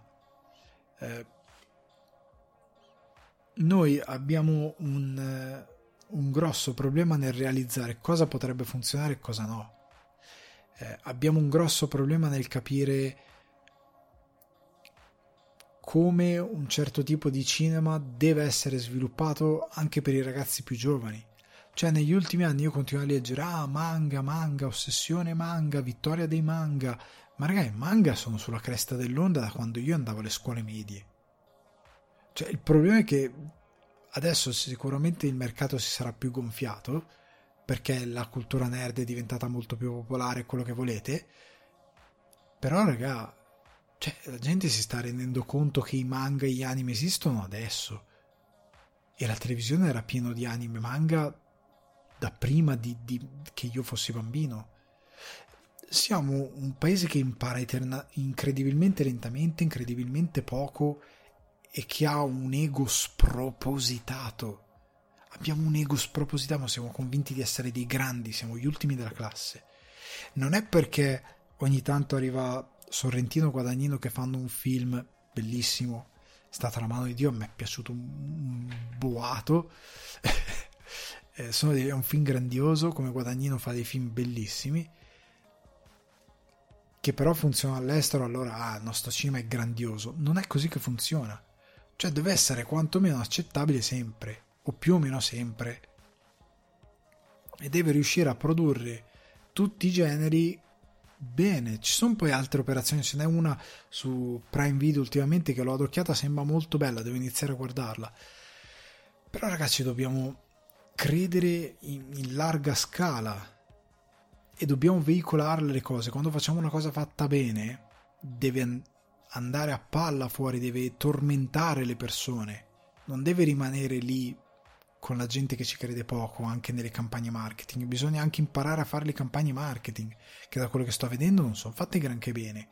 Noi abbiamo un grosso problema nel realizzare cosa potrebbe funzionare e cosa no. Abbiamo un grosso problema nel capire come un certo tipo di cinema deve essere sviluppato anche per i ragazzi più giovani. Cioè negli ultimi anni io continuo a leggere manga, ossessione manga, vittoria dei manga, ma ragazzi, i manga sono sulla cresta dell'onda da quando io andavo alle scuole medie. Cioè il problema è che adesso sicuramente il mercato si sarà più gonfiato perché la cultura nerd è diventata molto più popolare, quello che volete, però raga, cioè la gente si sta rendendo conto che i manga e gli anime esistono adesso, e la televisione era pieno di anime e manga da prima che io fossi bambino. Siamo un paese che impara incredibilmente lentamente, incredibilmente poco, e che ha un ego spropositato. Abbiamo un ego spropositato, ma siamo convinti di essere dei grandi, siamo gli ultimi della classe. Non è perché ogni tanto arriva Sorrentino o Guadagnino che fanno un film bellissimo, è stata la mano di Dio, a me è piaciuto un boato. È un film grandioso, come Guadagnino fa dei film bellissimi, che però funziona all'estero, allora il nostro cinema è grandioso. Non è così che funziona. Cioè deve essere quantomeno accettabile sempre, o più o meno sempre, e deve riuscire a produrre tutti i generi bene. Ci sono poi altre operazioni, ce n'è una su Prime Video ultimamente che l'ho adocchiata, sembra molto bella, devo iniziare a guardarla. Però ragazzi, dobbiamo credere in larga scala e dobbiamo veicolare le cose. Quando facciamo una cosa fatta bene deve andare a palla fuori, deve tormentare le persone, non deve rimanere lì con la gente che ci crede poco. Anche nelle campagne marketing bisogna anche imparare a fare le campagne marketing, che da quello che sto vedendo non sono fatte granché bene,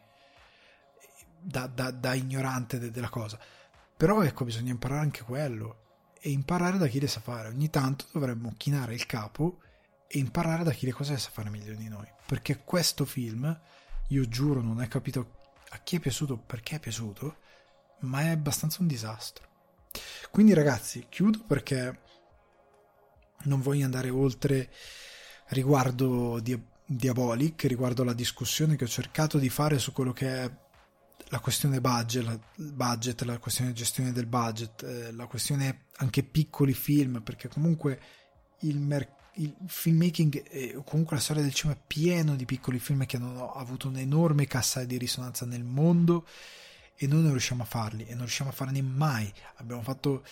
da ignorante della cosa. Però ecco, bisogna imparare anche quello, e imparare da chi le sa fare. Ogni tanto dovremmo chinare il capo e imparare da chi le cose le sa fare meglio di noi, perché questo film, io giuro, non hai capito a chi è piaciuto, perché è piaciuto, ma è abbastanza un disastro. Quindi ragazzi, chiudo perché non voglio andare oltre riguardo Diabolic, riguardo la discussione che ho cercato di fare su quello che è la questione budget, la questione gestione del budget, la questione anche piccoli film, perché comunque il filmmaking e comunque la storia del cinema è pieno di piccoli film che hanno avuto un'enorme cassa di risonanza nel mondo, e noi non riusciamo a farli, e non riusciamo a farne mai. Abbiamo fatto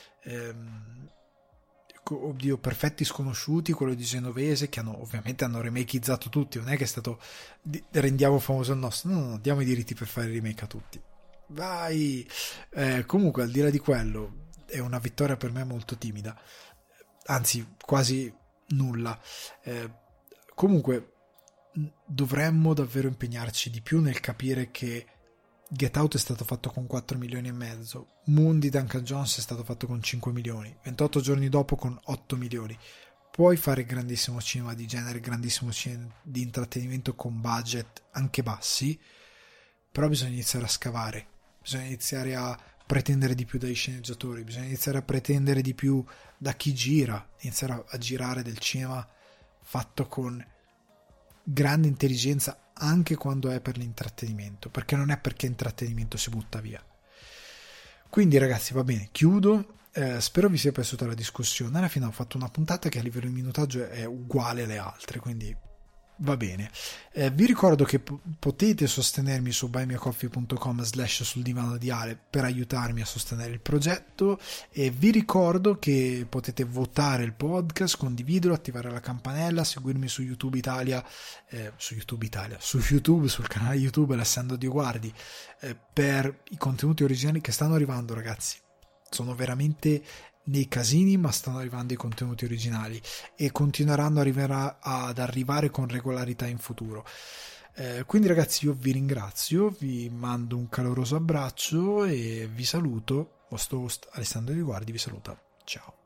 Perfetti Sconosciuti, quello di Genovese, che ovviamente hanno remakeizzato tutti, non è che è stato rendiamo famoso il nostro, no, diamo i diritti per fare remake a tutti, vai. Comunque, al di là di quello, è una vittoria per me molto timida, anzi quasi nulla. Comunque dovremmo davvero impegnarci di più nel capire che Get Out è stato fatto con 4 milioni e mezzo, Moon di Duncan Jones è stato fatto con 5 milioni, 28 giorni dopo con 8 milioni. Puoi fare grandissimo cinema di genere, grandissimo cinema di intrattenimento con budget anche bassi, però bisogna iniziare a scavare, bisogna iniziare a pretendere di più dai sceneggiatori, bisogna iniziare a pretendere di più da chi gira, iniziare a girare del cinema fatto con grande intelligenza anche quando è per l'intrattenimento, perché non è perché intrattenimento si butta via. Quindi ragazzi, va bene, chiudo. Spero vi sia piaciuta la discussione. Alla fine ho fatto una puntata che a livello di minutaggio è uguale alle altre, quindi va bene. Vi ricordo che potete sostenermi su buymeacoffee.com/sul divano di Ale per aiutarmi a sostenere il progetto, e vi ricordo che potete votare il podcast, condividerlo, attivare la campanella, seguirmi su YouTube Italia, sul canale YouTube Alessandro Dioguardi, per i contenuti originali che stanno arrivando. Ragazzi, sono veramente nei casini, ma stanno arrivando i contenuti originali e continueranno ad arrivare con regolarità in futuro. Quindi ragazzi, io vi ringrazio, vi mando un caloroso abbraccio e vi saluto. Vostro host Alessandro Dioguardi vi saluta. Ciao.